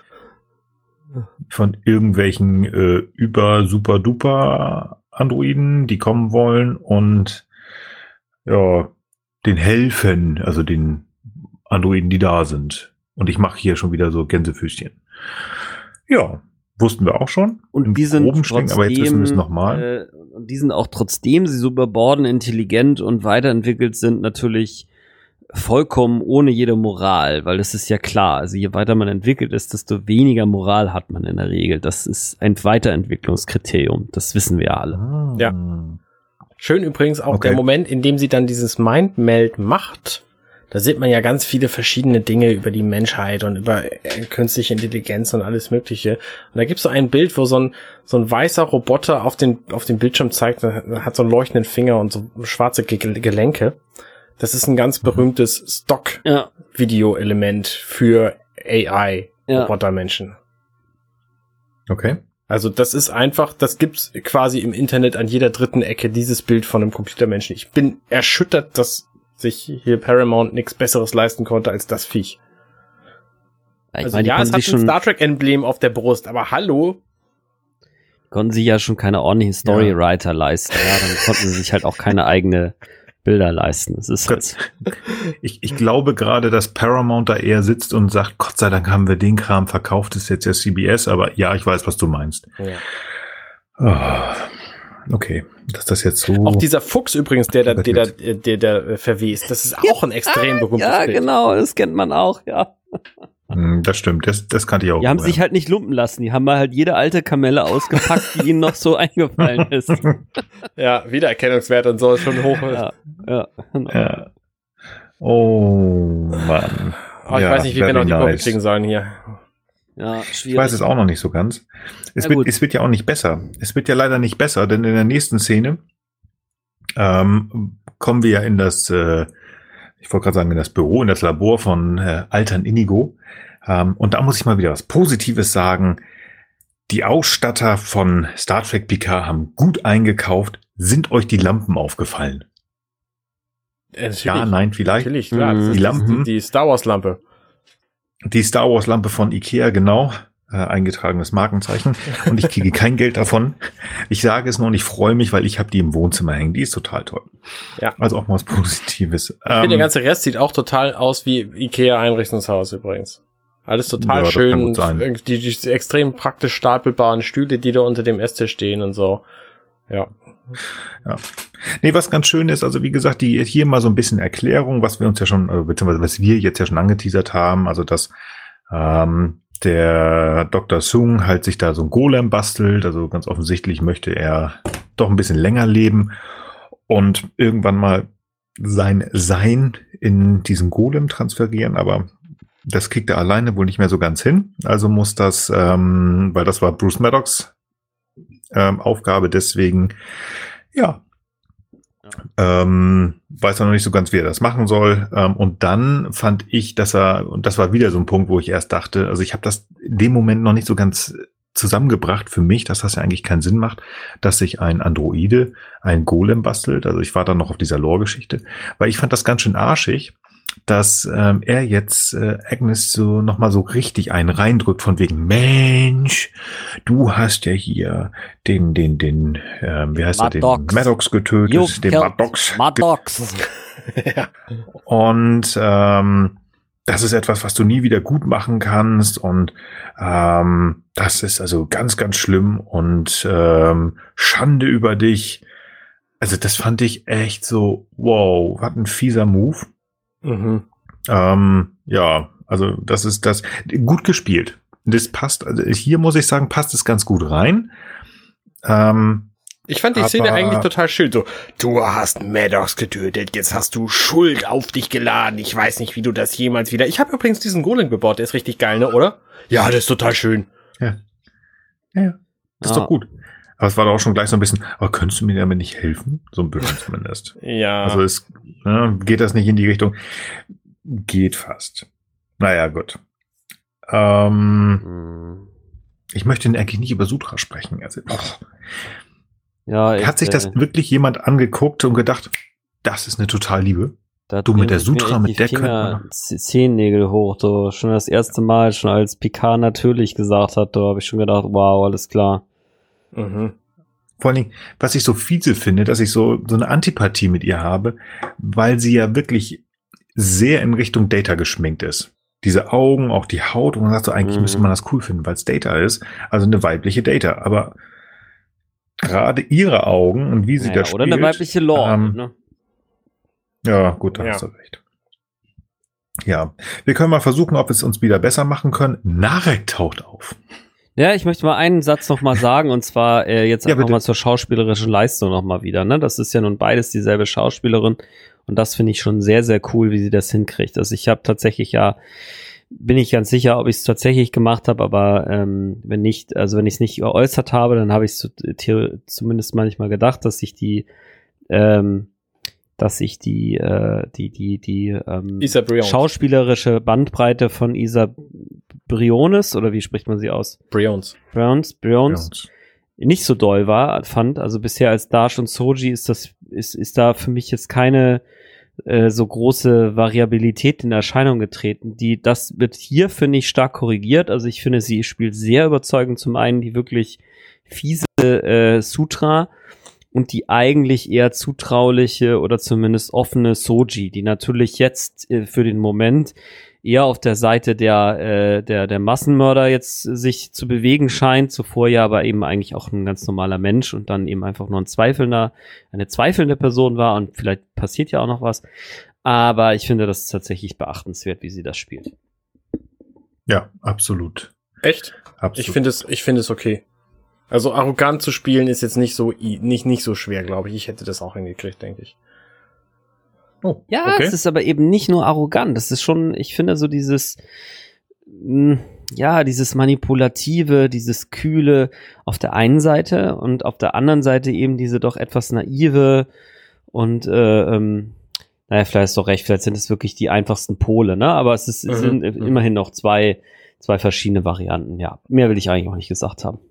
super duper Androiden, die kommen wollen und ja, den helfen, also den Androiden, die da sind. Und ich mache hier schon wieder so Gänsefüßchen. Ja, wussten wir auch schon. Und die sind aber jetzt wissen wir es nochmal. Und die sind auch trotzdem sie so überbordend intelligent und weiterentwickelt sind, natürlich vollkommen ohne jede Moral, weil das ist ja klar. Also je weiter man entwickelt ist, desto weniger Moral hat man in der Regel. Das ist ein Weiterentwicklungskriterium. Das wissen wir ja alle. Ja. Schön übrigens auch der Moment, in dem sie dann dieses Mindmeld macht. Da sieht man ja ganz viele verschiedene Dinge über die Menschheit und über künstliche Intelligenz und alles Mögliche. Und da gibt's so ein Bild, wo so ein weißer Roboter auf den Bildschirm zeigt, hat so einen leuchtenden Finger und so schwarze Gelenke. Das ist ein ganz berühmtes Stock-Video-Element für AI-Robotermenschen. Okay. Also das ist einfach, das gibt's quasi im Internet an jeder dritten Ecke, dieses Bild von einem Computermenschen. Ich bin erschüttert, dass sich hier Paramount nichts Besseres leisten konnte als das Viech. Ja, Also ja, es hat ein Star Trek-Emblem auf der Brust, aber hallo? Konnten sie ja schon keine ordentlichen Storywriter leisten. Ja, dann konnten sie sich halt auch keine eigene Bilder leisten. Das ist halt ich glaube gerade, dass Paramount da eher sitzt und sagt, Gott sei Dank haben wir den Kram verkauft, das ist jetzt ja CBS, aber ja, ich weiß, was du meinst. Ja. Okay, dass das jetzt so... Auch dieser Fuchs übrigens, der verwest, das ist auch ein extrem berühmtes ja, Bild. genau, das kennt man auch, ja. Das stimmt, das kannte ich auch. Die haben sich halt nicht lumpen lassen. Die haben mal halt jede alte Kamelle ausgepackt, die ihnen noch so eingefallen ist. Ja, Wiedererkennungswert und so ist schon hoch. Ja, genau. Ja. Oh, Mann. Oh, ich weiß nicht, wie wir noch die Kurve kriegen sollen hier. Ja, schwierig. Ich weiß es auch noch nicht so ganz. Es wird ja auch nicht besser. Es wird ja leider nicht besser, denn in der nächsten Szene kommen wir ja in das, ich wollte gerade sagen, in das Büro, in das Labor von Altern Inigo. Und da muss ich mal wieder was Positives sagen. Die Ausstatter von Star Trek Picard haben gut eingekauft. Sind euch die Lampen aufgefallen? Ja, nein, vielleicht. Natürlich, klar. Das Die ist Lampen. Die Star Wars Lampe. Die Star Wars Lampe von Ikea, genau. Eingetragenes Markenzeichen. Und ich kriege kein Geld davon. Ich sage es nur und ich freue mich, weil ich habe die im Wohnzimmer hängen. Die ist total toll. Ja. Also auch mal was Positives. Ich finde, der ganze Rest sieht auch total aus wie Ikea Einrichtungshaus übrigens. Alles total schön. Die extrem praktisch stapelbaren Stühle, die da unter dem Esstisch stehen und so. Ja. Nee, was ganz schön ist, also wie gesagt, hier mal so ein bisschen Erklärung, was wir uns ja schon, beziehungsweise was wir jetzt ja schon angeteasert haben, also dass der Dr. Sung halt sich da so ein Golem bastelt, also ganz offensichtlich möchte er doch ein bisschen länger leben und irgendwann mal sein Sein in diesen Golem transferieren, aber das kriegt er alleine wohl nicht mehr so ganz hin. Also muss das, weil das war Bruce Maddox Aufgabe, deswegen, weiß er noch nicht so ganz, wie er das machen soll. Und dann fand ich, und das war wieder so ein Punkt, wo ich erst dachte, also ich habe das in dem Moment noch nicht so ganz zusammengebracht für mich, dass das ja eigentlich keinen Sinn macht, dass sich ein Androide ein Golem bastelt. Also ich war dann noch auf dieser Lore-Geschichte, weil ich fand das ganz schön arschig, dass er jetzt Agnes so nochmal so richtig einen reindrückt von wegen, Mensch, du hast ja hier den wie heißt er, den Maddox getötet, den Maddox. Ja. Und das ist etwas, was du nie wieder gut machen kannst und das ist also ganz, ganz schlimm und Schande über dich. Also das fand ich echt so, wow, was ein fieser Move. Mhm. Also das ist das gut gespielt. Das passt, also hier muss ich sagen, passt es ganz gut rein. Ich fand die Szene eigentlich total schön. So, du hast Maddox getötet, jetzt hast du Schuld auf dich geladen. Ich weiß nicht, wie du das jemals wieder... Ich habe übrigens diesen Golem gebaut, der ist richtig geil, ne, oder? Ja, der ist total schön. Ja. Das ist doch gut. Aber es war doch auch schon gleich so ein bisschen, aber könntest du mir damit nicht helfen? So ein bisschen zumindest. Ja. Also geht das nicht in die Richtung? Geht fast. Naja, gut. Ich möchte eigentlich nicht über Sutra sprechen. Also, hat sich das wirklich jemand angeguckt und gedacht, das ist eine total Liebe? Du mit der Sutra, mit der können Zehennägel hoch, so schon das erste Mal, schon als Picard natürlich gesagt hat, da habe ich schon gedacht, wow, alles klar. Mhm. Vor allen Dingen, was ich so fiese finde, dass ich so eine Antipathie mit ihr habe, weil sie ja wirklich sehr in Richtung Data geschminkt ist. Diese Augen, auch die Haut, und man sagt so, eigentlich müsste man das cool finden, weil es Data ist, also eine weibliche Data, aber gerade ihre Augen und wie sie da spielt. Oder eine weibliche Lore, ne? Ja, gut, da hast du recht. Ja, wir können mal versuchen, ob wir es uns wieder besser machen können. Narek taucht auf. Ja, ich möchte mal einen Satz noch mal sagen, und zwar jetzt einfach mal zur schauspielerischen Leistung noch mal wieder. Ne? Das ist ja nun beides dieselbe Schauspielerin. Und das finde ich schon sehr, sehr cool, wie sie das hinkriegt. Also ich habe tatsächlich bin ich ganz sicher, ob ich es tatsächlich gemacht habe, aber wenn nicht, also wenn ich es nicht geäußert habe, dann habe ich zumindest manchmal gedacht, dass ich die Isa Briones. schauspielerische Bandbreite von Isa Briones, oder wie spricht man sie aus? Briones. Nicht so doll fand. Also bisher als Dash und Soji ist da für mich jetzt keine so große Variabilität in Erscheinung getreten. Das wird hier, finde ich, stark korrigiert. Also ich finde, sie spielt sehr überzeugend zum einen die wirklich fiese Sutra und die eigentlich eher zutrauliche oder zumindest offene Soji, die natürlich jetzt für den Moment eher auf der Seite der Massenmörder jetzt sich zu bewegen scheint, zuvor ja aber eben eigentlich auch ein ganz normaler Mensch und dann eben einfach nur eine zweifelnde Person war und vielleicht passiert ja auch noch was. Aber ich finde, das ist tatsächlich beachtenswert, wie sie das spielt. Ja, absolut. Echt? Absolut. Ich finde es okay. Also arrogant zu spielen ist jetzt nicht so schwer, glaube ich. Ich hätte das auch hingekriegt, denke ich. Oh, Ja, okay. es ist aber eben nicht nur arrogant. Das ist schon, ich finde so dieses Manipulative, dieses Kühle auf der einen Seite und auf der anderen Seite eben diese doch etwas naive und vielleicht ist doch recht, vielleicht sind es wirklich die einfachsten Pole, ne? Aber es sind immerhin noch zwei verschiedene Varianten, ja. Mehr will ich eigentlich auch nicht gesagt haben.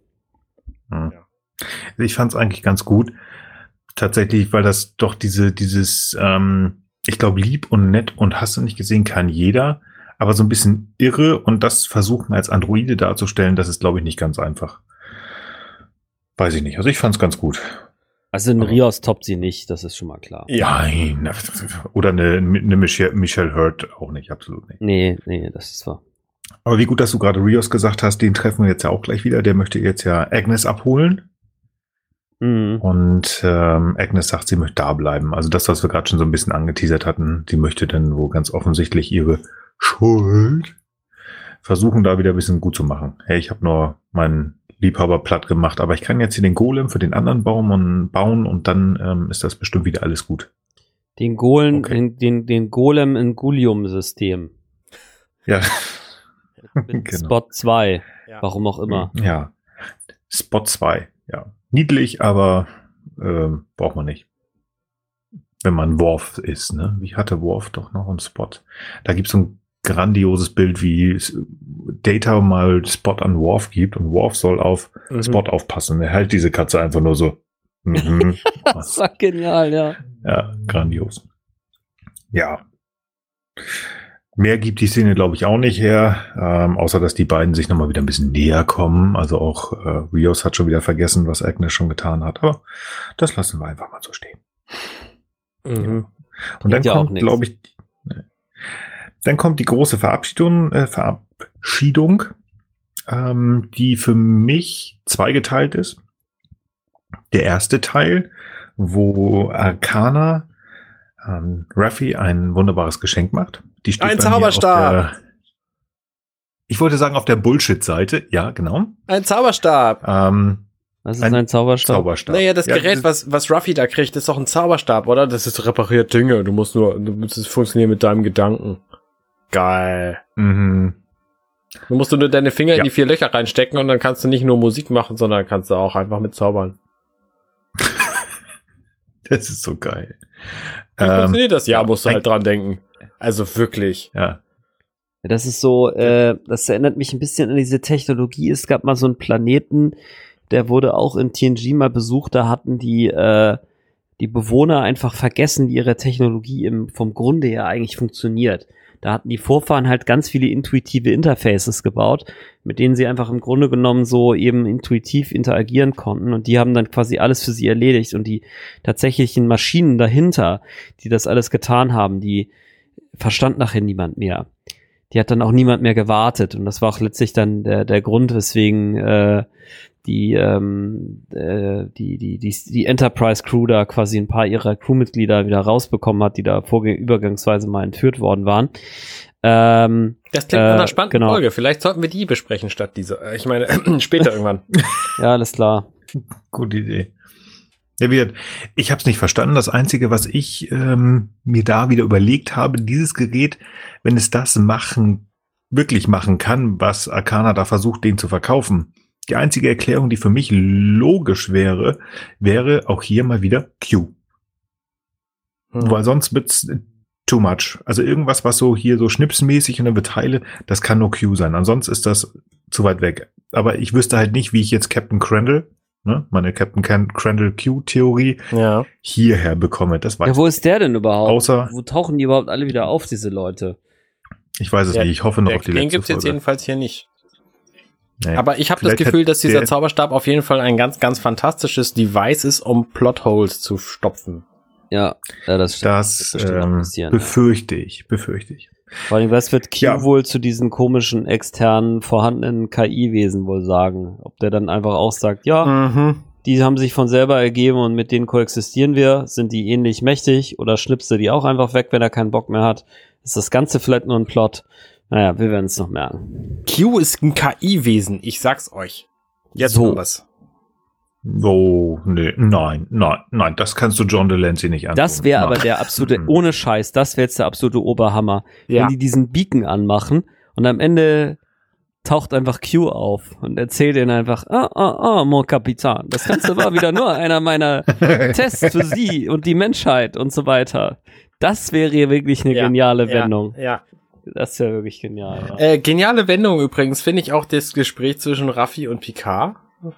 Ich fand es eigentlich ganz gut. Tatsächlich, weil das doch dieses ich glaube, lieb und nett und hast du nicht gesehen, kann jeder, aber so ein bisschen irre und das versuchen als Androide darzustellen, das ist, glaube ich, nicht ganz einfach. Weiß ich nicht. Also ich fand es ganz gut. Also ein Rios toppt sie nicht, das ist schon mal klar. Ja. Nein. Oder eine Michelle Hurt auch nicht, absolut nicht. Nee, das ist wahr. Aber wie gut, dass du gerade Rios gesagt hast, den treffen wir jetzt ja auch gleich wieder. Der möchte jetzt ja Agnes abholen. Mhm. Und Agnes sagt, sie möchte da bleiben. Also das, was wir gerade schon so ein bisschen angeteasert hatten, die möchte dann wohl ganz offensichtlich ihre Schuld versuchen, da wieder ein bisschen gut zu machen. Hey, ich habe nur meinen Liebhaber platt gemacht, aber ich kann jetzt hier den Golem für den anderen bauen und dann ist das bestimmt wieder alles gut. Den Golem, Okay. den Golem in Gulium-System. Ja. Mit Genau. Spot 2. Ja. Warum auch immer. Ja. Spot 2, ja. Niedlich, aber braucht man nicht. Wenn man Worf ist, ne? Wie hatte Worf doch noch einen Spot? Da gibt es so ein grandioses Bild, wie Data mal Spot an Worf gibt und Worf soll auf Spot aufpassen. Er hält diese Katze einfach nur so. Das war genial, ja. Ja, grandios. Ja. Mehr gibt die Szene, glaube ich, auch nicht her, außer dass die beiden sich nochmal wieder ein bisschen näher kommen. Also auch Rios hat schon wieder vergessen, was Agnes schon getan hat. Aber das lassen wir einfach mal so stehen. Mhm. Und dann ja auch kommt, nichts. glaube ich, dann kommt die große Verabschiedung, die für mich zweigeteilt ist. Der erste Teil, wo Arcana Raffi ein wunderbares Geschenk macht. Die steht Ein bei mir Zauberstab! Ich wollte sagen, auf der Bullshit-Seite. Ja, genau. Ein Zauberstab! Was ist ein Zauberstab? Zauberstab. Naja, das Ja, Gerät, was Ruffy da kriegt, ist doch ein Zauberstab, oder? Das ist repariert Dinge. Es funktioniert mit deinem Gedanken. Geil. Mhm. Du musst nur deine Finger Ja. in die 4 Löcher reinstecken und dann kannst du nicht nur Musik machen, sondern kannst du auch einfach mit zaubern. Das ist so geil. Wie funktioniert das? Ja, ja, musst du halt dran denken. Also wirklich. Ja. Das ist so, das erinnert mich ein bisschen an diese Technologie. Es gab mal so einen Planeten, der wurde auch in TNG mal besucht. Da hatten die Bewohner einfach vergessen, wie ihre Technologie vom Grunde her eigentlich funktioniert. Da hatten die Vorfahren halt ganz viele intuitive Interfaces gebaut, mit denen sie einfach im Grunde genommen so eben intuitiv interagieren konnten. Und die haben dann quasi alles für sie erledigt. Und die tatsächlichen Maschinen dahinter, die das alles getan haben, die verstand nachher niemand mehr. Die hat dann auch niemand mehr gewartet. Und das war auch letztlich dann der Grund, weswegen die Enterprise-Crew da quasi ein paar ihrer Crewmitglieder wieder rausbekommen hat, die da übergangsweise mal entführt worden waren. Das klingt nach einer spannenden genau. Folge. Vielleicht sollten wir die besprechen statt dieser. Ich meine, später irgendwann. Ja, alles klar. Gute Idee. Ja, ich habe es nicht verstanden. Das Einzige, was ich mir da wieder überlegt habe, dieses Gerät, wenn es das wirklich machen kann, was Arcana da versucht, den zu verkaufen. Die einzige Erklärung, die für mich logisch wäre auch hier mal wieder Q. Weil sonst wird's too much. Also irgendwas, was so hier so schnipsmäßig und dann wird Teile, das kann nur Q sein. Ansonsten ist das zu weit weg. Aber ich wüsste halt nicht, wie ich jetzt Captain Crandall, meine Captain Crandall Q-Theorie hierher bekomme. Das weiß ja, wo ist der denn überhaupt? Außer, wo tauchen die überhaupt alle wieder auf, diese Leute? Ich weiß es nicht. Ich hoffe noch auf die letzte Folge. Den gibt's jetzt jedenfalls hier nicht. Nee. Aber ich habe das Gefühl, dass dieser Zauberstab auf jeden Fall ein ganz, ganz fantastisches Device ist, um Plotholes zu stopfen. Ja, das befürchte ich. Vor allem, was wird Q wohl zu diesen komischen, externen, vorhandenen KI-Wesen wohl sagen? Ob der dann einfach auch sagt, die haben sich von selber ergeben und mit denen koexistieren wir, sind die ähnlich mächtig oder schnippst du die auch einfach weg, wenn er keinen Bock mehr hat? Ist das Ganze vielleicht nur ein Plot? Naja, wir werden es noch merken. Q ist ein KI-Wesen, ich sag's euch. Jetzt so was. Oh, nee, nein, das kannst du John Delancey nicht antun. Das wäre aber der absolute, ohne Scheiß, das wäre jetzt der absolute Oberhammer. Ja. Wenn die diesen Beacon anmachen und am Ende taucht einfach Q auf und erzählt ihnen einfach, mon Capitan, das Ganze war wieder nur einer meiner Tests für Sie und die Menschheit und so weiter. Das wäre wirklich eine geniale Wendung. Ja. Das wäre wirklich genial. Ja. Geniale Wendung übrigens finde ich auch das Gespräch zwischen Raffi und Picard.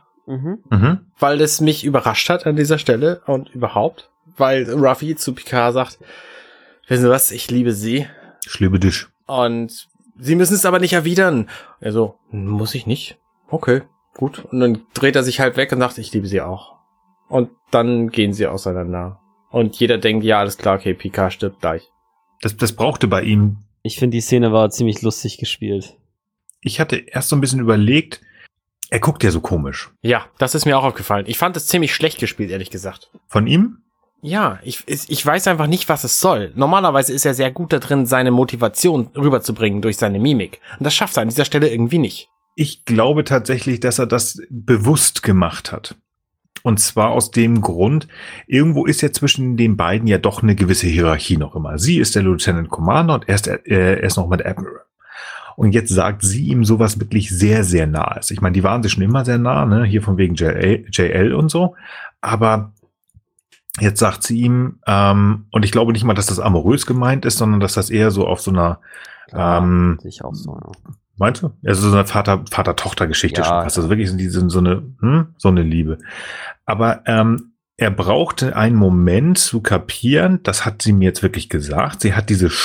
Weil das mich überrascht hat an dieser Stelle und überhaupt, weil Raffi zu Picard sagt, wissen Sie was, ich liebe Sie. Ich liebe dich. Und Sie müssen es aber nicht erwidern. Also, muss ich nicht? Okay, gut. Und dann dreht er sich halt weg und sagt, ich liebe Sie auch. Und dann gehen sie auseinander. Und jeder denkt, ja, alles klar, okay, Picard stirbt gleich. Das brauchte bei ihm. Ich finde, die Szene war ziemlich lustig gespielt. Ich hatte erst so ein bisschen überlegt, er guckt ja so komisch. Ja, das ist mir auch aufgefallen. Ich fand es ziemlich schlecht gespielt, ehrlich gesagt. Von ihm? Ja, ich weiß einfach nicht, was es soll. Normalerweise ist er sehr gut da drin, seine Motivation rüberzubringen durch seine Mimik. Und das schafft er an dieser Stelle irgendwie nicht. Ich glaube tatsächlich, dass er das bewusst gemacht hat. Und zwar aus dem Grund, irgendwo ist ja zwischen den beiden ja doch eine gewisse Hierarchie noch immer. Sie ist der Lieutenant Commander und er ist noch mit Admiral. Und jetzt sagt sie ihm sowas wirklich sehr, sehr nahes. Ich meine, die waren sich schon immer sehr nah, ne? Hier von wegen JL und so. Aber jetzt sagt sie ihm, und ich glaube nicht mal, dass das amorös gemeint ist, sondern dass das eher so auf so einer, ich auch so, ja. Meinst du? Also so eine Vater-Tochter-Geschichte schon fast. Also wirklich so eine Liebe. Aber er brauchte einen Moment zu kapieren, das hat sie mir jetzt wirklich gesagt. Sie hat diese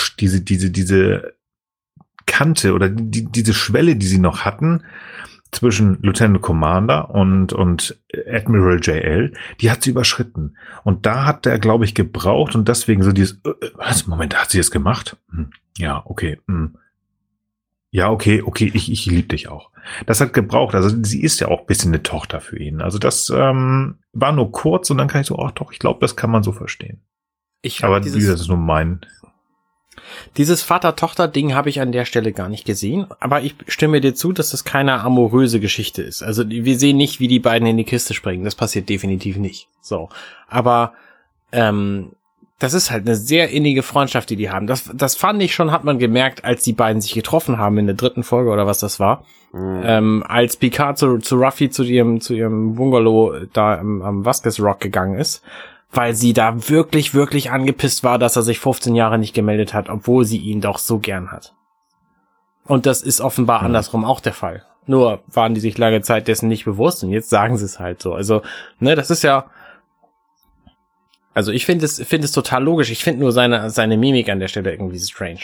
Kante oder diese Schwelle, die sie noch hatten zwischen Lieutenant Commander und Admiral JL, die hat sie überschritten. Und da hat er, glaube ich, gebraucht und deswegen so dieses, Moment, hat sie es gemacht? Ja, okay. Ja, okay, ich liebe dich auch. Das hat gebraucht, also sie ist ja auch ein bisschen eine Tochter für ihn. Also das war nur kurz und dann kann ich so, ach doch, ich glaube, das kann man so verstehen. Aber das ist nur mein... Dieses Vater-Tochter-Ding habe ich an der Stelle gar nicht gesehen, aber ich stimme dir zu, dass das keine amoröse Geschichte ist. Also wir sehen nicht, wie die beiden in die Kiste springen. Das passiert definitiv nicht. So, aber das ist halt eine sehr innige Freundschaft, die haben. Das fand ich schon, hat man gemerkt, als die beiden sich getroffen haben in der 3. Folge oder was das war. Als Picard zu Raffi zu ihrem Bungalow da am Vasquez Rock gegangen ist. Weil sie da wirklich, wirklich angepisst war, dass er sich 15 Jahre nicht gemeldet hat, obwohl sie ihn doch so gern hat. Und das ist offenbar andersrum auch der Fall. Nur waren die sich lange Zeit dessen nicht bewusst und jetzt sagen sie es halt so. Also, ne, das ist ja... Also ich finde es total logisch. Ich finde nur seine Mimik an der Stelle irgendwie strange.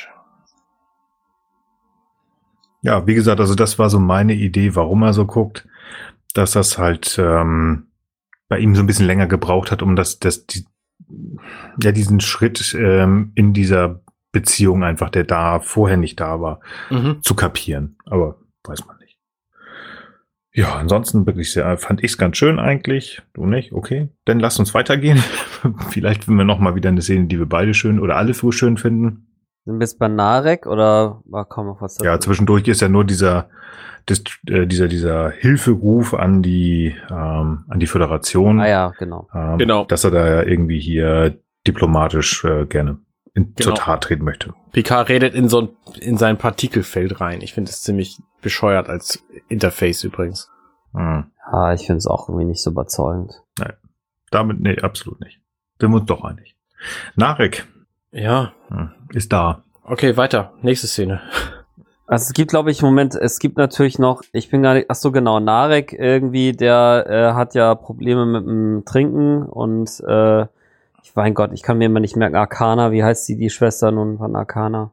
Ja, wie gesagt, also das war so meine Idee, warum er so guckt, dass das halt... bei ihm so ein bisschen länger gebraucht hat, um diesen Schritt in dieser Beziehung einfach, der da vorher nicht da war, zu kapieren. Aber weiß man nicht. Ja, ansonsten wirklich fand ich es ganz schön eigentlich. Du nicht? Okay. Dann lass uns weitergehen. Vielleicht finden wir noch mal wieder eine Szene, die wir beide schön oder alle so schön finden. Sind wir jetzt bei Narek oder kommen noch was dazu? Ja, zwischendurch ist ja nur dieser Hilferuf an die Föderation. Ah ja, genau. Genau. Dass er da ja irgendwie hier diplomatisch gerne zur Tat treten möchte. Picard redet in sein Partikelfeld rein. Ich finde es ziemlich bescheuert als Interface übrigens. Ja, ich finde es auch irgendwie nicht so überzeugend. Nein, nee, absolut nicht. Sind wir uns doch einig. Narek. Ja. Ist da. Okay, weiter. Nächste Szene. Also es gibt, glaube ich, es gibt natürlich noch, ich bin gar nicht, ach so genau, Narek irgendwie, der hat ja Probleme mit dem Trinken und mein Gott, ich kann mir immer nicht merken, Arcana, wie heißt die Schwester nun von Arcana?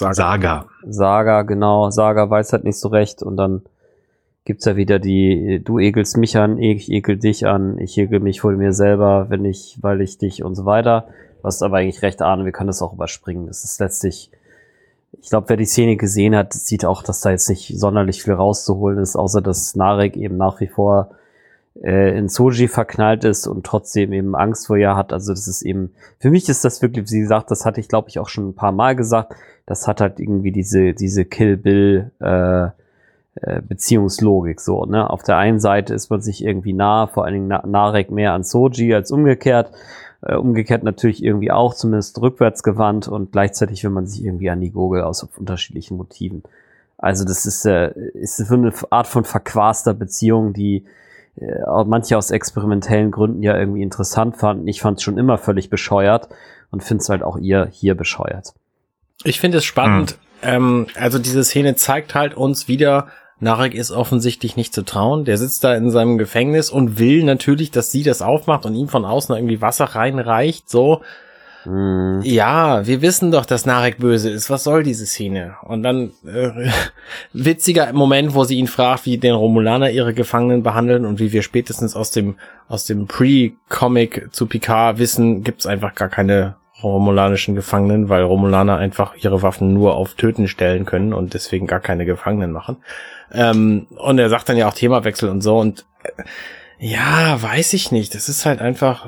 Saga, genau. Saga weiß halt nicht so recht und dann gibt's ja wieder du ekelst mich an, ich ekel dich an, ich ekel mich vor mir selber, weil ich dich und so weiter. Was aber eigentlich recht ahnen, wir können das auch überspringen. Das ist letztlich, ich glaube, wer die Szene gesehen hat, sieht auch, dass da jetzt nicht sonderlich viel rauszuholen ist, außer dass Narek eben nach wie vor in Soji verknallt ist und trotzdem eben Angst vor ihr hat. Also das ist eben, für mich ist das wirklich, wie gesagt, das hatte ich glaube ich auch schon ein paar Mal gesagt, das hat halt irgendwie diese Kill Bill Beziehungslogik so, ne? Auf der einen Seite ist man sich irgendwie nah, vor allen Dingen Narek mehr an Soji als umgekehrt. Umgekehrt natürlich irgendwie auch, zumindest rückwärts gewandt und gleichzeitig will man sich irgendwie an die Gurgel aus unterschiedlichen Motiven. Also das ist so eine Art von verquaster Beziehung, die manche aus experimentellen Gründen ja irgendwie interessant fanden. Ich fand es schon immer völlig bescheuert und finde es halt auch hier bescheuert. Ich finde es spannend. Also diese Szene zeigt halt uns wieder, Narek ist offensichtlich nicht zu trauen. Der sitzt da in seinem Gefängnis und will natürlich, dass sie das aufmacht und ihm von außen irgendwie Wasser reinreicht, so. Ja, wir wissen doch, dass Narek böse ist. Was soll diese Szene? Und dann witziger Moment, wo sie ihn fragt, wie den Romulaner ihre Gefangenen behandeln und wie wir spätestens aus dem Pre-Comic zu Picard wissen, gibt's einfach gar keine romulanischen Gefangenen, weil Romulaner einfach ihre Waffen nur auf Töten stellen können und deswegen gar keine Gefangenen machen. Und er sagt dann ja auch Themawechsel und so und ja, weiß ich nicht. Das ist halt einfach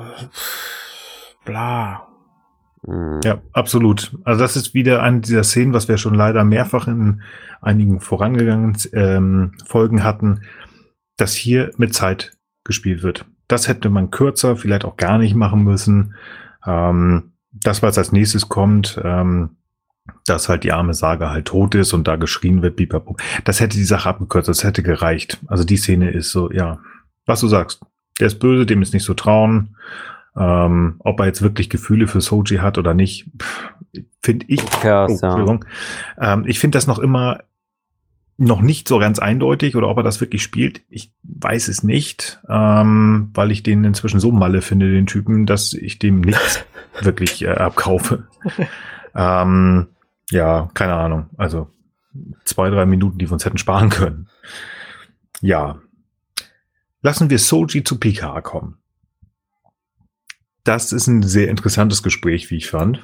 bla. Ja, absolut. Also das ist wieder eine dieser Szenen, was wir schon leider mehrfach in einigen vorangegangenen Folgen hatten, dass hier mit Zeit gespielt wird. Das hätte man kürzer, vielleicht auch gar nicht machen müssen. Das, was als nächstes kommt, dass halt die arme Saga halt tot ist und da geschrien wird, bipapo. Das hätte die Sache abgekürzt, das hätte gereicht. Also die Szene ist so, ja, was du sagst. Der ist böse, dem ist nicht so trauen. Ob er jetzt wirklich Gefühle für Soji hat oder nicht, finde ich. Ich finde das noch nicht so ganz eindeutig oder ob er das wirklich spielt. Ich weiß es nicht, weil ich den inzwischen so malle finde, den Typen, dass ich dem nichts wirklich abkaufe. Ja, keine Ahnung. Also 2-3 Minuten, die wir uns hätten sparen können. Ja. Lassen wir Soji zu Picard kommen. Das ist ein sehr interessantes Gespräch, wie ich fand.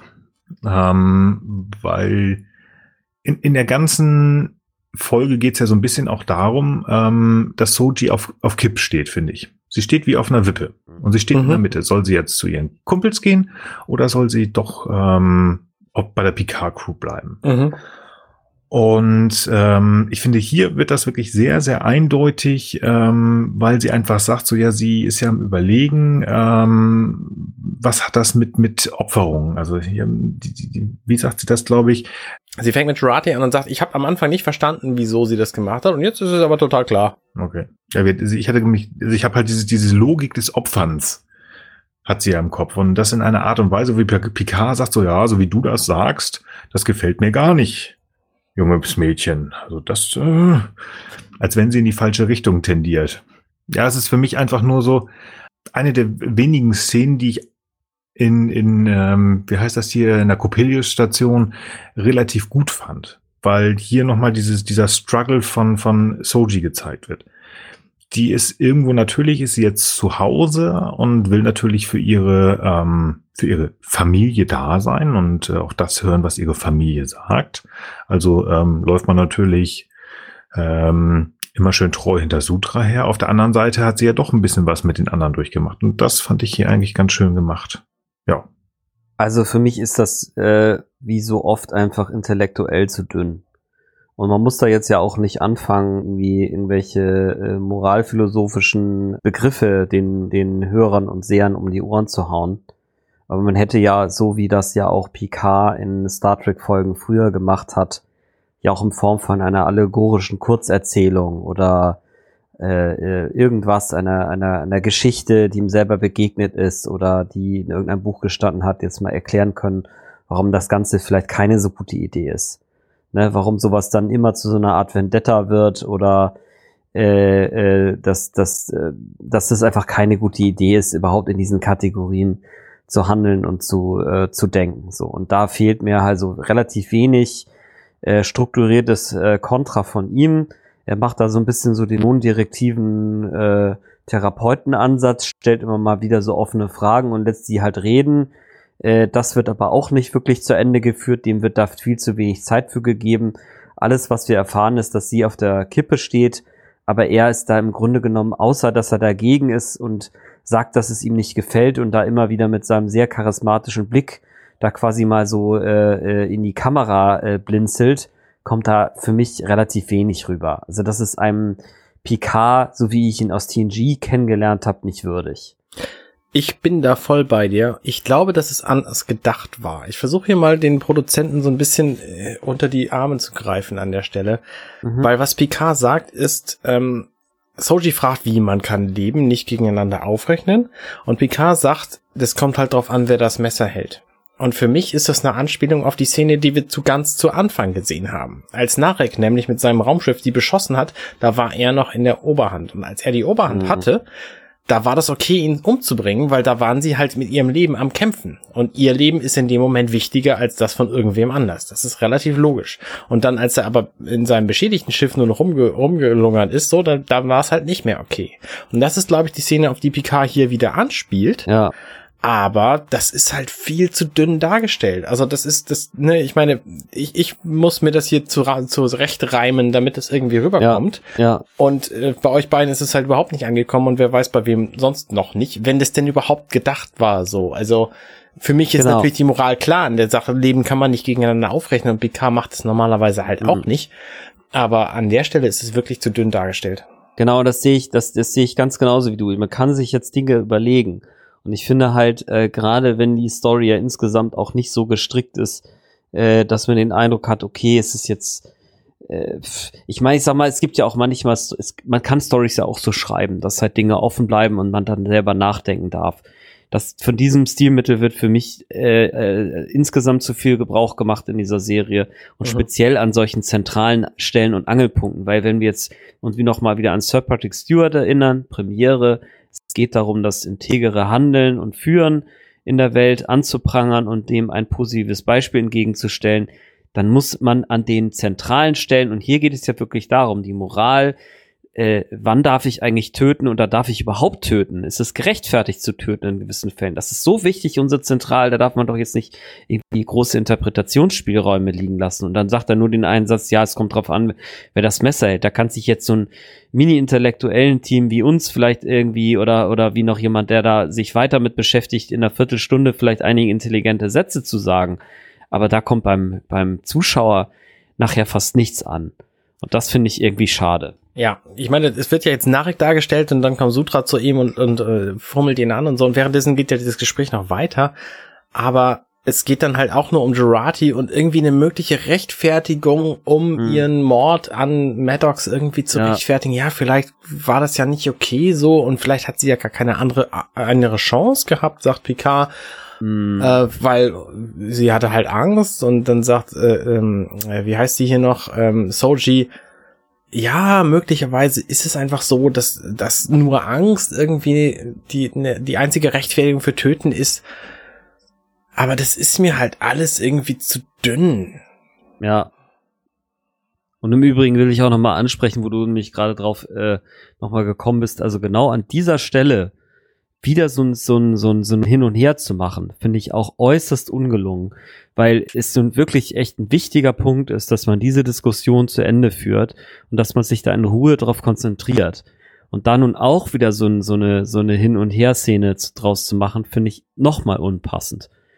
Weil in der ganzen Folge geht's ja so ein bisschen auch darum, dass Soji auf Kipp steht, finde ich. Sie steht wie auf einer Wippe. Und sie steht in der Mitte. Soll sie jetzt zu ihren Kumpels gehen oder soll sie doch bei der Picard-Crew bleiben? Und ich finde, hier wird das wirklich sehr, sehr eindeutig, weil sie einfach sagt, so ja, sie ist ja am Überlegen, was hat das mit Opferung? Also hier, wie sagt sie das, glaube ich? Sie fängt mit Jurati an und sagt, ich habe am Anfang nicht verstanden, wieso sie das gemacht hat und jetzt ist es aber total klar. Okay. Ja, ich habe halt diese Logik des Opferns hat sie ja im Kopf und das in einer Art und Weise, wie Picard sagt, so ja, so wie du das sagst, das gefällt mir gar nicht. Junges Mädchen. Also das, als wenn sie in die falsche Richtung tendiert. Ja, es ist für mich einfach nur so eine der wenigen Szenen, die ich wie heißt das hier, in der Coppelius-Station relativ gut fand. Weil hier nochmal dieser Struggle von Soji gezeigt wird. Die ist irgendwo, natürlich ist sie jetzt zu Hause und will natürlich für ihre Familie da sein und auch das hören, was ihre Familie sagt. Also läuft man natürlich immer schön treu hinter Sutra her. Auf der anderen Seite hat sie ja doch ein bisschen was mit den anderen durchgemacht und das fand ich hier eigentlich ganz schön gemacht. Ja. Also für mich ist das wie so oft einfach intellektuell zu dünn. Und man muss da jetzt ja auch nicht anfangen, wie irgendwelche moralphilosophischen Begriffe den Hörern und Sehern um die Ohren zu hauen. Aber man hätte ja, so wie das ja auch Picard in Star Trek Folgen früher gemacht hat, ja auch in Form von einer allegorischen Kurzerzählung oder irgendwas, einer Geschichte, die ihm selber begegnet ist oder die in irgendeinem Buch gestanden hat, jetzt mal erklären können, warum das Ganze vielleicht keine so gute Idee ist. Ne, warum sowas dann immer zu so einer Art Vendetta wird oder dass das einfach keine gute Idee ist, überhaupt in diesen Kategorien zu handeln und zu denken. So, und da fehlt mir halt so relativ wenig strukturiertes Kontra von ihm. Er macht da so ein bisschen so den non-direktiven Therapeutenansatz, stellt immer mal wieder so offene Fragen und lässt sie halt reden. Das wird aber auch nicht wirklich zu Ende geführt, dem wird da viel zu wenig Zeit für gegeben. Alles, was wir erfahren, ist, dass sie auf der Kippe steht, aber er ist da im Grunde genommen, außer dass er dagegen ist und sagt, dass es ihm nicht gefällt und da immer wieder mit seinem sehr charismatischen Blick da quasi mal so in die Kamera blinzelt, kommt da für mich relativ wenig rüber. Also das ist einem Picard, so wie ich ihn aus TNG kennengelernt habe, nicht würdig. Ich bin da voll bei dir. Ich glaube, dass es anders gedacht war. Ich versuche hier mal den Produzenten so ein bisschen unter die Arme zu greifen an der Stelle. Weil was Picard sagt ist, Soji fragt, wie man kann Leben nicht gegeneinander aufrechnen. Und Picard sagt, das kommt halt drauf an, wer das Messer hält. Und für mich ist das eine Anspielung auf die Szene, die wir ganz zu Anfang gesehen haben. Als Narek nämlich mit seinem Raumschiff die beschossen hat, da war er noch in der Oberhand. Und als er die Oberhand hatte, da war das okay, ihn umzubringen, weil da waren sie halt mit ihrem Leben am Kämpfen. Und ihr Leben ist in dem Moment wichtiger als das von irgendwem anders. Das ist relativ logisch. Und dann, als er aber in seinem beschädigten Schiff nur noch rumgelungert ist, so, da war es halt nicht mehr okay. Und das ist, glaube ich, die Szene, auf die Picard hier wieder anspielt. Ja. Aber das ist halt viel zu dünn dargestellt. Also das ist das, ne, ich meine, ich muss mir das hier zurecht reimen, damit es irgendwie rüberkommt. Ja. Und bei euch beiden ist es halt überhaupt nicht angekommen und wer weiß bei wem sonst noch nicht, wenn das denn überhaupt gedacht war so. Also für mich ist natürlich die Moral klar an der Sache, Leben kann man nicht gegeneinander aufrechnen und Picard macht es normalerweise halt auch nicht. Aber an der Stelle ist es wirklich zu dünn dargestellt. Genau, das sehe ich ganz genauso wie du. Man kann sich jetzt Dinge überlegen. Und ich finde halt, gerade wenn die Story ja insgesamt auch nicht so gestrickt ist, dass man den Eindruck hat, okay, es ist jetzt, ich meine, ich sag mal, es gibt ja auch manchmal, man kann Storys ja auch so schreiben, dass halt Dinge offen bleiben und man dann selber nachdenken darf. Von diesem Stilmittel wird für mich insgesamt zu viel Gebrauch gemacht in dieser Serie und speziell an solchen zentralen Stellen und Angelpunkten, weil wenn wir jetzt uns wie nochmal wieder an Sir Patrick Stewart erinnern, Premiere, es geht darum, das integere Handeln und Führen in der Welt anzuprangern und dem ein positives Beispiel entgegenzustellen, dann muss man an den zentralen Stellen, und hier geht es ja wirklich darum, die Moral, wann darf ich eigentlich töten oder darf ich überhaupt töten? Ist es gerechtfertigt zu töten in gewissen Fällen? Das ist so wichtig und so zentral, da darf man doch jetzt nicht irgendwie große Interpretationsspielräume liegen lassen. Und dann sagt er nur den einen Satz, ja, es kommt drauf an, wer das Messer hält. Da kann sich jetzt so ein mini-intellektuellen Team wie uns vielleicht irgendwie oder wie noch jemand, der da sich weiter mit beschäftigt, in einer Viertelstunde vielleicht einige intelligente Sätze zu sagen. Aber da kommt beim Zuschauer nachher fast nichts an. Und das finde ich irgendwie schade. Ja, ich meine, es wird ja jetzt Narek dargestellt und dann kommt Sutra zu ihm und fummelt ihn an und so. Und währenddessen geht ja dieses Gespräch noch weiter. Aber es geht dann halt auch nur um Jurati und irgendwie eine mögliche Rechtfertigung, um ihren Mord an Maddox irgendwie zu rechtfertigen. Ja, vielleicht war das ja nicht okay so und vielleicht hat sie ja gar keine andere Chance gehabt, sagt Picard. Weil sie hatte halt Angst und dann sagt, wie heißt die hier noch, Soji, ja, möglicherweise ist es einfach so, dass nur Angst irgendwie die einzige Rechtfertigung für Töten ist. Aber das ist mir halt alles irgendwie zu dünn. Ja. Und im Übrigen will ich auch nochmal ansprechen, wo du nämlich gerade drauf nochmal gekommen bist. Also genau an dieser Stelle wieder so ein Hin und Her zu machen, finde ich auch äußerst ungelungen, weil es so wirklich echt ein wichtiger Punkt ist, dass man diese Diskussion zu Ende führt und dass man sich da in Ruhe drauf konzentriert. Und da nun auch wieder so eine Hin- und Her-Szene draus zu machen, finde ich nochmal unpassend.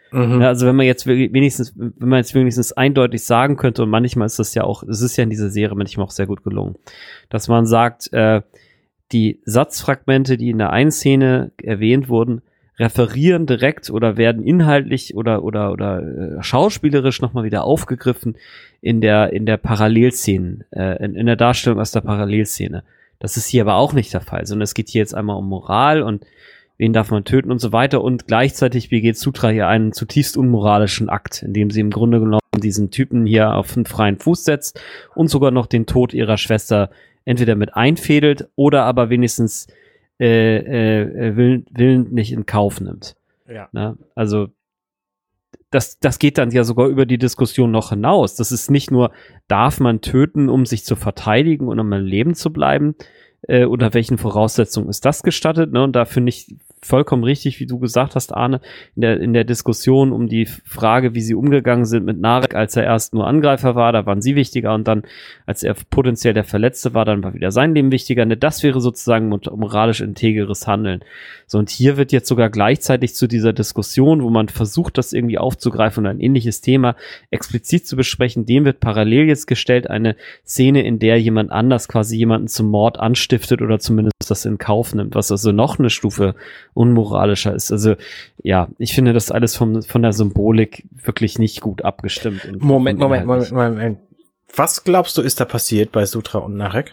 Mhm. Ja, also wenn man jetzt wenigstens eindeutig sagen könnte, und manchmal ist das ja auch, es ist ja in dieser Serie manchmal auch sehr gut gelungen, dass man sagt, die Satzfragmente, die in der einen Szene erwähnt wurden, referieren direkt oder werden inhaltlich oder schauspielerisch nochmal wieder aufgegriffen in der Parallelszene, in der Darstellung aus der Parallelszene. Das ist hier aber auch nicht der Fall, sondern es geht hier jetzt einmal um Moral und wen darf man töten und so weiter, und gleichzeitig begeht Sutra hier einen zutiefst unmoralischen Akt, indem sie im Grunde genommen diesen Typen hier auf einen freien Fuß setzt und sogar noch den Tod ihrer Schwester entweder mit einfädelt oder aber wenigstens willentlich nicht in Kauf nimmt. Ja. Ne? Also das geht dann ja sogar über die Diskussion noch hinaus. Das ist nicht nur, darf man töten, um sich zu verteidigen und um am Leben zu bleiben, unter welchen Voraussetzungen ist das gestattet, ne? Und da finde ich vollkommen richtig, wie du gesagt hast, Arne, in der Diskussion um die Frage, wie sie umgegangen sind mit Narek, als er erst nur Angreifer war, da waren sie wichtiger, und dann, als er potenziell der Verletzte war, dann war wieder sein Leben wichtiger. Ne? Das wäre sozusagen moralisch integeres Handeln. So, und hier wird jetzt sogar gleichzeitig zu dieser Diskussion, wo man versucht, das irgendwie aufzugreifen und ein ähnliches Thema explizit zu besprechen, dem wird parallel jetzt gestellt eine Szene, in der jemand anders quasi jemanden zum Mord anstiftet oder zumindest das in Kauf nimmt, was also noch eine Stufe unmoralischer ist. Also ja, ich finde das alles von der Symbolik wirklich nicht gut abgestimmt. Moment. Was glaubst du, ist da passiert bei Sutra und Narek?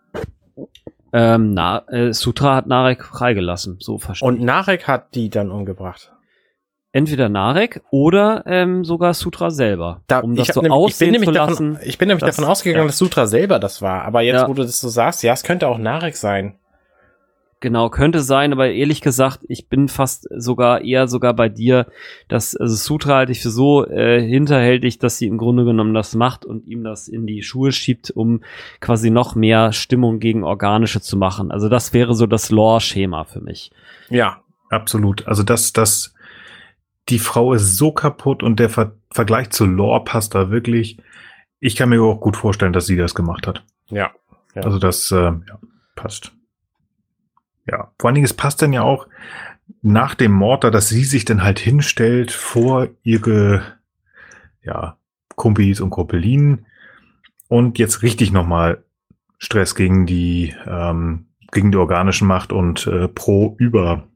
Sutra hat Narek freigelassen, so verstehe ich. Und Narek hat die dann umgebracht? Entweder Narek oder sogar Sutra selber. Ich bin nämlich davon ausgegangen, dass Sutra selber das war. Aber jetzt, wo du das so sagst, ja, es könnte auch Narek sein. Genau, könnte sein, aber ehrlich gesagt, ich bin fast sogar bei dir, dass also Sutra halte ich für so hinterhältig, dass sie im Grunde genommen das macht und ihm das in die Schuhe schiebt, um quasi noch mehr Stimmung gegen Organische zu machen. Also das wäre so das Lore-Schema für mich. Ja, absolut. Also die Frau ist so kaputt und der Vergleich zu Lore passt da wirklich. Ich kann mir auch gut vorstellen, dass sie das gemacht hat. Ja. Also das passt. Ja, vor allen Dingen, es passt dann ja auch nach dem Mord da, dass sie sich dann halt hinstellt vor ihre Kumpels und Kumpelinen und jetzt richtig nochmal Stress gegen die organischen Macht und über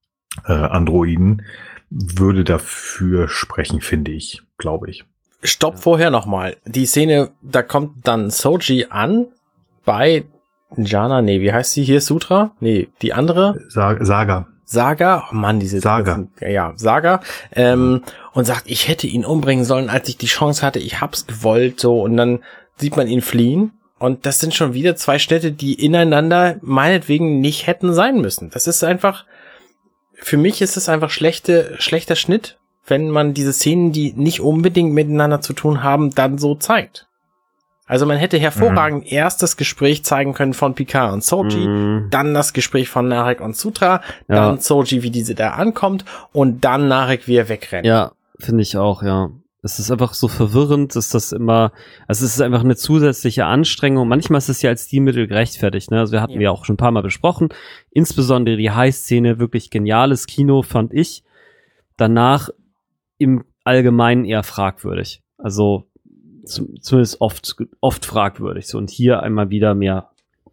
Androiden würde dafür sprechen, finde ich, glaube ich. Stopp vorher nochmal. Die Szene, da kommt dann Soji an bei Jana, wie heißt sie hier? Sutra? Die andere? Saga. Saga? Oh Mann, diese Saga. Saga. Und sagt, ich hätte ihn umbringen sollen, als ich die Chance hatte. Ich hab's gewollt, so. Und dann sieht man ihn fliehen. Und das sind schon wieder zwei Städte, die ineinander meinetwegen nicht hätten sein müssen. Das ist einfach, für mich ist es einfach schlechter Schnitt, wenn man diese Szenen, die nicht unbedingt miteinander zu tun haben, dann so zeigt. Also man hätte hervorragend erst das Gespräch zeigen können von Picard und Soji, dann das Gespräch von Narek und Sutra, dann Soji, wie diese da ankommt, und dann Narek, wie er wegrennt. Ja, finde ich auch, ja. Es ist einfach so verwirrend, dass das immer, also es ist einfach eine zusätzliche Anstrengung. Manchmal ist es ja als Stilmittel gerechtfertigt, ne? Also wir hatten ja auch schon ein paar Mal besprochen. Insbesondere die High-Szene, wirklich geniales Kino, fand ich. Danach im Allgemeinen eher fragwürdig. Also zumindest oft fragwürdig. So, und hier einmal wieder mehr.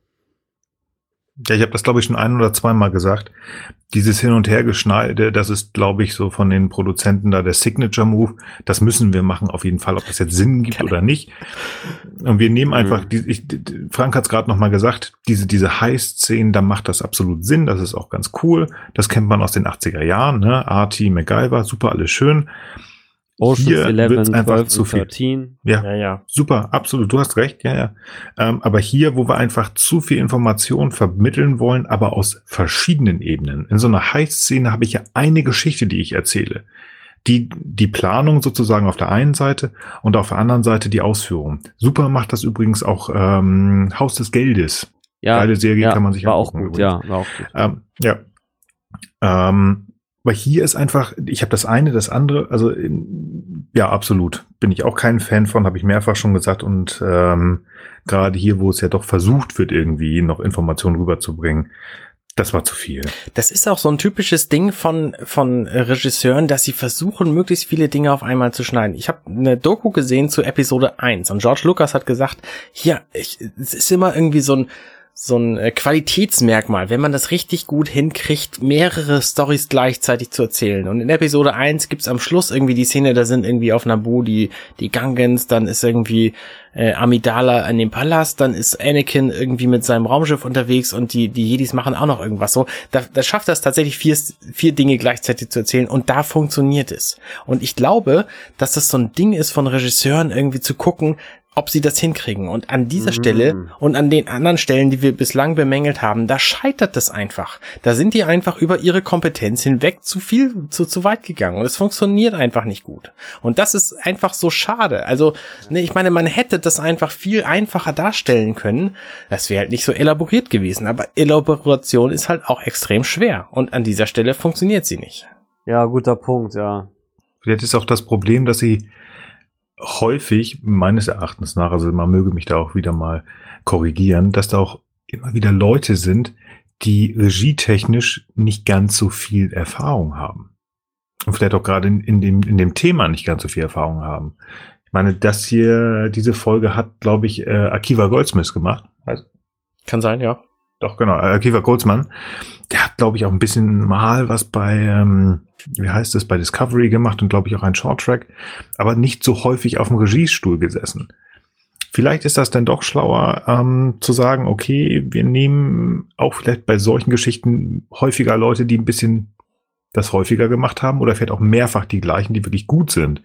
Ja, ich habe das, glaube ich, schon ein- oder zweimal gesagt. Dieses Hin- und Hergeschneide, das ist, glaube ich, so von den Produzenten da der Signature-Move. Das müssen wir machen, auf jeden Fall, ob das jetzt Sinn gibt oder nicht. Und wir nehmen einfach, Frank hat es gerade noch mal gesagt, diese Heist-Szenen, da macht das absolut Sinn. Das ist auch ganz cool. Das kennt man aus den 80er Jahren, ne? Artie, MacGyver, super, alles schön. Ocean's Hier 11, wird's einfach 12 zu viel. 13. Ja, super, absolut, du hast recht, ja. Aber hier, wo wir einfach zu viel Information vermitteln wollen, aber aus verschiedenen Ebenen. In so einer Heist-Szene habe ich ja eine Geschichte, die ich erzähle. Die Planung sozusagen auf der einen Seite und auf der anderen Seite die Ausführung. Super macht das übrigens auch Haus des Geldes. Ja, geile Serie, kann man sich war auch angucken gut, übrigens. war auch gut. Aber hier ist einfach, ich habe das eine, das andere, also ja, absolut. Bin ich auch kein Fan von, habe ich mehrfach schon gesagt. Und gerade hier, wo es ja doch versucht wird, irgendwie noch Informationen rüberzubringen, Das war zu viel. Das ist auch so ein typisches Ding von Regisseuren, dass sie versuchen, möglichst viele Dinge auf einmal zu schneiden. Ich habe eine Doku gesehen zu Episode 1 und George Lucas hat gesagt, es ist immer irgendwie so ein Qualitätsmerkmal, wenn man das richtig gut hinkriegt, mehrere Storys gleichzeitig zu erzählen. Und in Episode 1 gibt's am Schluss irgendwie die Szene, da sind irgendwie auf Naboo die Gungans, dann ist irgendwie Amidala in dem Palast, dann ist Anakin irgendwie mit seinem Raumschiff unterwegs und die Jedis machen auch noch irgendwas so. Da schafft das tatsächlich vier Dinge gleichzeitig zu erzählen und da funktioniert es. Und ich glaube, dass das so ein Ding ist von Regisseuren irgendwie zu gucken, ob sie das hinkriegen. Und an dieser Stelle und an den anderen Stellen, die wir bislang bemängelt haben, da scheitert das einfach. Da sind die einfach über ihre Kompetenz hinweg zu weit gegangen. Und es funktioniert einfach nicht gut. Und das ist einfach so schade. Also, ich meine, man hätte das einfach viel einfacher darstellen können. Das wäre halt nicht so elaboriert gewesen. Aber Elaboration ist halt auch extrem schwer. Und an dieser Stelle funktioniert sie nicht. Ja, guter Punkt, ja. Vielleicht ist auch das Problem, dass sie häufig, meines Erachtens nach, also man möge mich da auch wieder mal korrigieren, dass da auch immer wieder Leute sind, die regietechnisch nicht ganz so viel Erfahrung haben. Und vielleicht auch gerade in dem Thema nicht ganz so viel Erfahrung haben. Ich meine, diese Folge hat, glaube ich, Akiva Goldsmith gemacht. Also, kann sein, ja. Doch, genau, Akiva Goldsman. Der hat, glaube ich, auch ein bisschen mal was bei, bei Discovery gemacht und, glaube ich, auch einen Shorttrack, aber nicht so häufig auf dem Regiestuhl gesessen. Vielleicht ist das dann doch schlauer, zu sagen, okay, wir nehmen auch vielleicht bei solchen Geschichten häufiger Leute, die ein bisschen das häufiger gemacht haben oder vielleicht auch mehrfach die gleichen, die wirklich gut sind.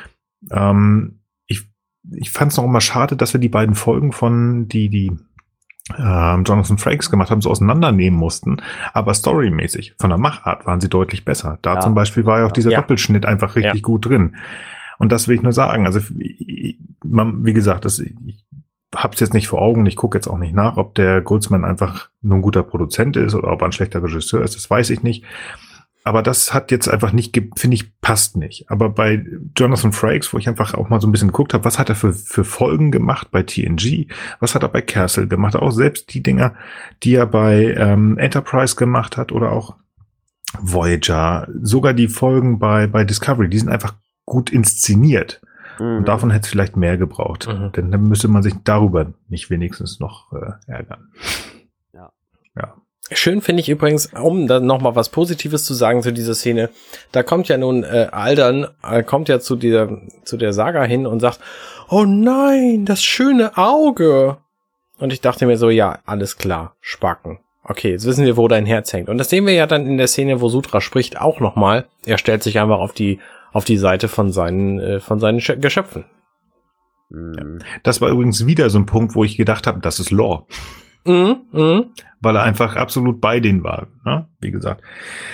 Ich fand es noch immer schade, dass wir die beiden Folgen von die Jonathan Frakes gemacht haben, so auseinandernehmen mussten, aber storymäßig, von der Machart waren sie deutlich besser. Da zum Beispiel war ja auch dieser Doppelschnitt einfach richtig gut drin. Und das will ich nur sagen. Also, wie gesagt, ich hab's jetzt nicht vor Augen, ich gucke jetzt auch nicht nach, ob der Goldsman einfach nur ein guter Produzent ist oder ob er ein schlechter Regisseur ist, das weiß ich nicht. Aber das hat jetzt einfach nicht, finde ich, passt nicht. Aber bei Jonathan Frakes, wo ich einfach auch mal so ein bisschen geguckt habe, was hat er für Folgen gemacht bei TNG? Was hat er bei Castle gemacht? Auch selbst die Dinger, die er bei Enterprise gemacht hat oder auch Voyager. Sogar die Folgen bei Discovery, die sind einfach gut inszeniert. Und davon hätte es vielleicht mehr gebraucht. Denn dann müsste man sich darüber nicht wenigstens noch ärgern. Ja. Schön finde ich übrigens, um dann nochmal was Positives zu sagen zu dieser Szene, da kommt ja nun Aldan, kommt ja zu der Saga hin und sagt, oh nein, das schöne Auge. Und ich dachte mir so, ja, alles klar, Spacken. Okay, jetzt wissen wir, wo dein Herz hängt. Und das sehen wir ja dann in der Szene, wo Sutra spricht, auch nochmal. Er stellt sich einfach auf die Seite von seinen Geschöpfen. Ja. Das war übrigens wieder so ein Punkt, wo ich gedacht habe, das ist Lore. Weil er einfach absolut bei denen war, ne? Wie gesagt.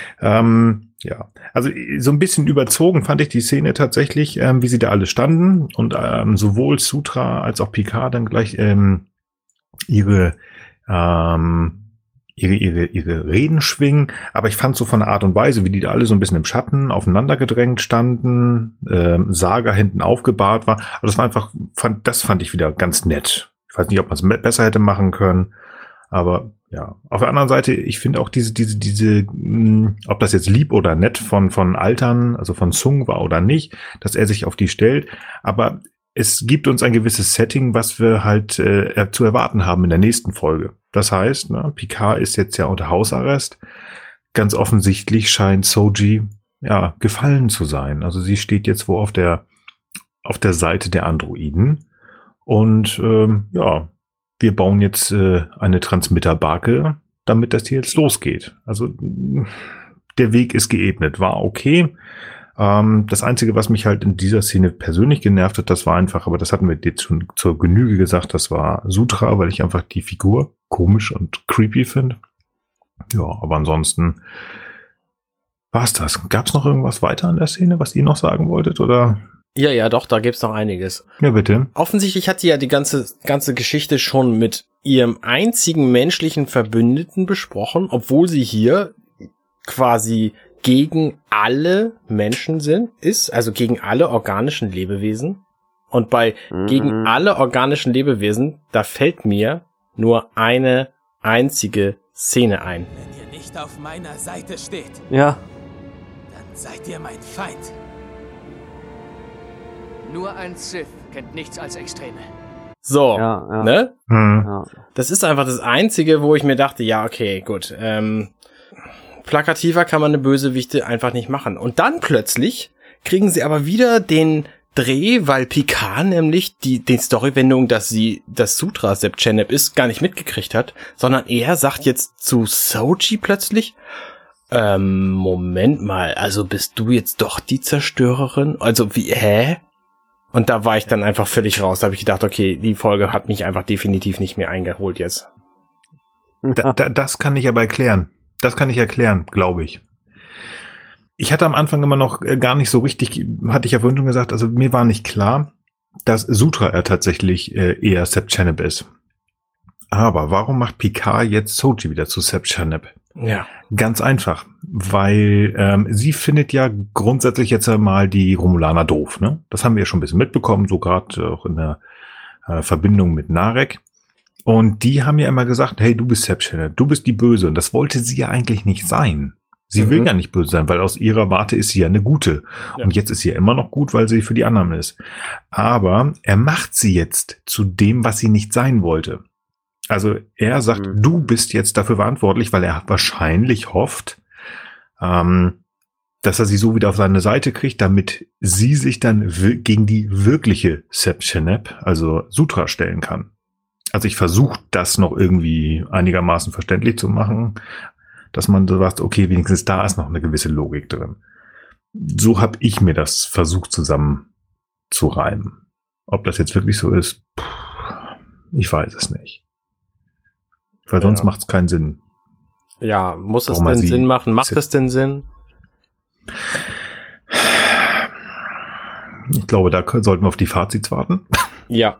Also so ein bisschen überzogen fand ich die Szene tatsächlich, wie sie da alle standen und sowohl Sutra als auch Picard dann gleich ihre Reden schwingen, aber ich fand so von der Art und Weise, wie die da alle so ein bisschen im Schatten aufeinander gedrängt standen, Saga hinten aufgebahrt war, aber das war einfach, das fand ich wieder ganz nett. Ich weiß nicht, ob man es besser hätte machen können, aber ja. Auf der anderen Seite, ich finde auch diese, ob das jetzt lieb oder nett von Altern, also von Sung war oder nicht, dass er sich auf die stellt, aber es gibt uns ein gewisses Setting, was wir halt zu erwarten haben in der nächsten Folge. Das heißt, Picard ist jetzt ja unter Hausarrest. Ganz offensichtlich scheint Soji gefallen zu sein. Also sie steht jetzt wo auf der Seite der Androiden. Und wir bauen jetzt eine Transmitterbarke, damit das hier jetzt losgeht. Also der Weg ist geebnet, war okay. Das Einzige, was mich halt in dieser Szene persönlich genervt hat, das war einfach, aber das hatten wir jetzt schon zur Genüge gesagt, das war Sutra, weil ich einfach die Figur komisch und creepy finde. Ja, aber ansonsten war's das. Gab's noch irgendwas weiter an der Szene, was ihr noch sagen wolltet, oder? Ja, doch, da gibt's noch einiges. Ja, bitte. Offensichtlich hat sie ja die ganze Geschichte schon mit ihrem einzigen menschlichen Verbündeten besprochen, obwohl sie hier quasi gegen alle Menschen ist, also gegen alle organischen Lebewesen. Und gegen alle organischen Lebewesen, da fällt mir nur eine einzige Szene ein. nicht auf meiner Seite steht, Ja. dann seid ihr mein Feind. Nur ein Sith kennt nichts als Extreme. So, Ja. ne? Ja. Das ist einfach das Einzige, wo ich mir dachte, ja, okay, gut. Plakativer kann man eine Bösewichte einfach nicht machen. Und dann plötzlich kriegen sie aber wieder den Dreh, weil Picard nämlich die Storywendung, dass sie das Sutra Sepp Ceneb ist, gar nicht mitgekriegt hat, sondern er sagt jetzt zu Soji plötzlich, Moment mal, also bist du jetzt doch die Zerstörerin? Also wie, hä? Und da war ich dann einfach völlig raus. Da habe ich gedacht, okay, die Folge hat mich einfach definitiv nicht mehr eingeholt jetzt. Das kann ich aber erklären. Das kann ich erklären, glaube ich. Ich hatte am Anfang immer noch gar nicht so richtig, hatte ich ja vorhin schon gesagt, also mir war nicht klar, dass Sutra tatsächlich eher Sepp Ceneb ist. Aber warum macht Picard jetzt Soji wieder zu Sepp Ceneb? Ja. Ganz einfach, weil sie findet ja grundsätzlich jetzt einmal die Romulaner doof, ne? Das haben wir ja schon ein bisschen mitbekommen, so gerade auch in der Verbindung mit Narek. Und die haben ja immer gesagt, hey, du bist Sepp Ceneb, du bist die Böse. Und das wollte sie ja eigentlich nicht sein. Sie will ja nicht böse sein, weil aus ihrer Warte ist sie ja eine Gute. Ja. Und jetzt ist sie ja immer noch gut, weil sie für die anderen ist. Aber er macht sie jetzt zu dem, was sie nicht sein wollte. Also er sagt, du bist jetzt dafür verantwortlich, weil er wahrscheinlich hofft, dass er sie so wieder auf seine Seite kriegt, damit sie sich dann gegen die wirkliche Sepp Ceneb, also Sutra, stellen kann. Also ich versuche das noch irgendwie einigermaßen verständlich zu machen, dass man so sagt, okay, wenigstens da ist noch eine gewisse Logik drin. So habe ich mir das versucht zusammen zu reimen. Ob das jetzt wirklich so ist, ich weiß es nicht. Weil sonst macht es keinen Sinn. Ja, muss es denn Sinn machen? Macht es denn Sinn? Ich glaube, da sollten wir auf die Fazits warten. Ja.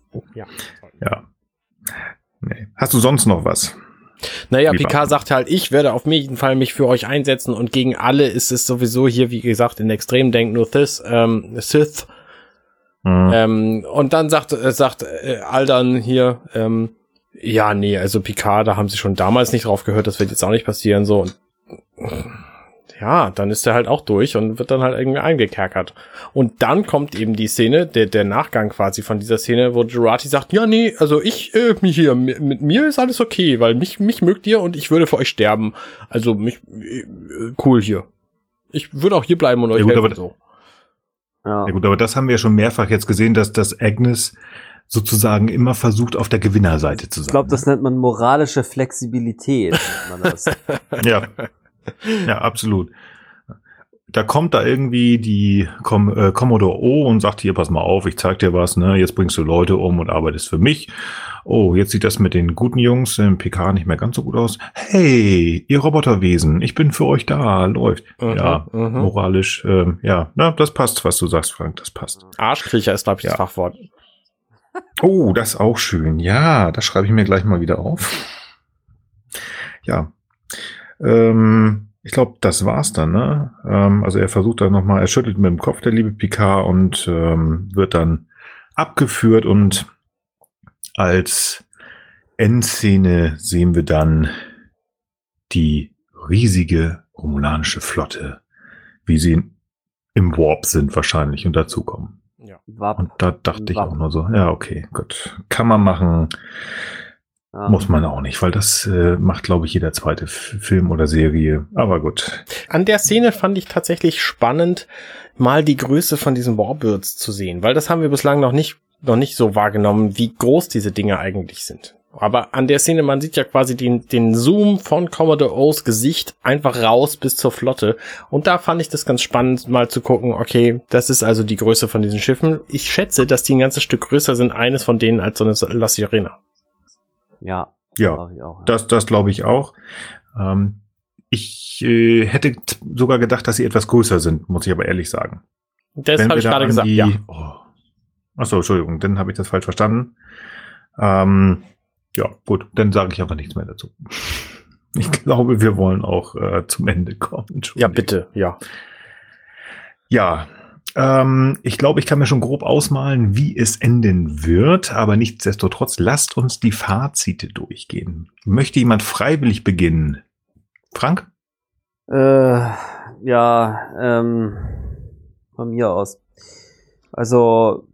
Nee. Hast du sonst noch was? Naja, Picard sagt halt, ich werde auf jeden Fall mich für euch einsetzen und gegen alle ist es sowieso hier, wie gesagt, in Extremdenken nur Sith. Und dann sagt Aldan hier, ja, nee, also Picard, da haben sie schon damals nicht drauf gehört, das wird jetzt auch nicht passieren, so. Und ja, dann ist er halt auch durch und wird dann halt irgendwie eingekerkert. Und dann kommt eben die Szene, der Nachgang quasi von dieser Szene, wo Jurati sagt, ja, nee, also mit mir ist alles okay, weil mich mögt ihr und ich würde für euch sterben. Also cool hier. Ich würde auch hier bleiben und euch helfen, so. Ja gut, aber das haben wir ja schon mehrfach jetzt gesehen, dass Agnes sozusagen immer versucht, auf der Gewinnerseite zu sein. Ich glaube, das nennt man moralische Flexibilität. Ja, absolut. Da kommt da irgendwie die Commodore O und sagt, hier, pass mal auf, ich zeig dir was, ne? Jetzt bringst du Leute um und arbeitest für mich. Oh, jetzt sieht das mit den guten Jungs im PK nicht mehr ganz so gut aus. Hey, ihr Roboterwesen, ich bin für euch da, läuft. Moralisch, das passt, was du sagst, Frank, das passt. Arschkriecher ist, glaube ich, das Fachwort. Oh, das ist auch schön. Ja, das schreibe ich mir gleich mal wieder auf. Ja. Ich glaube, das war's dann, ne? Also er versucht dann nochmal, er schüttelt mit dem Kopf, der liebe Picard, und wird dann abgeführt, und als Endszene sehen wir dann die riesige romulanische Flotte, wie sie im Warp sind wahrscheinlich und dazukommen. Ja. Und da dachte ich auch nur so, ja, okay, gut, kann man machen. Muss man auch nicht, weil das macht, glaube ich, jeder zweite Film oder Serie. Aber gut. An der Szene fand ich tatsächlich spannend, mal die Größe von diesen Warbirds zu sehen, weil das haben wir bislang noch nicht so wahrgenommen, wie groß diese Dinge eigentlich sind. Aber an der Szene, man sieht ja quasi den Zoom von Commodore O's Gesicht einfach raus bis zur Flotte. Und da fand ich das ganz spannend, mal zu gucken, okay, das ist also die Größe von diesen Schiffen. Ich schätze, dass die ein ganzes Stück größer sind, eines von denen als so eine La Sirena. Ja, das glaube ich auch. Ich hätte sogar gedacht, dass sie etwas größer sind, muss ich aber ehrlich sagen. Das habe ich gerade gesagt, ja. Achso, Entschuldigung, dann habe ich das falsch verstanden. Ja, gut, dann sage ich einfach nichts mehr dazu. Ich glaube, wir wollen auch zum Ende kommen. Ja, bitte, ja. Ja, ich glaube, ich kann mir schon grob ausmalen, wie es enden wird, aber nichtsdestotrotz, lasst uns die Fazite durchgehen. Möchte jemand freiwillig beginnen? Frank? Ja, von mir aus. Also,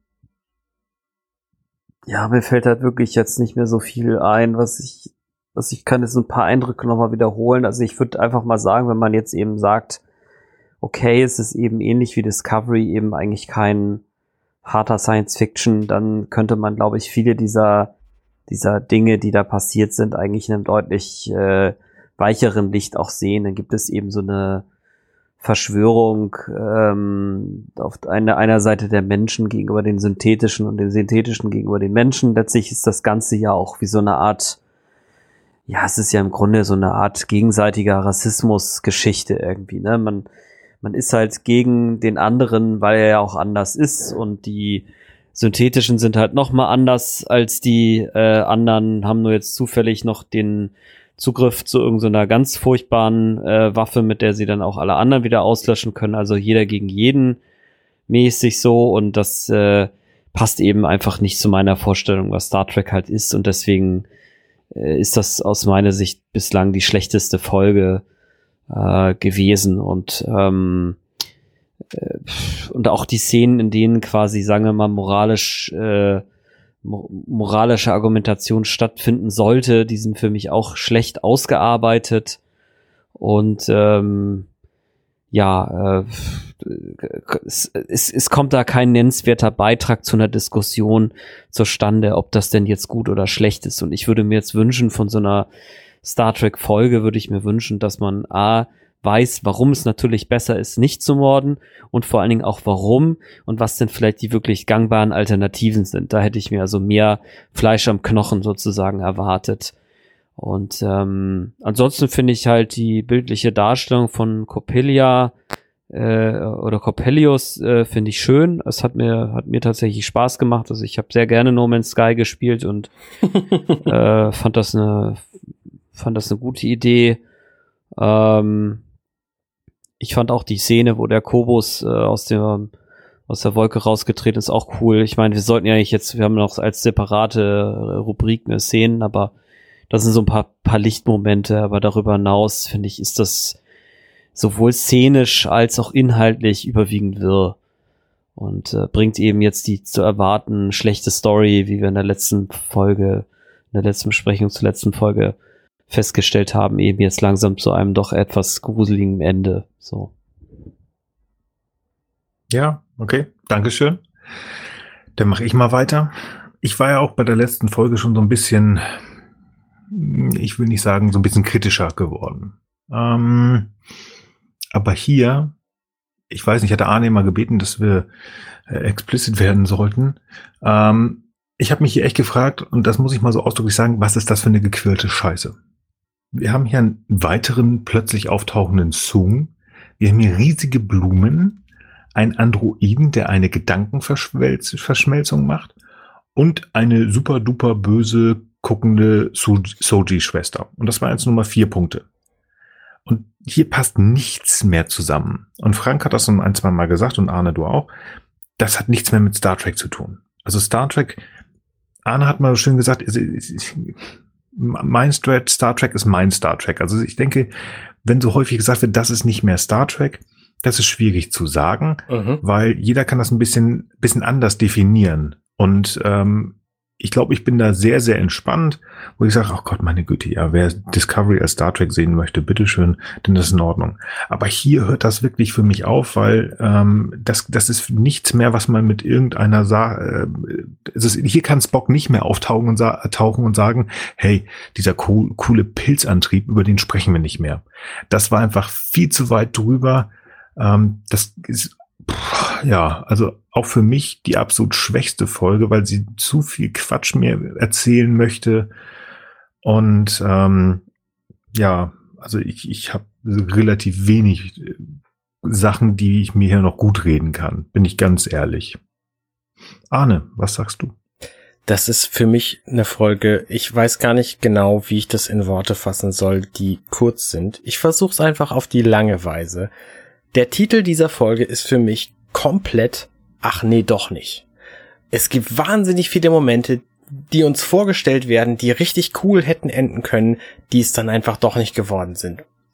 ja, mir fällt halt wirklich jetzt nicht mehr so viel ein, was ich kann jetzt ein paar Eindrücke nochmal wiederholen. Also ich würde einfach mal sagen, wenn man jetzt eben sagt, okay, es ist eben ähnlich wie Discovery, eben eigentlich kein harter Science-Fiction, dann könnte man, glaube ich, viele dieser Dinge, die da passiert sind, eigentlich in einem deutlich weicheren Licht auch sehen. Dann gibt es eben so eine Verschwörung auf einer Seite der Menschen gegenüber den synthetischen und den synthetischen gegenüber den Menschen. Letztlich ist das Ganze ja auch wie so eine Art, ja, es ist ja im Grunde so eine Art gegenseitiger Rassismus-Geschichte irgendwie, ne? Man ist halt gegen den anderen, weil er ja auch anders ist, und die synthetischen sind halt noch mal anders als die anderen, haben nur jetzt zufällig noch den Zugriff zu irgendeiner ganz furchtbaren Waffe, mit der sie dann auch alle anderen wieder auslöschen können. Also jeder gegen jeden mäßig so, und das passt eben einfach nicht zu meiner Vorstellung, was Star Trek halt ist, und deswegen ist das aus meiner Sicht bislang die schlechteste Folge gewesen, und auch die Szenen, in denen quasi, sagen wir mal, moralische Argumentation stattfinden sollte, die sind für mich auch schlecht ausgearbeitet, und es kommt da kein nennenswerter Beitrag zu einer Diskussion zustande, ob das denn jetzt gut oder schlecht ist. Und ich würde mir jetzt wünschen, von so einer Star Trek Folge würde ich mir wünschen, dass man weiß, warum es natürlich besser ist, nicht zu morden, und vor allen Dingen auch warum und was denn vielleicht die wirklich gangbaren Alternativen sind. Da hätte ich mir also mehr Fleisch am Knochen sozusagen erwartet. Und ansonsten finde ich halt die bildliche Darstellung von Coppelia oder Coppelius finde ich schön. Es hat mir tatsächlich Spaß gemacht. Also ich habe sehr gerne No Man's Sky gespielt und fand das eine gute Idee. Ich fand auch die Szene, wo der Kobus aus der Wolke rausgetreten ist, auch cool. Ich meine, wir haben noch als separate Rubrik Szenen, aber das sind so ein paar Lichtmomente, aber darüber hinaus, finde ich, ist das sowohl szenisch als auch inhaltlich überwiegend wirr und bringt eben jetzt die zu erwarten schlechte Story, wie wir in der letzten Besprechung zur letzten Folge festgestellt haben, eben jetzt langsam zu einem doch etwas gruseligen Ende. So. Ja, okay, Dankeschön. Dann mache ich mal weiter. Ich war ja auch bei der letzten Folge schon so ein bisschen, ich will nicht sagen, so ein bisschen kritischer geworden. Aber hier, ich weiß nicht, hatte Arne mal gebeten, dass wir explicit werden sollten. Ich habe mich hier echt gefragt, und das muss ich mal so ausdrücklich sagen, was ist das für eine gequirlte Scheiße? Wir haben hier einen weiteren plötzlich auftauchenden Sung. Wir haben hier riesige Blumen, einen Androiden, der eine Gedankenverschmelzung macht, und eine super duper böse guckende Soji-Schwester. Und das waren jetzt nur mal 4 Punkte. Und hier passt nichts mehr zusammen. Und Frank hat das schon 1-2 Mal gesagt, und Arne, du auch. Das hat nichts mehr mit Star Trek zu tun. Also Star Trek, Arne hat mal schön gesagt, mein Star Trek ist mein Star Trek. Also ich denke, wenn so häufig gesagt wird, das ist nicht mehr Star Trek, das ist schwierig zu sagen, weil jeder kann das ein bisschen anders definieren. Und ich glaube, ich bin da sehr, sehr entspannt, wo ich sage, ach Gott, meine Güte, ja, wer Discovery als Star Trek sehen möchte, bitteschön, denn das ist in Ordnung. Aber hier hört das wirklich für mich auf, weil das ist nichts mehr, was man mit irgendeiner hier kann Spock nicht mehr auftauchen und sagen, hey, dieser coole Pilzantrieb, über den sprechen wir nicht mehr. Das war einfach viel zu weit drüber. Das ist ja, also auch für mich die absolut schwächste Folge, weil sie zu viel Quatsch mir erzählen möchte. Und ja, also ich habe relativ wenig Sachen, die ich mir hier noch gut reden kann, bin ich ganz ehrlich. Arne, was sagst du? Das ist für mich eine Folge, ich weiß gar nicht genau, wie ich das in Worte fassen soll, die kurz sind. Ich versuche es einfach auf die lange Weise. Der Titel dieser Folge ist für mich komplett, ach nee, doch nicht. Es gibt wahnsinnig viele Momente, die uns vorgestellt werden, die richtig cool hätten enden können, die es dann einfach doch nicht geworden sind.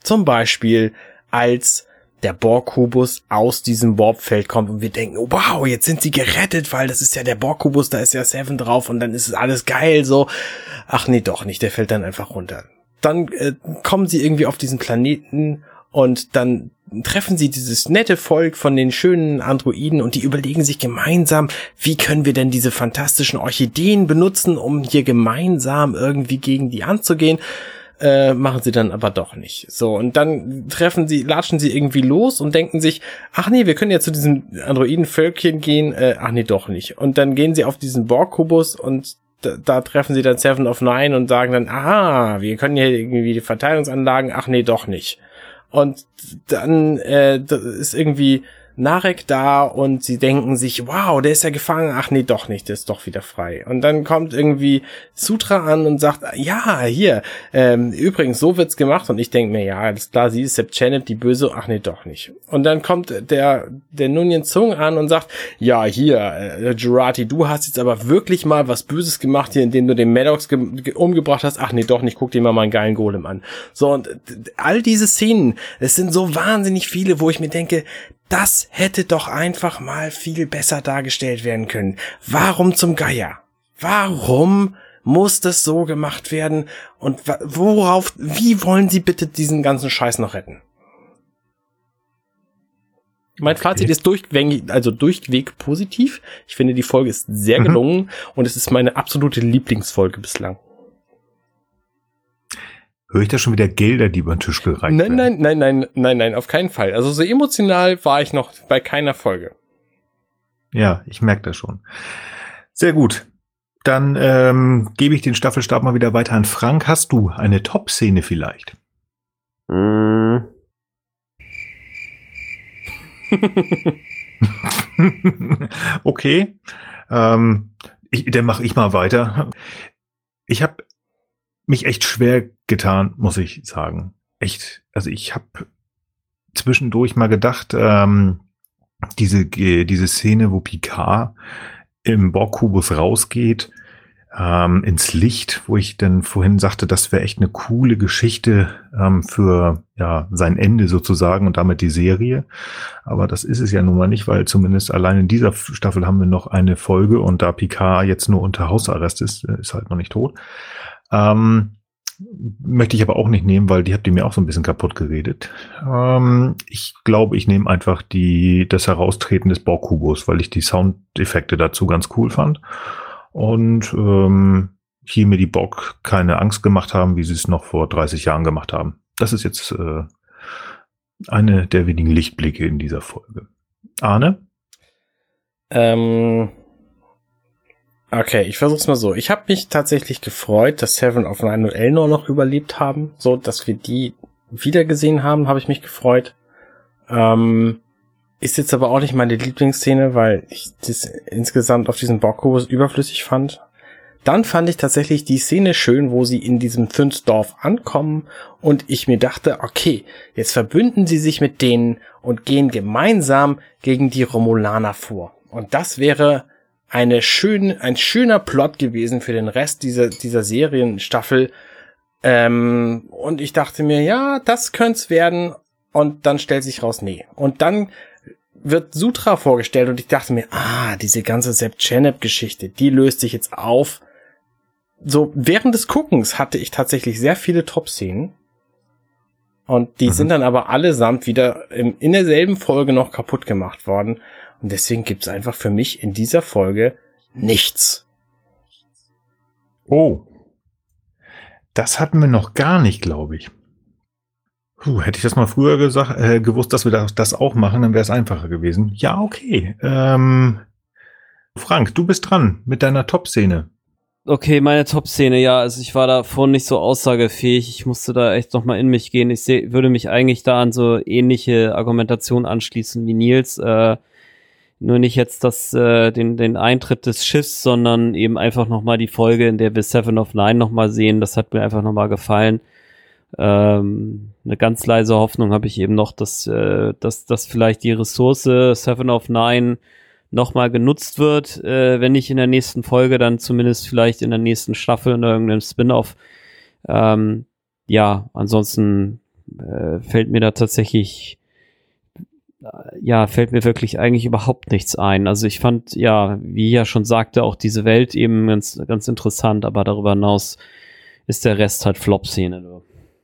Zum Beispiel, als der Borg-Kubus aus diesem Warpfeld kommt und wir denken, oh, wow, jetzt sind sie gerettet, weil das ist ja der Borg-Kubus, da ist ja Seven drauf und dann ist es alles geil, so. Ach nee, doch nicht, der fällt dann einfach runter. Dann kommen sie irgendwie auf diesen Planeten und dann treffen sie dieses nette Volk von den schönen Androiden und die überlegen sich gemeinsam, wie können wir denn diese fantastischen Orchideen benutzen, um hier gemeinsam irgendwie gegen die anzugehen. Machen sie dann aber doch nicht. So, und dann latschen sie irgendwie los und denken sich, ach nee, wir können ja zu diesem Androiden-Völkchen gehen, ach nee, doch nicht. Und dann gehen sie auf diesen Borg-Kubus und da treffen sie dann Seven of Nine und sagen dann, aha, wir können hier irgendwie die Verteilungsanlagen, ach nee, doch nicht. Und dann ist irgendwie Narek da und sie denken sich, wow, der ist ja gefangen, ach nee, doch nicht, der ist doch wieder frei. Und dann kommt irgendwie Sutra an und sagt, ja, hier, übrigens, so wird's gemacht. Und ich denke mir, ja, alles klar, sie ist Seb Channet, die Böse, ach nee, doch nicht. Und dann kommt der Nunyan Tsung an und sagt, ja, hier, Jurati, du hast jetzt aber wirklich mal was Böses gemacht hier, indem du den Maddox umgebracht hast, ach nee, doch nicht, guck dir mal meinen geilen Golem an. So, und all diese Szenen, es sind so wahnsinnig viele, wo ich mir denke, das hätte doch einfach mal viel besser dargestellt werden können. Warum zum Geier? Warum muss das so gemacht werden? Und wie wollen sie bitte diesen ganzen Scheiß noch retten? Mein Fazit ist durchweg positiv. Ich finde, die Folge ist sehr gelungen und es ist meine absolute Lieblingsfolge bislang. Höre ich da schon wieder Gelder, die über den Tisch gereicht werden? Nein, auf keinen Fall. Also so emotional war ich noch bei keiner Folge. Ja, ich merke das schon. Sehr gut. Dann gebe ich den Staffelstab mal wieder weiter an Frank. Hast du eine Top-Szene vielleicht? Okay. Dann mache ich mal weiter. Ich habe mich echt schwer getan, muss ich sagen. Echt. Also ich habe zwischendurch mal gedacht, diese Szene, wo Picard im Borg-Kubus rausgeht, ins Licht, wo ich dann vorhin sagte, das wäre echt eine coole Geschichte für sein Ende sozusagen und damit die Serie. Aber das ist es ja nun mal nicht, weil zumindest allein in dieser Staffel haben wir noch eine Folge und da Picard jetzt nur unter Hausarrest ist halt noch nicht tot. Möchte ich aber auch nicht nehmen, weil die habt ihr mir auch so ein bisschen kaputt geredet. Ich glaube, ich nehme einfach das Heraustreten des Borg-Kubus, weil ich die Soundeffekte dazu ganz cool fand. Und hier mir die Borg keine Angst gemacht haben, wie sie es noch vor 30 Jahren gemacht haben. Das ist jetzt eine der wenigen Lichtblicke in dieser Folge. Arne? Okay, ich versuch's mal so. Ich habe mich tatsächlich gefreut, dass Seven of Nine und Elnor noch überlebt haben, so dass wir die wiedergesehen haben, habe ich mich gefreut. Ist jetzt aber auch nicht meine Lieblingsszene, weil ich das insgesamt auf diesen Borg-Kubus überflüssig fand. Dann fand ich tatsächlich die Szene schön, wo sie in diesem Thünsdorf ankommen und ich mir dachte, okay, jetzt verbünden sie sich mit denen und gehen gemeinsam gegen die Romulaner vor. Und das wäre ein schöner Plot gewesen für den Rest dieser Serienstaffel. Und ich dachte mir, ja, das könnte werden. Und dann stellt sich raus, nee. Und dann wird Sutra vorgestellt und ich dachte mir, diese ganze Seb Channet-Geschichte, die löst sich jetzt auf. So, während des Guckens hatte ich tatsächlich sehr viele Top-Szenen. Und die sind dann aber allesamt wieder in derselben Folge noch kaputt gemacht worden. Und deswegen gibt's einfach für mich in dieser Folge nichts. Oh. Das hatten wir noch gar nicht, glaube ich. Hätte ich das mal früher gewusst, dass wir das auch machen, dann wäre es einfacher gewesen. Ja, okay. Frank, du bist dran mit deiner Top-Szene. Okay, meine Top-Szene, ja, also ich war da vorhin nicht so aussagefähig, ich musste da echt noch mal in mich gehen. Ich würde mich eigentlich da an so ähnliche Argumentation anschließen wie Nils, nur nicht jetzt den Eintritt des Schiffs, sondern eben einfach noch mal die Folge, in der wir Seven of Nine noch mal sehen, das hat mir einfach noch mal gefallen. Eine ganz leise Hoffnung habe ich eben noch, dass vielleicht die Ressource Seven of Nine nochmal genutzt wird, wenn nicht in der nächsten Folge, dann zumindest vielleicht in der nächsten Staffel in irgendeinem Spin-off. Ansonsten fällt mir da tatsächlich, fällt mir wirklich eigentlich überhaupt nichts ein. Also ich fand, ja, wie ich ja schon sagte, auch diese Welt eben ganz, ganz interessant, aber darüber hinaus ist der Rest halt Flop-Szene.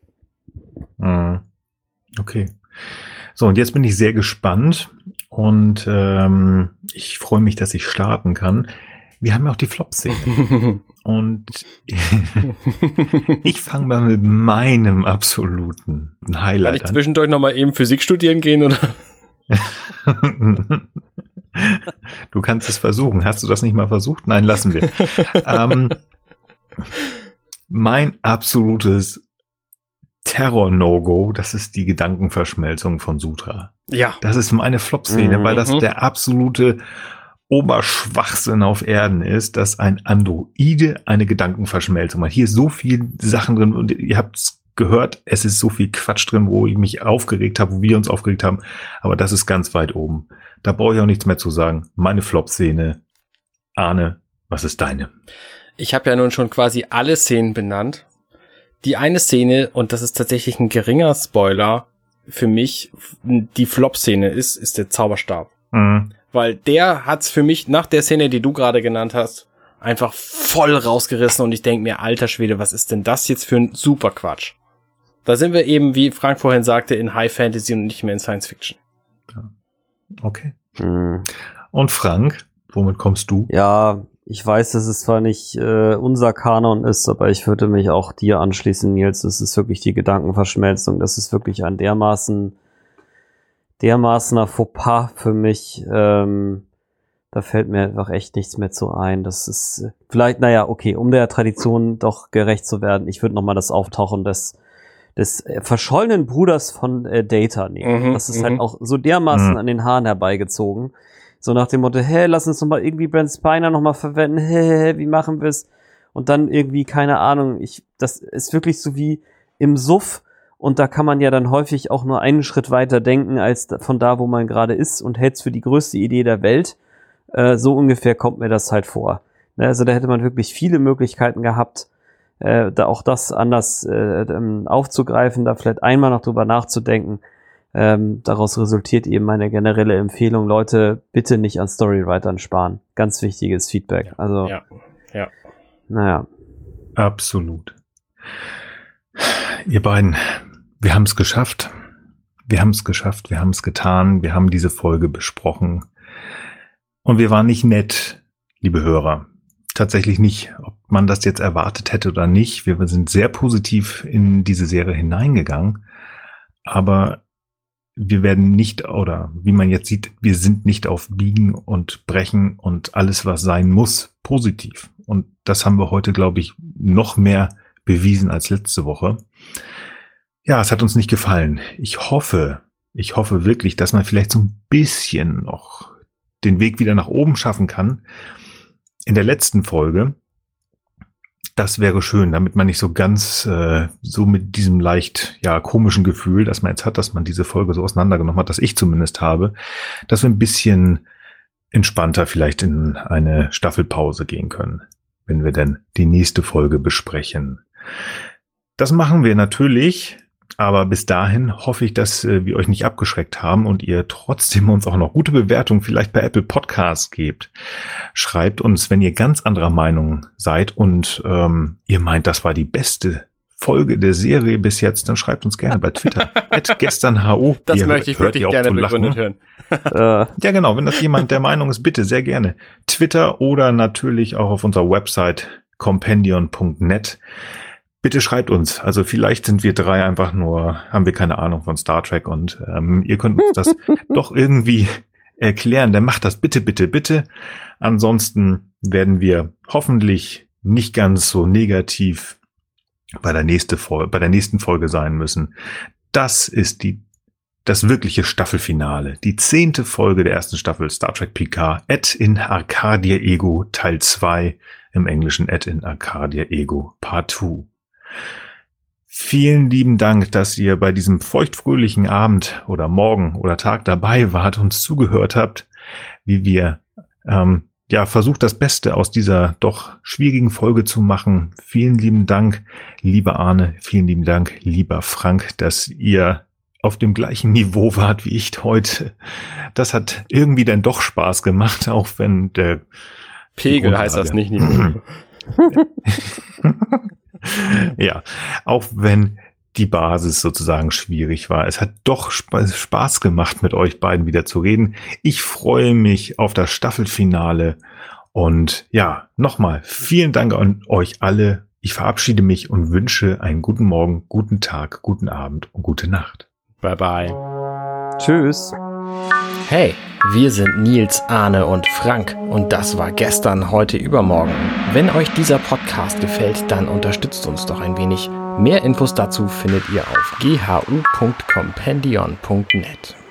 Okay. So, und jetzt bin ich sehr gespannt und ich freue mich, dass ich starten kann. Wir haben ja auch die Flop-Szene. Und ich fange mal mit meinem absoluten Highlight an. Kann ich zwischendurch nochmal eben Physik studieren gehen, oder? Du kannst es versuchen. Hast du das nicht mal versucht? Nein, lassen wir. Mein absolutes Terror-No-Go, das ist die Gedankenverschmelzung von Sutra. Ja. Das ist meine Flop-Szene, weil das der absolute Oberschwachsinn auf Erden ist, dass ein Androide eine Gedankenverschmelzung macht. Hier ist so viel Sachen drin und ihr habt es gehört, es ist so viel Quatsch drin, wo ich mich aufgeregt habe, wo wir uns aufgeregt haben, aber das ist ganz weit oben. Da brauche ich auch nichts mehr zu sagen. Meine Flop-Szene. Arne, was ist deine? Ich habe ja nun schon quasi alle Szenen benannt. Die eine Szene, und das ist tatsächlich ein geringer Spoiler, für mich die Flop-Szene ist der Zauberstab. Weil der hat's für mich nach der Szene, die du gerade genannt hast, einfach voll rausgerissen und ich denke mir, alter Schwede, was ist denn das jetzt für ein super Quatsch? Da sind wir eben, wie Frank vorhin sagte, in High Fantasy und nicht mehr in Science Fiction. Okay. Und Frank, womit kommst du? Ja, ich weiß, dass es zwar nicht unser Kanon ist, aber ich würde mich auch dir anschließen, Nils. Das ist wirklich die Gedankenverschmelzung. Das ist wirklich ein dermaßener Fauxpas für mich. Da fällt mir einfach echt nichts mehr zu ein. Das ist vielleicht, okay, um der Tradition doch gerecht zu werden, ich würde nochmal das Auftauchen des verschollenen Bruders von Data nehmen. Das ist halt auch so dermaßen an den Haaren herbeigezogen. So nach dem Motto, lass uns doch mal irgendwie Brent Spiner noch mal verwenden. Wie machen wir es? Und dann irgendwie, keine Ahnung, das ist wirklich so wie im Suff. Und da kann man ja dann häufig auch nur einen Schritt weiter denken, als von da, wo man gerade ist und hält's für die größte Idee der Welt. So ungefähr kommt mir das halt vor. Also da hätte man wirklich viele Möglichkeiten gehabt, da auch das anders aufzugreifen, da vielleicht einmal noch drüber nachzudenken. Daraus resultiert eben meine generelle Empfehlung, Leute, bitte nicht an Storywritern sparen. Ganz wichtiges Feedback. Also, ja. Naja. Absolut. Ihr beiden, wir haben es geschafft. Wir haben es getan. Wir haben diese Folge besprochen. Und wir waren nicht nett, liebe Hörer. Tatsächlich nicht, ob man das jetzt erwartet hätte oder nicht. Wir sind sehr positiv in diese Serie hineingegangen. Aber wir werden nicht, oder wie man jetzt sieht, wir sind nicht auf Biegen und Brechen und alles, was sein muss, positiv. Und das haben wir heute, glaube ich, noch mehr bewiesen als letzte Woche. Ja, es hat uns nicht gefallen. Ich hoffe wirklich, dass man vielleicht so ein bisschen noch den Weg wieder nach oben schaffen kann. In der letzten Folge, das wäre schön, damit man nicht so ganz so mit diesem leicht komischen Gefühl, das man jetzt hat, dass man diese Folge so auseinandergenommen hat, dass ich zumindest habe, dass wir ein bisschen entspannter vielleicht in eine Staffelpause gehen können, wenn wir denn die nächste Folge besprechen. Das machen wir natürlich, aber bis dahin hoffe ich, dass wir euch nicht abgeschreckt haben und ihr trotzdem uns auch noch gute Bewertungen vielleicht bei Apple Podcasts gebt. Schreibt uns, wenn ihr ganz anderer Meinung seid und ihr meint, das war die beste Folge der Serie bis jetzt, dann schreibt uns gerne bei Twitter. @gesternhu. Das möchte ich wirklich gerne begründet hören. Ja, genau. Wenn das jemand der Meinung ist, bitte sehr gerne. Twitter oder natürlich auch auf unserer Website compendion.net. Bitte schreibt uns. Also vielleicht sind wir drei einfach nur, haben wir keine Ahnung von Star Trek und ihr könnt uns das doch irgendwie erklären. Dann macht das bitte, bitte, bitte. Ansonsten werden wir hoffentlich nicht ganz so negativ bei der nächsten Folge sein müssen. Das ist das wirkliche Staffelfinale. Die 10. Folge der ersten Staffel Star Trek Picard, in Arcadia Ego Teil 2, im Englischen in Arcadia Ego Part 2. Vielen lieben Dank, dass ihr bei diesem feuchtfröhlichen Abend oder Morgen oder Tag dabei wart und zugehört habt, wie wir ja, versucht das Beste aus dieser doch schwierigen Folge zu machen. Vielen lieben Dank, lieber Arne. Vielen lieben Dank, lieber Frank, dass ihr auf dem gleichen Niveau wart wie ich heute. Das hat irgendwie dann doch Spaß gemacht, auch wenn der Pegel heißt das nicht. Ja, auch wenn die Basis sozusagen schwierig war. Es hat doch Spaß gemacht, mit euch beiden wieder zu reden. Ich freue mich auf das Staffelfinale. Und ja, nochmal vielen Dank an euch alle. Ich verabschiede mich und wünsche einen guten Morgen, guten Tag, guten Abend und gute Nacht. Bye bye. Tschüss. Hey, wir sind Nils, Arne und Frank und das war gestern, heute, übermorgen. Wenn euch dieser Podcast gefällt, dann unterstützt uns doch ein wenig. Mehr Infos dazu findet ihr auf ghu.compendion.net.